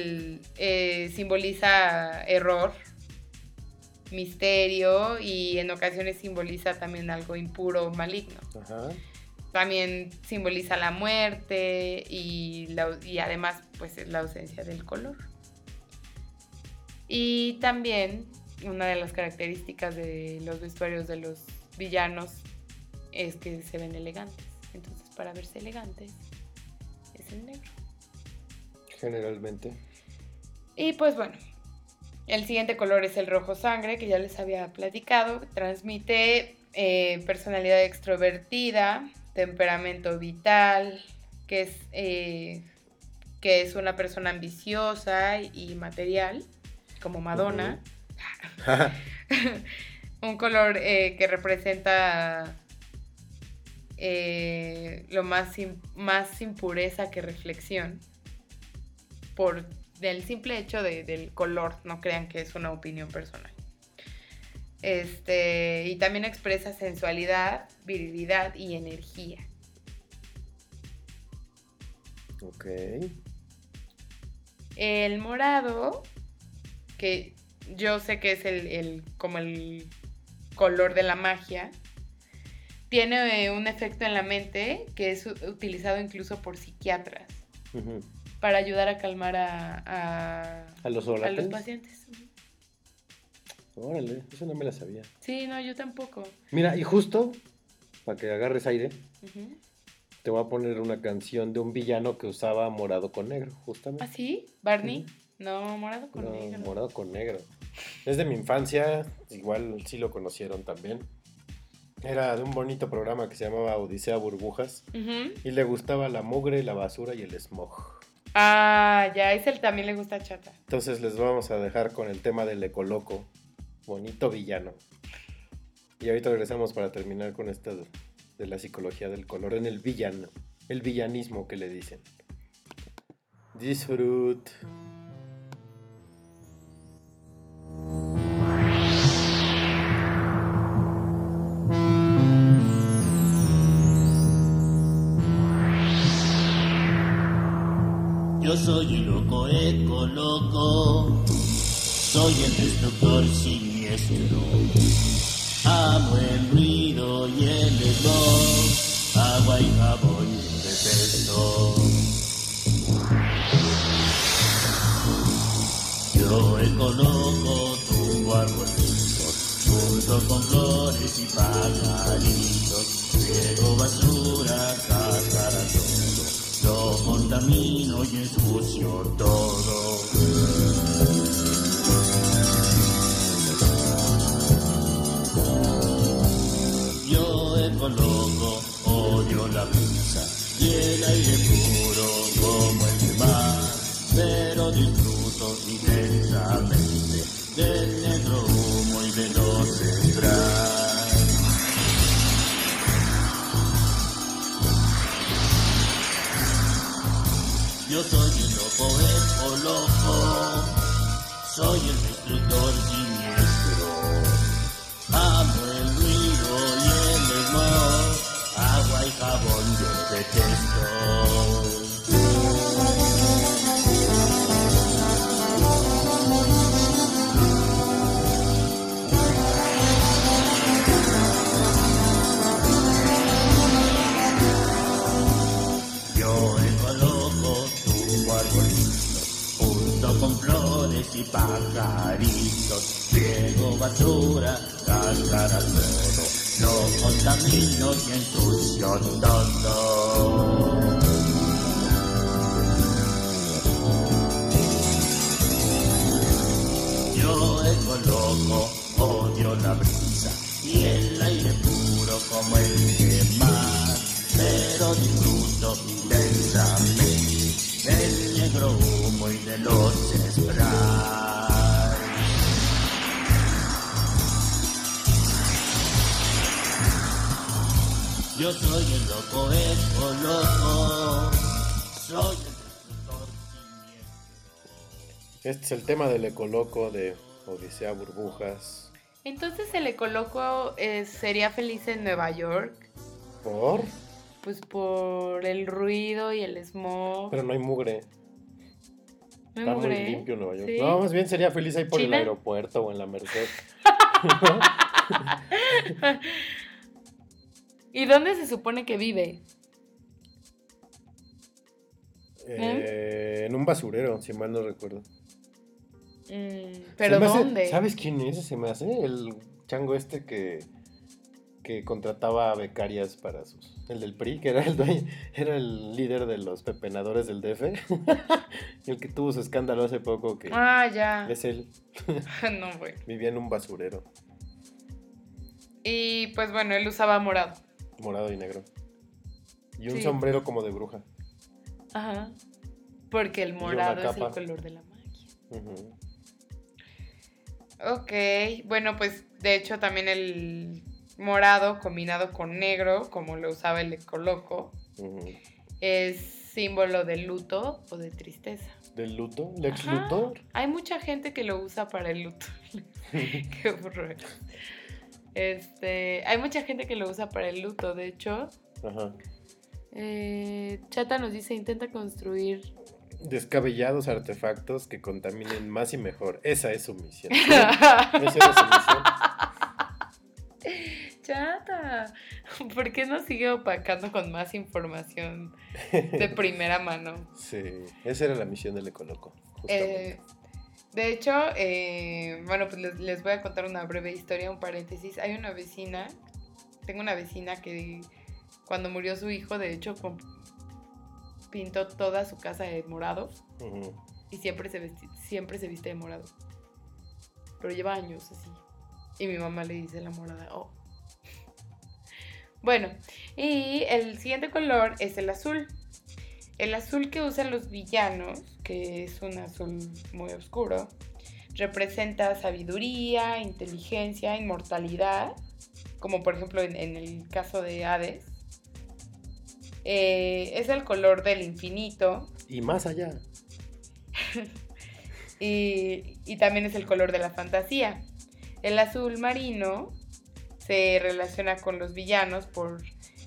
simboliza error, misterio y en ocasiones simboliza también algo impuro, maligno. Ajá. También simboliza la muerte y además pues la ausencia del color. Y también una de las características de los vestuarios de los villanos es que se ven elegantes. Entonces para verse elegantes es el negro. Generalmente. Y pues bueno, el siguiente color es el rojo sangre, que ya les había platicado. Transmite personalidad extrovertida, temperamento vital, que es una persona ambiciosa y material, como Madonna. Un color que representa lo más impureza que reflexión, por el simple hecho del color. No crean que es una opinión personal. Y también expresa sensualidad, virilidad y energía. Ok. El morado, que yo sé que es como el color de la magia, tiene un efecto en la mente que es utilizado incluso por psiquiatras Ujú. para ayudar a calmar a los los volátiles. pacientes. Órale, eso no me la sabía. Sí, no, yo tampoco. Mira, y justo, para que agarres aire, Ujú. te voy a poner una canción de un villano que usaba morado con negro, justamente. ¿Ah, sí? ¿Barney? No, morado con No, negro. morado con negro. Es de mi infancia, igual sí lo conocieron también. Era de un bonito programa que se llamaba Odisea Burbujas Ujú. y le gustaba la mugre, la basura y el smog. Ah, ya, ese también le gusta a Chata. Entonces les vamos a dejar con el tema del ecoloco, bonito villano. Y ahorita regresamos para terminar con esta de la psicología del color en el villano, el villanismo que le dicen. Disfrut. Yo soy el loco ecoloco, soy el destructor siniestro. Amo el ruido y el smog, agua y jabón detesto. Yo ecoloco tumbo arbolitos, junto con flores y pajaritos, riego basura, cáscara todo. Lo contamino y ensucio todo. Yo ecoloco, odio la brisa y el aire puro como el del mar, pero disfruto intensamente del negro humo y de los sprays. Yo soy el loco ecoloco, soy el destructor siniestro. arbolito, junto con flores y pajaritos, riego basura, cáscara al suelo, no contamino y ensucio todo. Yo ecoloco, odio la brisa y el aire puro como el que más, pero disfruto intensamente del negro humo y de los sprays. Yo soy el loco ecoloco, soy el destructor siniestro. Este es el tema del ecoloco de Odisea Burbujas. Entonces el ecoloco sería feliz en Nueva York. ¿Por? Pues por el ruido y el smog. Pero no hay mugre. ¿No hay Está mugre? muy limpio Nueva York. ¿Sí? No, más bien sería feliz ahí por ¿China? el aeropuerto o en la Merced. ¿Y dónde se supone que vive? En un basurero, si mal no recuerdo. ¿Pero Se me hace- dónde? ¿Sabes quién es? Se me hace el chango este que contrataba becarias para sus... El del PRI, que era era el líder de los pepenadores del DF. El que tuvo su escándalo hace poco, que Ah, ya. es él. No, güey. Vivía en un basurero, Y pues bueno, él usaba morado. morado y negro. Y un Sí. sombrero como de bruja. Ajá. Porque el una morado es el capa. color de la magia. Ujú. Ok, bueno, pues de hecho también el morado combinado con negro, como lo usaba el ecoloco, Ujú. es símbolo de luto o de tristeza. ¿Del luto? ¿Lex Ajá. Luthor? Hay mucha gente que lo usa para el luto. Qué horror. Hay mucha gente que lo usa para el luto. De hecho, Ajá. Chata nos dice, intenta construir. Descabellados artefactos que contaminen más y mejor. Esa es su misión. Esa era su misión. Chata, ¿por qué nos sigue opacando con más información de primera mano? Sí, esa era la misión del ecoloco. Justamente. De hecho, bueno, pues les voy a contar una breve historia, un paréntesis. Hay una vecina, tengo una vecina que cuando murió su hijo, de hecho, pintó toda su casa de morado Ujú. y siempre se viste de morado. Pero lleva años así. Y mi mamá le dice la morada, oh. Bueno, y el siguiente color es el azul. El azul que usan los villanos, que es un azul muy oscuro, representa sabiduría, inteligencia, inmortalidad, como por ejemplo en el caso de Hades. Es el color del infinito Y más allá. y también es el color de la fantasía. El azul marino se relaciona con los villanos por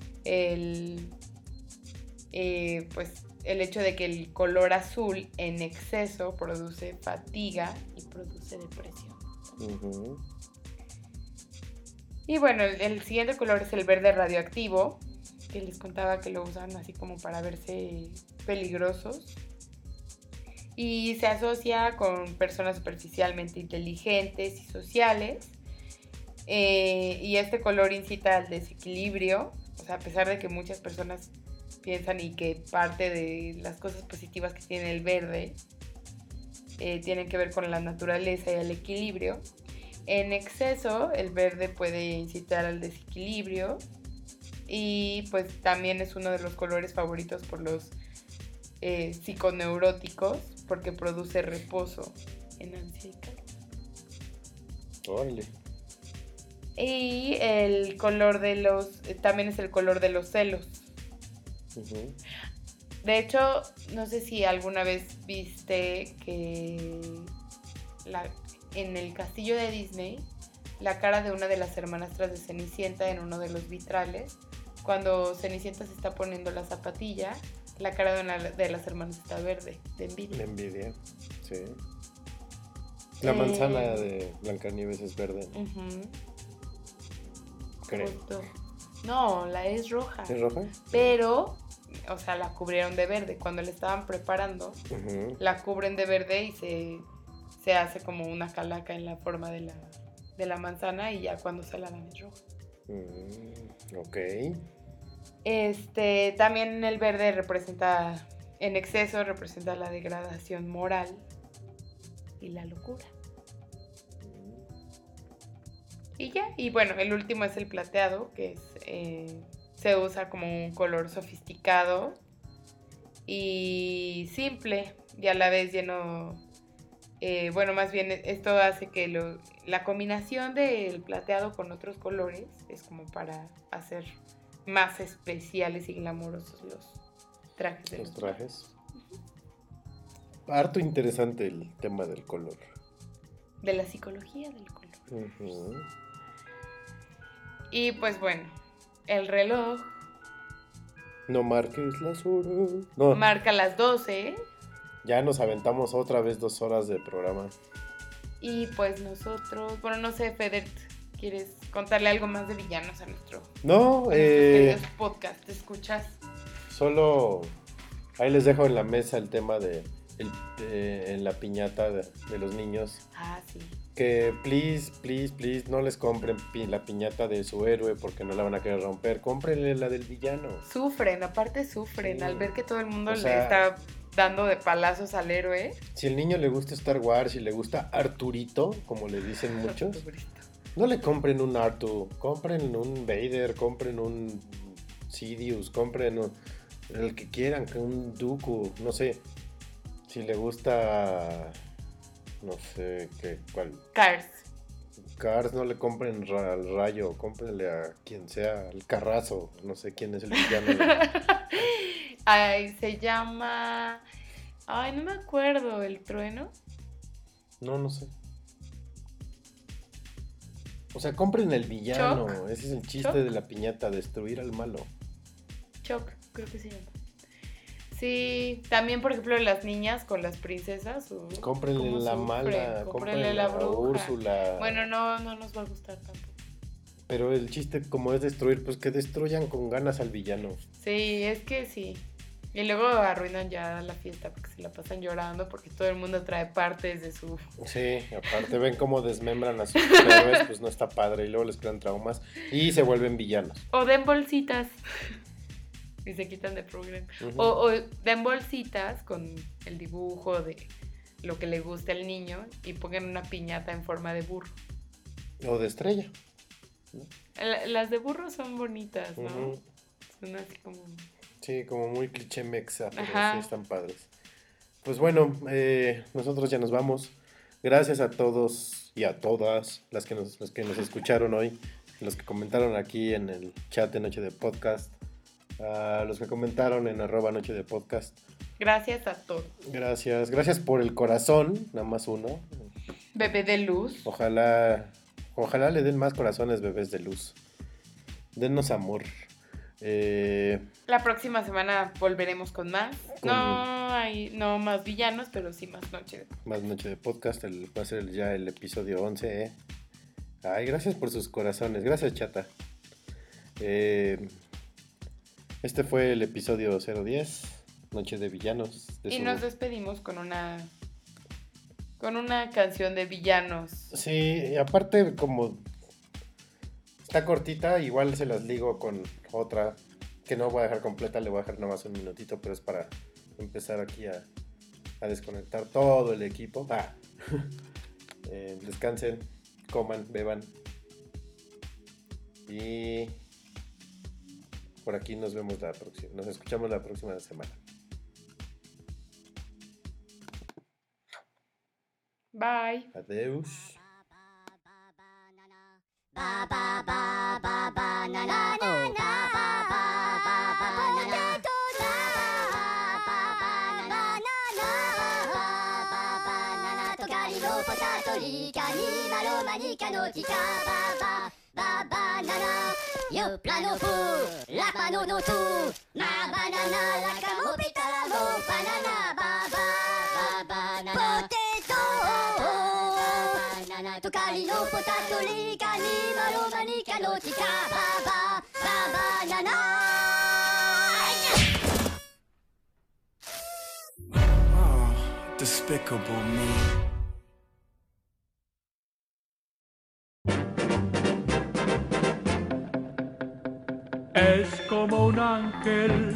pues el hecho de que el color azul en exceso produce fatiga y produce depresión. Ujú. Y bueno, el siguiente color es el verde radioactivo, que les contaba que lo usan así como para verse peligrosos. Y se asocia con personas superficialmente inteligentes y sociales. Y este color incita al desequilibrio. O sea, a pesar de que muchas personas piensan y que parte de las cosas positivas que tiene el verde tienen que ver con la naturaleza y el equilibrio. En exceso, el verde puede incitar al desequilibrio y pues también es uno de los colores favoritos por los psiconeuróticos porque produce reposo en ansia y calma. Órale. Y el color de también es el color de los celos. Ujú. De hecho, no sé si alguna vez viste que en el castillo de Disney, la cara de una de las hermanastras de Cenicienta en uno de los vitrales, cuando Cenicienta se está poniendo la zapatilla, la cara de una de las hermanas está verde, de envidia. La envidia. Sí. La manzana de Blancanieves es verde. Ujú, Creo. justo. No, la es roja. ¿Es roja? Pero o sea, la cubrieron de verde. Cuando la estaban preparando, la cubren de verde y se hace como una calaca en la forma de la manzana y ya cuando se la dan es roja. Ok. También el verde representa, en exceso, representa la degradación moral y la locura. Y ya, y bueno, el último es el plateado, que es, se usa como un color sofisticado y simple, y a la vez lleno, bueno, más bien esto hace que la combinación del plateado con otros colores es como para hacer más especiales y glamurosos los trajes de los trajes. Harto interesante el tema del color. De la psicología del color. Y pues bueno, el reloj. No marques las horas. No. Marca las 12. Ya nos aventamos otra vez 2 horas de programa. Y pues nosotros, bueno, no sé, Feder, ¿quieres contarle algo más de villanos a nuestros queridos podcast? ¿Te escuchas? Solo ahí les dejo en la mesa el tema de en la piñata de los niños. Ah, sí. Que please, no les compren la piñata de su héroe porque no la van a querer romper. Cómprenle la del villano. Sufren, aparte sufren, sí. Al ver que todo el mundo le está dando de palazos al héroe. Si al niño le gusta Star Wars, si le gusta Arturito, como le dicen muchos, no le compren un Artu, compren un Vader, compren un Sidious, compren el que quieran, un Dooku, no sé. Si le gusta, no sé cuál. Cars, no le compren al Rayo, cómprenle a quien sea, al Carrazo, no sé quién es el villano. Ay, se llama, no me acuerdo, ¿el Trueno? No sé. O sea, compren el villano, ¿Choc? Ese es el chiste ¿Choc? de la piñata, destruir al malo. Choc, creo que se llama. Sí, también por ejemplo las niñas con las princesas. Cómprenle la mala, cómprenle la bruja. Úrsula. Bueno, no nos va a gustar tampoco. Pero el chiste como es destruir, pues que destruyan con ganas al villano. Sí, es que sí. Y luego arruinan ya la fiesta porque se la pasan llorando porque todo el mundo trae partes de su... Sí, aparte ven cómo desmembran a sus héroes, pues no está padre y luego les crean traumas y se vuelven villanos. O den bolsitas y se quitan de programa. O den bolsitas con el dibujo de lo que le gusta al niño y pongan una piñata en forma de burro. O de estrella. Las de burro son bonitas, ¿no? Son así como... Sí, como muy cliché mexa, pero sí están padres. Pues bueno, nosotros ya nos vamos. Gracias a todos y a todas los que nos escucharon hoy, los que comentaron aquí en el chat de Noche de Podcast, a los que comentaron en @Noche de Podcast. Gracias a todos. Gracias por el corazón, nada más uno. Bebé de luz. Ojalá le den más corazones, bebés de luz. Dennos amor. La próxima semana volveremos con más. No más villanos, pero sí más Noche de Podcast. Va a ser ya el episodio 11. Ay, gracias por sus corazones. Gracias, chata. Este fue el episodio 010, Noche de Villanos. Y nos despedimos con una canción de villanos. Sí, aparte como está cortita, igual se las ligo con otra que no voy a dejar completa, le voy a dejar nada más un minutito, pero es para empezar aquí a desconectar todo el equipo. Descansen, coman, beban y por aquí nos escuchamos la próxima semana. Bye. Adeus. Ba ba ba ba ba na na na na ba ba ba ba potato ba ba ba na na na na ba ba ba na na tocali no potato rica ni malo manica no tica ba ba ba ba na na yo plano fu la pano no tu ma banana la camopita la mo banana ba ba ba ba na na potato tocali no potato rica ni malo manica no tica ba ba ba ba na na Despicable Me. Es como un ángel,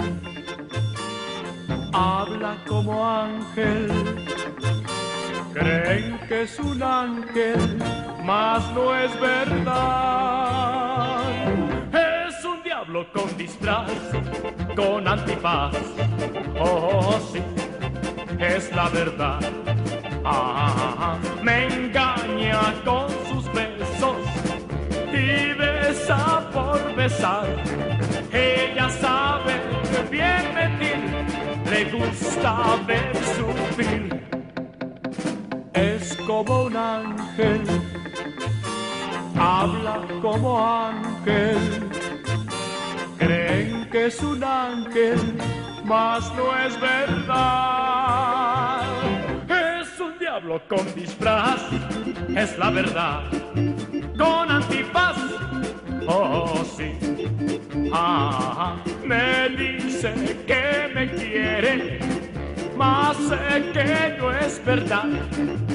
habla como ángel. Creen que es un ángel, mas no es verdad. Es un diablo con disfraz, con antifaz. Oh, sí, es la verdad. Me engaña con sus besos y besa por besar. Ella sabe bien mentir, le gusta ver sufrir. Es como un ángel, habla como ángel. Creen que es un ángel, mas no es verdad. Es un diablo con disfraz, es la verdad. Con antifaz, oh sí. Me dice que me quiere, mas sé que no es verdad.